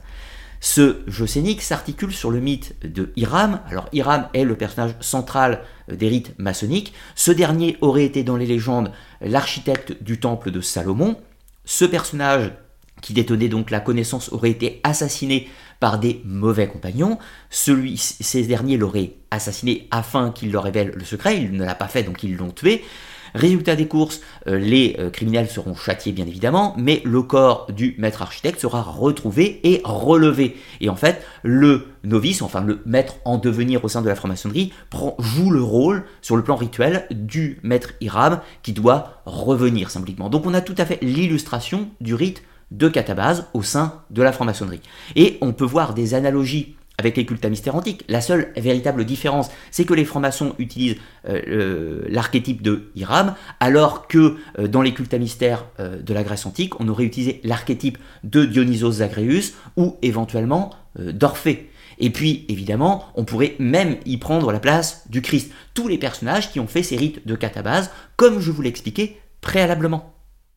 Ce jeu scénique s'articule sur le mythe de Hiram. Alors Hiram est le personnage central euh, des rites maçonniques. Ce dernier aurait été dans les légendes l'architecte du temple de Salomon. Ce personnage qui détenait donc la connaissance aurait été assassiné par des mauvais compagnons. Celui, ces derniers l'auraient assassiné afin qu'il leur révèle le secret. Il ne l'a pas fait, donc ils l'ont tué. Résultat des courses, euh, les euh, criminels seront châtiés bien évidemment, mais le corps du maître architecte sera retrouvé et relevé. Et en fait, le novice, enfin le maître en devenir au sein de la franc-maçonnerie, prend, joue le rôle sur le plan rituel du maître Hiram qui doit revenir symboliquement. Donc on a tout à fait l'illustration du rite de catabase au sein de la franc-maçonnerie. Et on peut voir des analogies avec les cultes à mystère antiques. La seule véritable différence, c'est que les francs-maçons utilisent euh, euh, l'archétype de Hiram, alors que euh, dans les cultes à mystère euh, de la Grèce antique, on aurait utilisé l'archétype de Dionysos Zagreus ou éventuellement euh, d'Orphée. Et puis, évidemment, on pourrait même y prendre la place du Christ. Tous les personnages qui ont fait ces rites de catabase, comme je vous l'ai expliqué préalablement.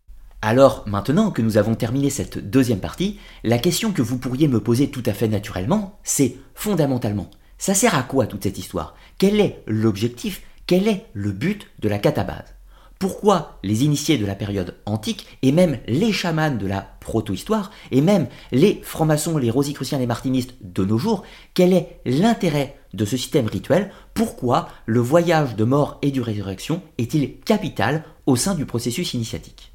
Alors, maintenant que nous avons terminé cette deuxième partie, la question que vous pourriez me poser tout à fait naturellement, c'est fondamentalement, ça sert à quoi toute cette histoire ? Quel est l'objectif ? Quel est le but de la catabase ? Pourquoi les initiés de la période antique, et même les chamans de la proto-histoire, et même les francs-maçons, les rosicruciens, les martinistes de nos jours, quel est l'intérêt de ce système rituel? Pourquoi le voyage de mort et de résurrection est-il capital au sein du processus initiatique?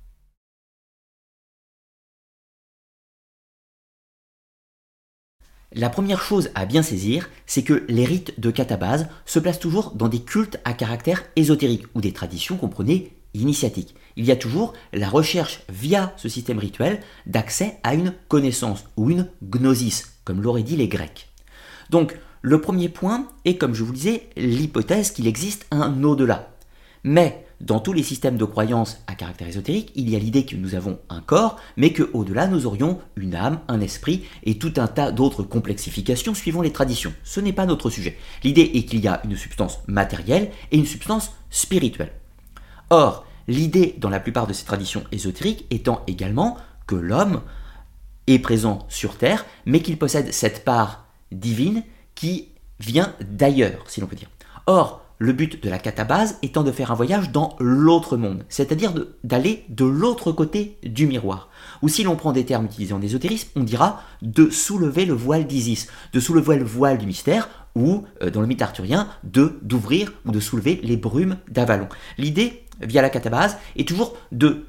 La première chose à bien saisir, c'est que les rites de catabase se placent toujours dans des cultes à caractère ésotérique ou des traditions, comprenez, initiatiques. Il y a toujours la recherche via ce système rituel d'accès à une connaissance ou une gnosis, comme l'auraient dit les Grecs. Donc, le premier point est, comme je vous le disais, l'hypothèse qu'il existe un au-delà. Mais dans tous les systèmes de croyance à caractère ésotérique, il y a l'idée que nous avons un corps, mais qu'au-delà, nous aurions une âme, un esprit et tout un tas d'autres complexifications suivant les traditions. Ce n'est pas notre sujet. L'idée est qu'il y a une substance matérielle et une substance spirituelle. Or, l'idée dans la plupart de ces traditions ésotériques étant également que l'homme est présent sur Terre, mais qu'il possède cette part divine qui vient d'ailleurs, si l'on peut dire. Or, le but de la catabase étant de faire un voyage dans l'autre monde, c'est-à-dire d'aller de, de l'autre côté du miroir. Ou si l'on prend des termes utilisés en ésotérisme, on dira de soulever le voile d'Isis, de soulever le voile du mystère, ou euh, dans le mythe arthurien, de d'ouvrir ou de soulever les brumes d'Avalon. L'idée, via la catabase, est toujours de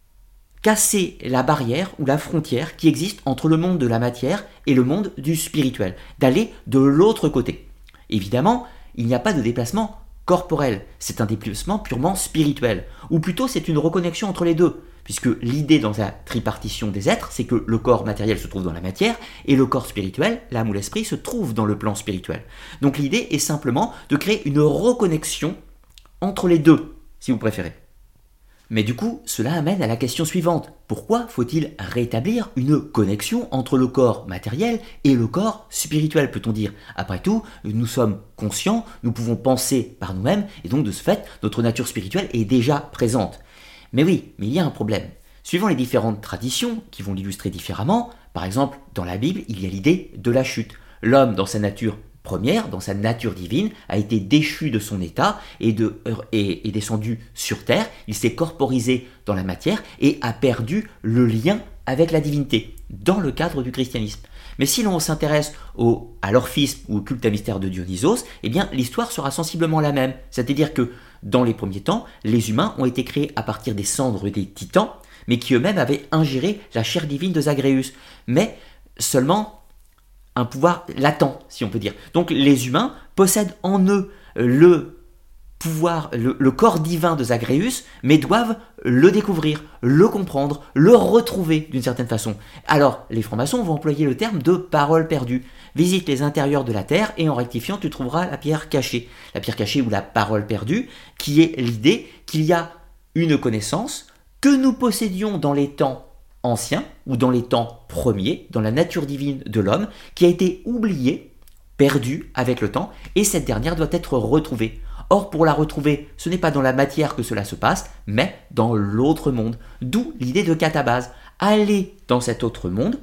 casser la barrière ou la frontière qui existe entre le monde de la matière et le monde du spirituel, d'aller de l'autre côté. Évidemment, il n'y a pas de déplacement corporel, c'est un déplacement purement spirituel, ou plutôt c'est une reconnexion entre les deux, puisque l'idée dans la tripartition des êtres, c'est que le corps matériel se trouve dans la matière, et le corps spirituel, l'âme ou l'esprit, se trouve dans le plan spirituel. Donc l'idée est simplement de créer une reconnexion entre les deux, si vous préférez. Mais du coup, cela amène à la question suivante. Pourquoi faut-il rétablir une connexion entre le corps matériel et le corps spirituel, peut-on dire? Après tout, nous sommes conscients, nous pouvons penser par nous-mêmes, et donc de ce fait, notre nature spirituelle est déjà présente. Mais oui, mais il y a un problème. Suivant les différentes traditions, qui vont l'illustrer différemment, par exemple, dans la Bible, il y a l'idée de la chute. L'homme, dans sa nature première, dans sa nature divine, a été déchu de son état et, de, et, et descendu sur terre, il s'est corporisé dans la matière et a perdu le lien avec la divinité, dans le cadre du christianisme. Mais si l'on s'intéresse au, à l'orphisme ou au culte à mystère de Dionysos, eh bien l'histoire sera sensiblement la même, c'est-à-dire que dans les premiers temps, les humains ont été créés à partir des cendres des titans, mais qui eux-mêmes avaient ingéré la chair divine de Zagreus, mais seulement un pouvoir latent, si on peut dire. Donc les humains possèdent en eux le pouvoir, le, le corps divin de Zagreus, mais doivent le découvrir, le comprendre, le retrouver d'une certaine façon. Alors, les francs-maçons vont employer le terme de parole perdue. Visite les intérieurs de la terre et en rectifiant, tu trouveras la pierre cachée. La pierre cachée ou la parole perdue, qui est l'idée qu'il y a une connaissance que nous possédions dans les temps ancien ou dans les temps premiers, dans la nature divine de l'homme, qui a été oubliée, perdue avec le temps, et cette dernière doit être retrouvée. Or, pour la retrouver, ce n'est pas dans la matière que cela se passe, mais dans l'autre monde. D'où l'idée de catabase. Aller dans cet autre monde,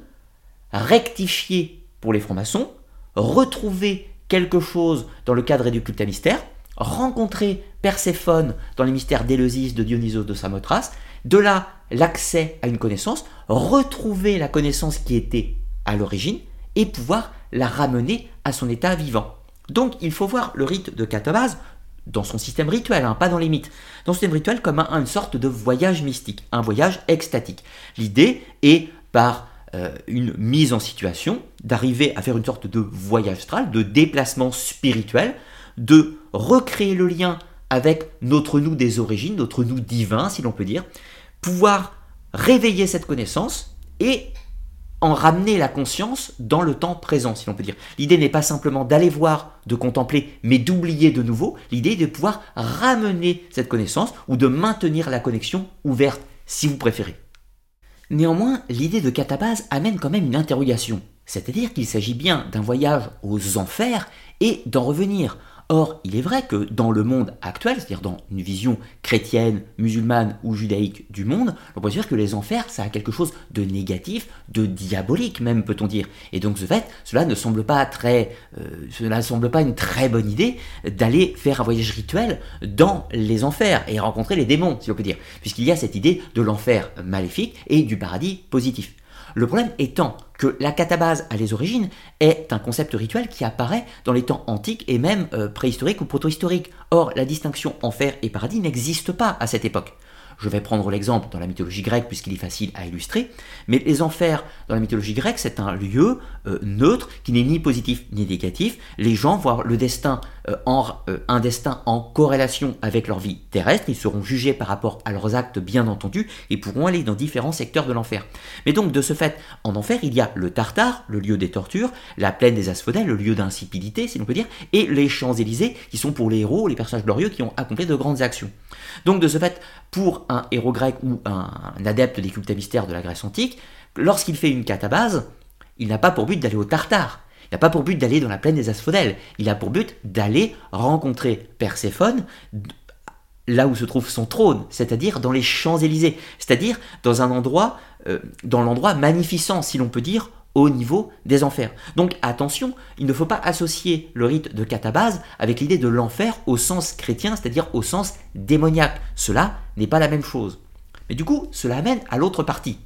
rectifier pour les francs-maçons, retrouver quelque chose dans le cadre du culte à mystère, rencontrer Perséphone dans les mystères d'Éleusis de Dionysos de Samothrace, de là l'accès à une connaissance, retrouver la connaissance qui était à l'origine et pouvoir la ramener à son état vivant. Donc il faut voir le rite de catabase dans son système rituel, hein, pas dans les mythes, dans son système rituel comme un, une sorte de voyage mystique, un voyage extatique. L'idée est par euh, une mise en situation d'arriver à faire une sorte de voyage astral, de déplacement spirituel, de recréer le lien avec notre nous des origines, notre nous divin, si l'on peut dire, pouvoir réveiller cette connaissance et en ramener la conscience dans le temps présent, si l'on peut dire. L'idée n'est pas simplement d'aller voir, de contempler, mais d'oublier de nouveau. L'idée est de pouvoir ramener cette connaissance ou de maintenir la connexion ouverte, si vous préférez. Néanmoins, l'idée de catabase amène quand même une interrogation. C'est-à-dire qu'il s'agit bien d'un voyage aux enfers et d'en revenir. Or, il est vrai que dans le monde actuel, c'est-à-dire dans une vision chrétienne, musulmane ou judaïque du monde, on peut dire que les enfers, ça a quelque chose de négatif, de diabolique même, peut-on dire. Et donc, ce fait, cela ne semble pas très, euh, cela ne semble pas une très bonne idée d'aller faire un voyage rituel dans les enfers et rencontrer les démons, si l'on peut dire, puisqu'il y a cette idée de l'enfer maléfique et du paradis positif. Le problème étant que la catabase à les origines est un concept rituel qui apparaît dans les temps antiques et même euh, préhistoriques ou protohistoriques. Or, la distinction enfer et paradis n'existe pas à cette époque. Je vais prendre l'exemple dans la mythologie grecque puisqu'il est facile à illustrer, mais les enfers dans la mythologie grecque, c'est un lieu euh, neutre qui n'est ni positif ni négatif. Les gens voient le destin, euh, en, euh, un destin en corrélation avec leur vie terrestre, ils seront jugés par rapport à leurs actes bien entendu et pourront aller dans différents secteurs de l'enfer. Mais donc de ce fait, en enfer, il y a le Tartare, le lieu des tortures, la plaine des Asphodèles, le lieu d'insipidité si l'on peut dire, et les Champs-Élysées qui sont pour les héros, les personnages glorieux qui ont accompli de grandes actions. Donc de ce fait, pour un héros grec ou un, un adepte des cultes mystères de la Grèce antique, lorsqu'il fait une catabase, il n'a pas pour but d'aller au Tartare, il n'a pas pour but d'aller dans la plaine des Asphodèles, il a pour but d'aller rencontrer Perséphone là où se trouve son trône, c'est-à-dire dans les Champs-Élysées, c'est-à-dire dans un endroit, euh, dans l'endroit magnificent, si l'on peut dire, au niveau des enfers. Donc attention, il ne faut pas associer le rite de catabase avec l'idée de l'enfer au sens chrétien, c'est-à-dire au sens démoniaque. Cela n'est pas la même chose. Mais du coup, cela amène à l'autre partie.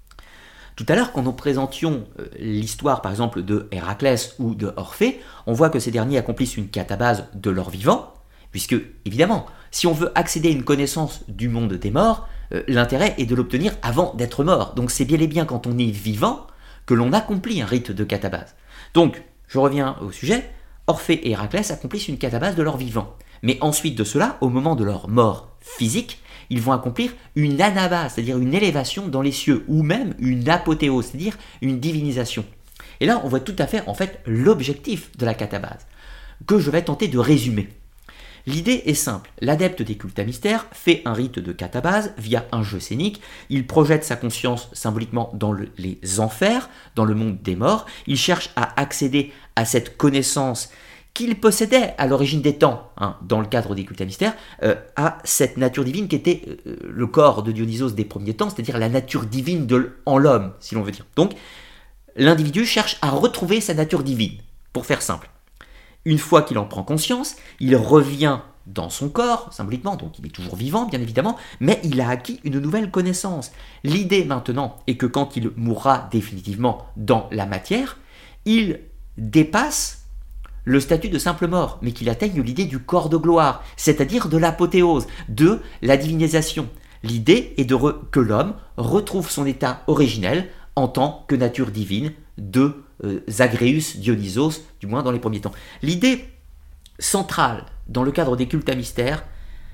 Tout à l'heure, quand nous présentions euh, l'histoire, par exemple, de Héraclès ou de Orphée, on voit que ces derniers accomplissent une catabase de leur vivant, puisque, évidemment, si on veut accéder à une connaissance du monde des morts, euh, l'intérêt est de l'obtenir avant d'être mort. Donc c'est bien et bien quand on est vivant que l'on accomplit un rite de catabase. Donc, je reviens au sujet, Orphée et Héraclès accomplissent une catabase de leur vivant. Mais ensuite de cela, au moment de leur mort physique, ils vont accomplir une anabase, c'est-à-dire une élévation dans les cieux, ou même une apothéose, c'est-à-dire une divinisation. Et là, on voit tout à fait, en fait, l'objectif de la catabase, que je vais tenter de résumer. L'idée est simple, l'adepte des cultes à mystère fait un rite de catabase via un jeu scénique, il projette sa conscience symboliquement dans le, les enfers, dans le monde des morts, il cherche à accéder à cette connaissance qu'il possédait à l'origine des temps, hein, dans le cadre des cultes à mystère, euh, à cette nature divine qui était euh, le corps de Dionysos des premiers temps, c'est-à-dire la nature divine de, en l'homme, si l'on veut dire. Donc, l'individu cherche à retrouver sa nature divine, pour faire simple. Une fois qu'il en prend conscience, il revient dans son corps, symboliquement, donc il est toujours vivant, bien évidemment, mais il a acquis une nouvelle connaissance. L'idée maintenant est que quand il mourra définitivement dans la matière, il dépasse le statut de simple mort, mais qu'il atteigne l'idée du corps de gloire, c'est-à-dire de l'apothéose, de la divinisation. L'idée est de re- que l'homme retrouve son état originel en tant que nature divine de euh, Zagreus Dionysos, du moins dans les premiers temps. L'idée centrale dans le cadre des cultes à mystère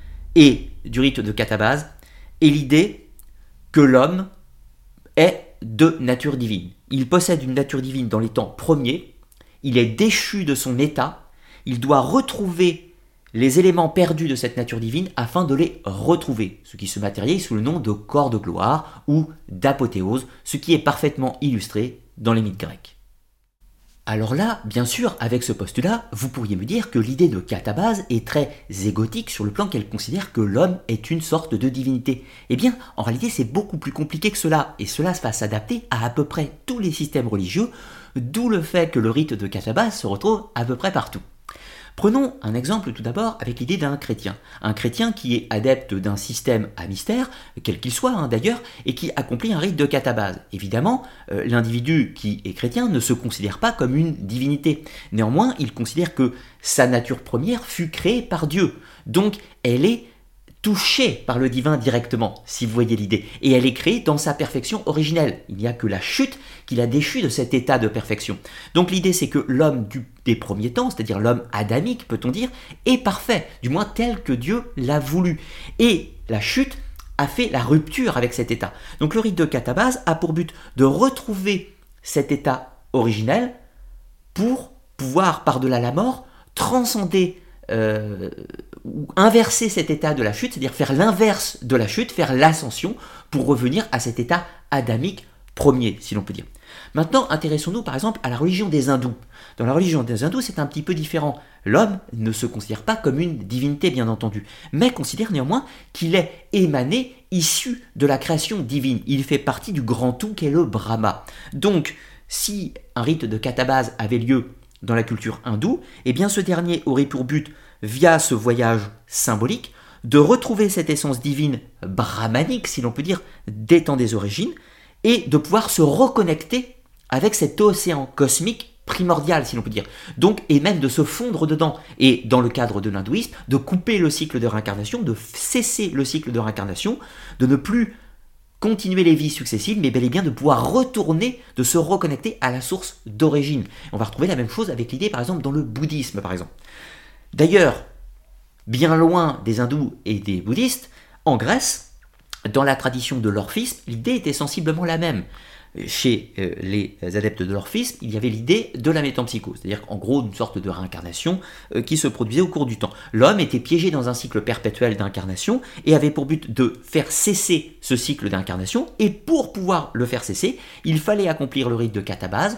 et du rite de catabase est l'idée que l'homme est de nature divine. Il possède une nature divine dans les temps premiers, il est déchu de son état, il doit retrouver les éléments perdus de cette nature divine afin de les retrouver, ce qui se matérialise sous le nom de corps de gloire ou d'apothéose, ce qui est parfaitement illustré dans les mythes grecs. Alors là, bien sûr, avec ce postulat, vous pourriez me dire que l'idée de catabase est très égotique sur le plan qu'elle considère que l'homme est une sorte de divinité. Eh bien, en réalité, c'est beaucoup plus compliqué que cela, et cela va s'adapter à à peu près tous les systèmes religieux, d'où le fait que le rite de catabase se retrouve à peu près partout. Prenons un exemple tout d'abord avec l'idée d'un chrétien. Un chrétien qui est adepte d'un système à mystère, quel qu'il soit hein, d'ailleurs, et qui accomplit un rite de catabase. Évidemment, euh, l'individu qui est chrétien ne se considère pas comme une divinité. Néanmoins, il considère que sa nature première fut créée par Dieu. Donc, elle est touchée par le divin directement, si vous voyez l'idée. Et elle est créée dans sa perfection originelle. Il n'y a que la chute qui l'a déchue de cet état de perfection. Donc l'idée c'est que l'homme du, des premiers temps, c'est-à-dire l'homme adamique, peut-on dire, est parfait, du moins tel que Dieu l'a voulu. Et la chute a fait la rupture avec cet état. Donc le rite de catabase a pour but de retrouver cet état originel pour pouvoir, par-delà la mort, transcender Euh, ou inverser cet état de la chute, c'est-à-dire faire l'inverse de la chute, faire l'ascension pour revenir à cet état adamique premier, si l'on peut dire. Maintenant, intéressons-nous par exemple à la religion des hindous. Dans la religion des hindous, c'est un petit peu différent. L'homme ne se considère pas comme une divinité, bien entendu, mais considère néanmoins qu'il est émané, issu de la création divine. Il fait partie du grand tout qu'est le Brahma. Donc, si un rite de catabase avait lieu dans la culture hindoue, eh bien ce dernier aurait pour but, via ce voyage symbolique, de retrouver cette essence divine brahmanique, si l'on peut dire, des temps des origines, et de pouvoir se reconnecter avec cet océan cosmique primordial, si l'on peut dire. Donc, et même de se fondre dedans. Et dans le cadre de l'hindouisme, de couper le cycle de réincarnation, de cesser le cycle de réincarnation, de ne plus continuer les vies successives, mais bel et bien de pouvoir retourner, de se reconnecter à la source d'origine. On va retrouver la même chose avec l'idée, par exemple, dans le bouddhisme, par exemple. D'ailleurs, bien loin des hindous et des bouddhistes, en Grèce, dans la tradition de l'orphisme, l'idée était sensiblement la même. Chez euh, les adeptes de l'orphisme, il y avait l'idée de la métempsychose, c'est-à-dire en gros une sorte de réincarnation euh, qui se produisait au cours du temps. L'homme était piégé dans un cycle perpétuel d'incarnation et avait pour but de faire cesser ce cycle d'incarnation, et pour pouvoir le faire cesser, il fallait accomplir le rite de catabase,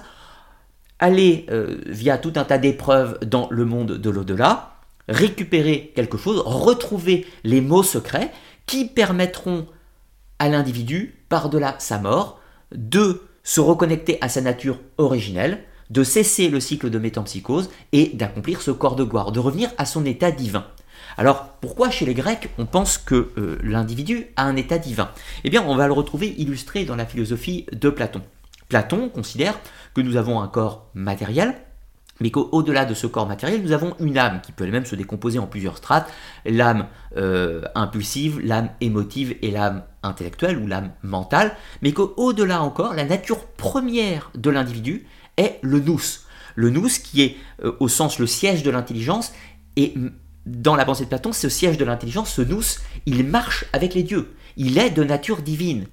aller euh, via tout un tas d'épreuves dans le monde de l'au-delà, récupérer quelque chose, retrouver les mots secrets qui permettront à l'individu, par-delà sa mort, de se reconnecter à sa nature originelle, de cesser le cycle de métempsychose et d'accomplir ce corps de gloire, de revenir à son état divin. Alors, pourquoi chez les Grecs, on pense que euh, l'individu a un état divin? Eh bien, on va le retrouver illustré dans la philosophie de Platon. Platon considère que nous avons un corps matériel, mais qu'au-delà de ce corps matériel, nous avons une âme qui peut elle-même se décomposer en plusieurs strates, l'âme euh, impulsive, l'âme émotive et l'âme intellectuelle ou l'âme mentale, mais qu'au-delà encore, la nature première de l'individu est le nous. Le nous qui est euh, au sens le siège de l'intelligence, et dans la pensée de Platon, ce siège de l'intelligence, ce nous, il marche avec les dieux, il est de nature divine.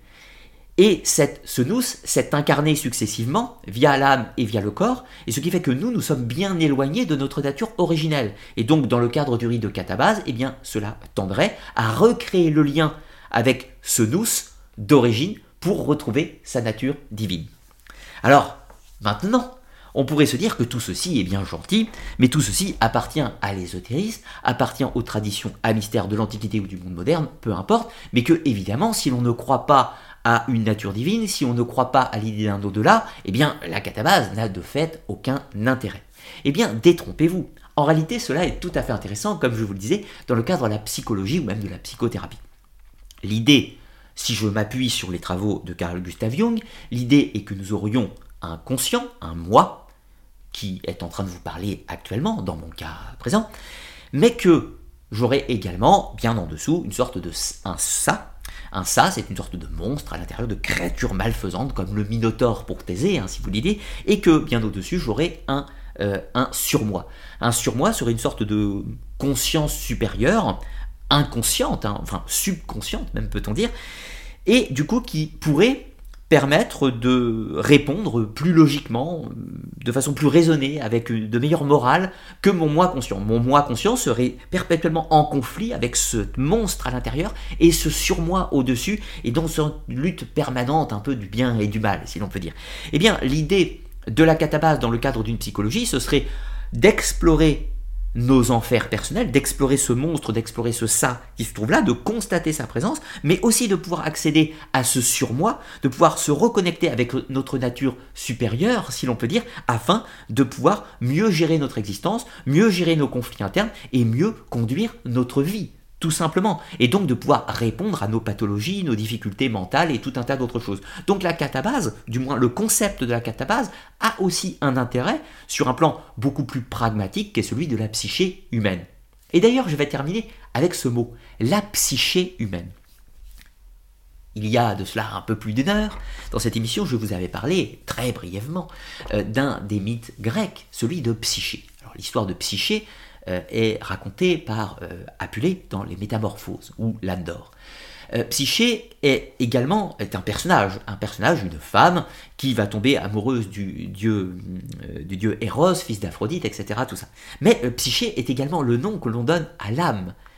Et cette, ce nous s'est incarné successivement via l'âme et via le corps, et ce qui fait que nous, nous sommes bien éloignés de notre nature originelle. Et donc, dans le cadre du rite de catabase, eh bien, cela tendrait à recréer le lien avec ce nous d'origine pour retrouver sa nature divine. Alors, maintenant, on pourrait se dire que tout ceci est bien gentil, mais tout ceci appartient à l'ésotérisme, appartient aux traditions à mystère de l'Antiquité ou du monde moderne, peu importe, mais que, évidemment, si l'on ne croit pas à une nature divine, si on ne croit pas à l'idée d'un au-delà, eh bien, la catabase n'a de fait aucun intérêt. Eh bien, détrompez-vous. En réalité, cela est tout à fait intéressant, comme je vous le disais, dans le cadre de la psychologie ou même de la psychothérapie. L'idée, si je m'appuie sur les travaux de Carl Gustav Jung, l'idée est que nous aurions un conscient, un moi, qui est en train de vous parler actuellement, dans mon cas présent, mais que j'aurai également, bien en dessous, une sorte de un ça. Un ça, c'est une sorte de monstre à l'intérieur de créatures malfaisantes, comme le Minotaure pour Thésée, hein, si vous l'idée, et que bien au-dessus, j'aurai un, euh, un surmoi. Un surmoi serait une sorte de conscience supérieure, inconsciente, hein, enfin subconsciente même peut-on dire, et du coup qui pourrait permettre de répondre plus logiquement, de façon plus raisonnée, avec de meilleure morale que mon moi conscient. Mon moi conscient serait perpétuellement en conflit avec ce monstre à l'intérieur et ce surmoi au-dessus, et dans une lutte permanente un peu du bien et du mal, si l'on peut dire. Eh bien, l'idée de la catabase dans le cadre d'une psychologie, ce serait d'explorer nos enfers personnels, d'explorer ce monstre, d'explorer ce ça qui se trouve là, de constater sa présence, mais aussi de pouvoir accéder à ce surmoi, de pouvoir se reconnecter avec notre nature supérieure, si l'on peut dire, afin de pouvoir mieux gérer notre existence, mieux gérer nos conflits internes et mieux conduire notre vie, tout simplement. Et donc de pouvoir répondre à nos pathologies, nos difficultés mentales et tout un tas d'autres choses. Donc la catabase, du moins le concept de la catabase, a aussi un intérêt sur un plan beaucoup plus pragmatique qu'est celui de la psyché humaine. Et d'ailleurs, je vais terminer avec ce mot, la psyché humaine. Il y a de cela un peu plus d'une heure, dans cette émission, je vous avais parlé très brièvement euh, d'un des mythes grecs, celui de Psyché. Alors l'histoire de Psyché euh, est racontée par euh, Apulée dans les Métamorphoses, ou l'âne d'or. Euh, Psyché est également est un personnage, un personnage, une femme qui va tomber amoureuse du dieu, euh, du dieu Eros, fils d'Aphrodite, et cetera. Tout ça. Mais euh, Psyché est également le nom que l'on donne à l'âme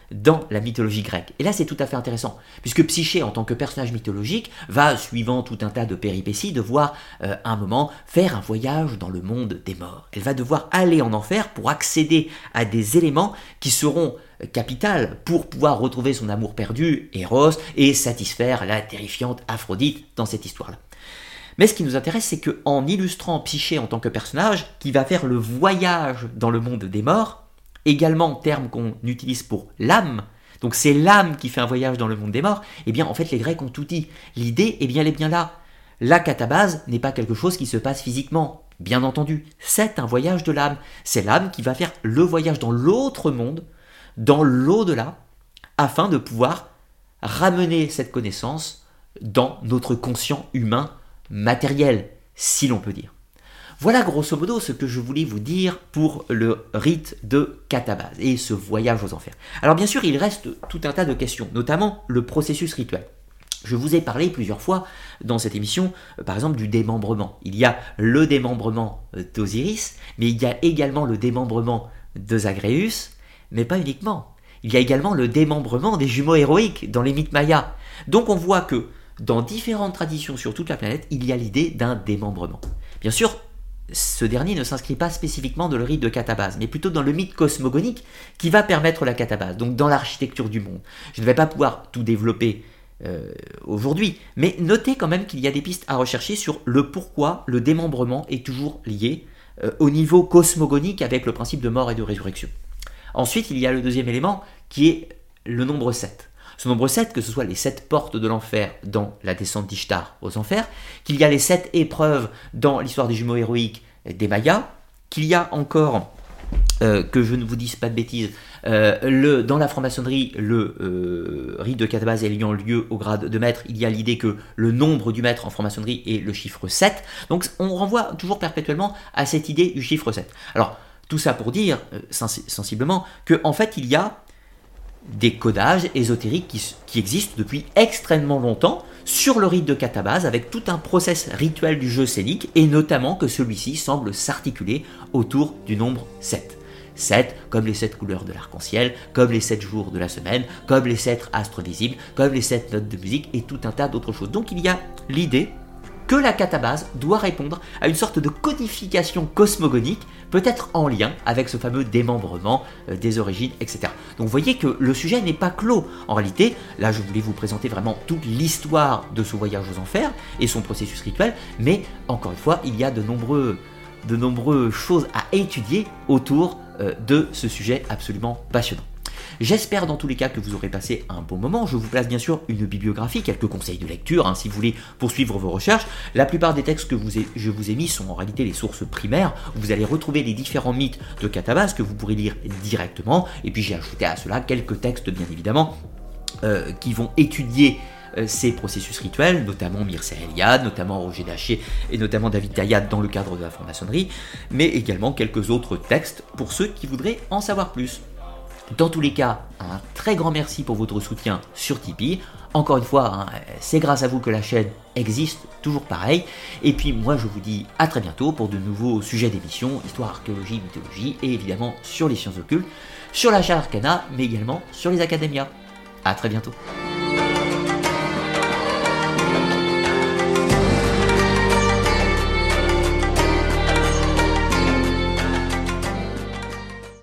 dans la mythologie grecque. Et là, c'est tout à fait intéressant, puisque Psyché, en tant que personnage mythologique, va, suivant tout un tas de péripéties, devoir, euh, à un moment, faire un voyage dans le monde des morts. Elle va devoir aller en enfer pour accéder à des éléments qui seront capitales pour pouvoir retrouver son amour perdu, Eros, et satisfaire la terrifiante Aphrodite dans cette histoire-là. Mais ce qui nous intéresse, c'est qu'en illustrant Psyché en tant que personnage, qui va faire le voyage dans le monde des morts, également terme qu'on utilise pour l'âme, donc c'est l'âme qui fait un voyage dans le monde des morts, eh bien en fait les Grecs ont tout dit. L'idée, eh bien elle est bien là. La catabase n'est pas quelque chose qui se passe physiquement, bien entendu, c'est un voyage de l'âme. C'est l'âme qui va faire le voyage dans l'autre monde, dans l'au-delà, afin de pouvoir ramener cette connaissance dans notre conscient humain matériel, si l'on peut dire. Voilà grosso modo ce que je voulais vous dire pour le rite de catabase et ce voyage aux enfers. Alors bien sûr, il reste tout un tas de questions, notamment le processus rituel. Je vous ai parlé plusieurs fois dans cette émission, euh, par exemple, du démembrement. Il y a le démembrement d'Osiris, mais il y a également le démembrement de Zagreus, mais pas uniquement. Il y a également le démembrement des jumeaux héroïques dans les mythes mayas. Donc on voit que dans différentes traditions sur toute la planète, il y a l'idée d'un démembrement. Bien sûr, ce dernier ne s'inscrit pas spécifiquement dans le rite de catabase, mais plutôt dans le mythe cosmogonique qui va permettre la catabase, donc dans l'architecture du monde. Je ne vais pas pouvoir tout développer euh, aujourd'hui, mais notez quand même qu'il y a des pistes à rechercher sur le pourquoi le démembrement est toujours lié euh, au niveau cosmogonique avec le principe de mort et de résurrection. Ensuite, il y a le deuxième élément qui est le nombre sept. Ce nombre sept, que ce soit les sept portes de l'enfer dans la descente d'Ishtar aux enfers, qu'il y a les sept épreuves dans l'histoire des jumeaux héroïques des Mayas, qu'il y a encore, euh, que je ne vous dise pas de bêtises, euh, le, dans la franc-maçonnerie, le euh, rite de catabase ayant lieu au grade de maître, il y a l'idée que le nombre du maître en franc-maçonnerie est le chiffre sept. Donc on renvoie toujours perpétuellement à cette idée du chiffre sept. Alors, tout ça pour dire, euh, sens- sensiblement, qu'en fait il y a des codages ésotériques qui, qui existent depuis extrêmement longtemps sur le rite de catabase avec tout un process rituel du jeu scénique et notamment que celui-ci semble s'articuler autour du nombre sept. sept comme les sept couleurs de l'arc-en-ciel, comme les sept jours de la semaine, comme les sept astres visibles, comme les sept notes de musique et tout un tas d'autres choses. Donc il y a l'idée que la catabase doit répondre à une sorte de codification cosmogonique, peut-être en lien avec ce fameux démembrement euh, des origines, et cetera. Donc vous voyez que le sujet n'est pas clos. En réalité, là je voulais vous présenter vraiment toute l'histoire de ce voyage aux enfers et son processus rituel, mais encore une fois, il y a de, nombreux, de nombreuses choses à étudier autour euh, de ce sujet absolument passionnant. J'espère dans tous les cas que vous aurez passé un bon moment. Je vous place bien sûr une bibliographie, quelques conseils de lecture hein, si vous voulez poursuivre vos recherches. La plupart des textes que vous ai, je vous ai mis sont en réalité les sources primaires. Vous allez retrouver les différents mythes de catabase que vous pourrez lire directement. Et puis j'ai ajouté à cela quelques textes bien évidemment euh, qui vont étudier euh, ces processus rituels, notamment Mircea Eliade, notamment Roger Daché et notamment David Tayad dans le cadre de la franc-maçonnerie, mais également quelques autres textes pour ceux qui voudraient en savoir plus. Dans tous les cas, un très grand merci pour votre soutien sur Tipeee. Encore une fois, hein, c'est grâce à vous que la chaîne existe, toujours pareil. Et puis moi, je vous dis à très bientôt pour de nouveaux sujets d'émission, histoire, archéologie, mythologie, et évidemment sur les sciences occultes, sur la chaire Arcana, mais également sur les académias. À très bientôt.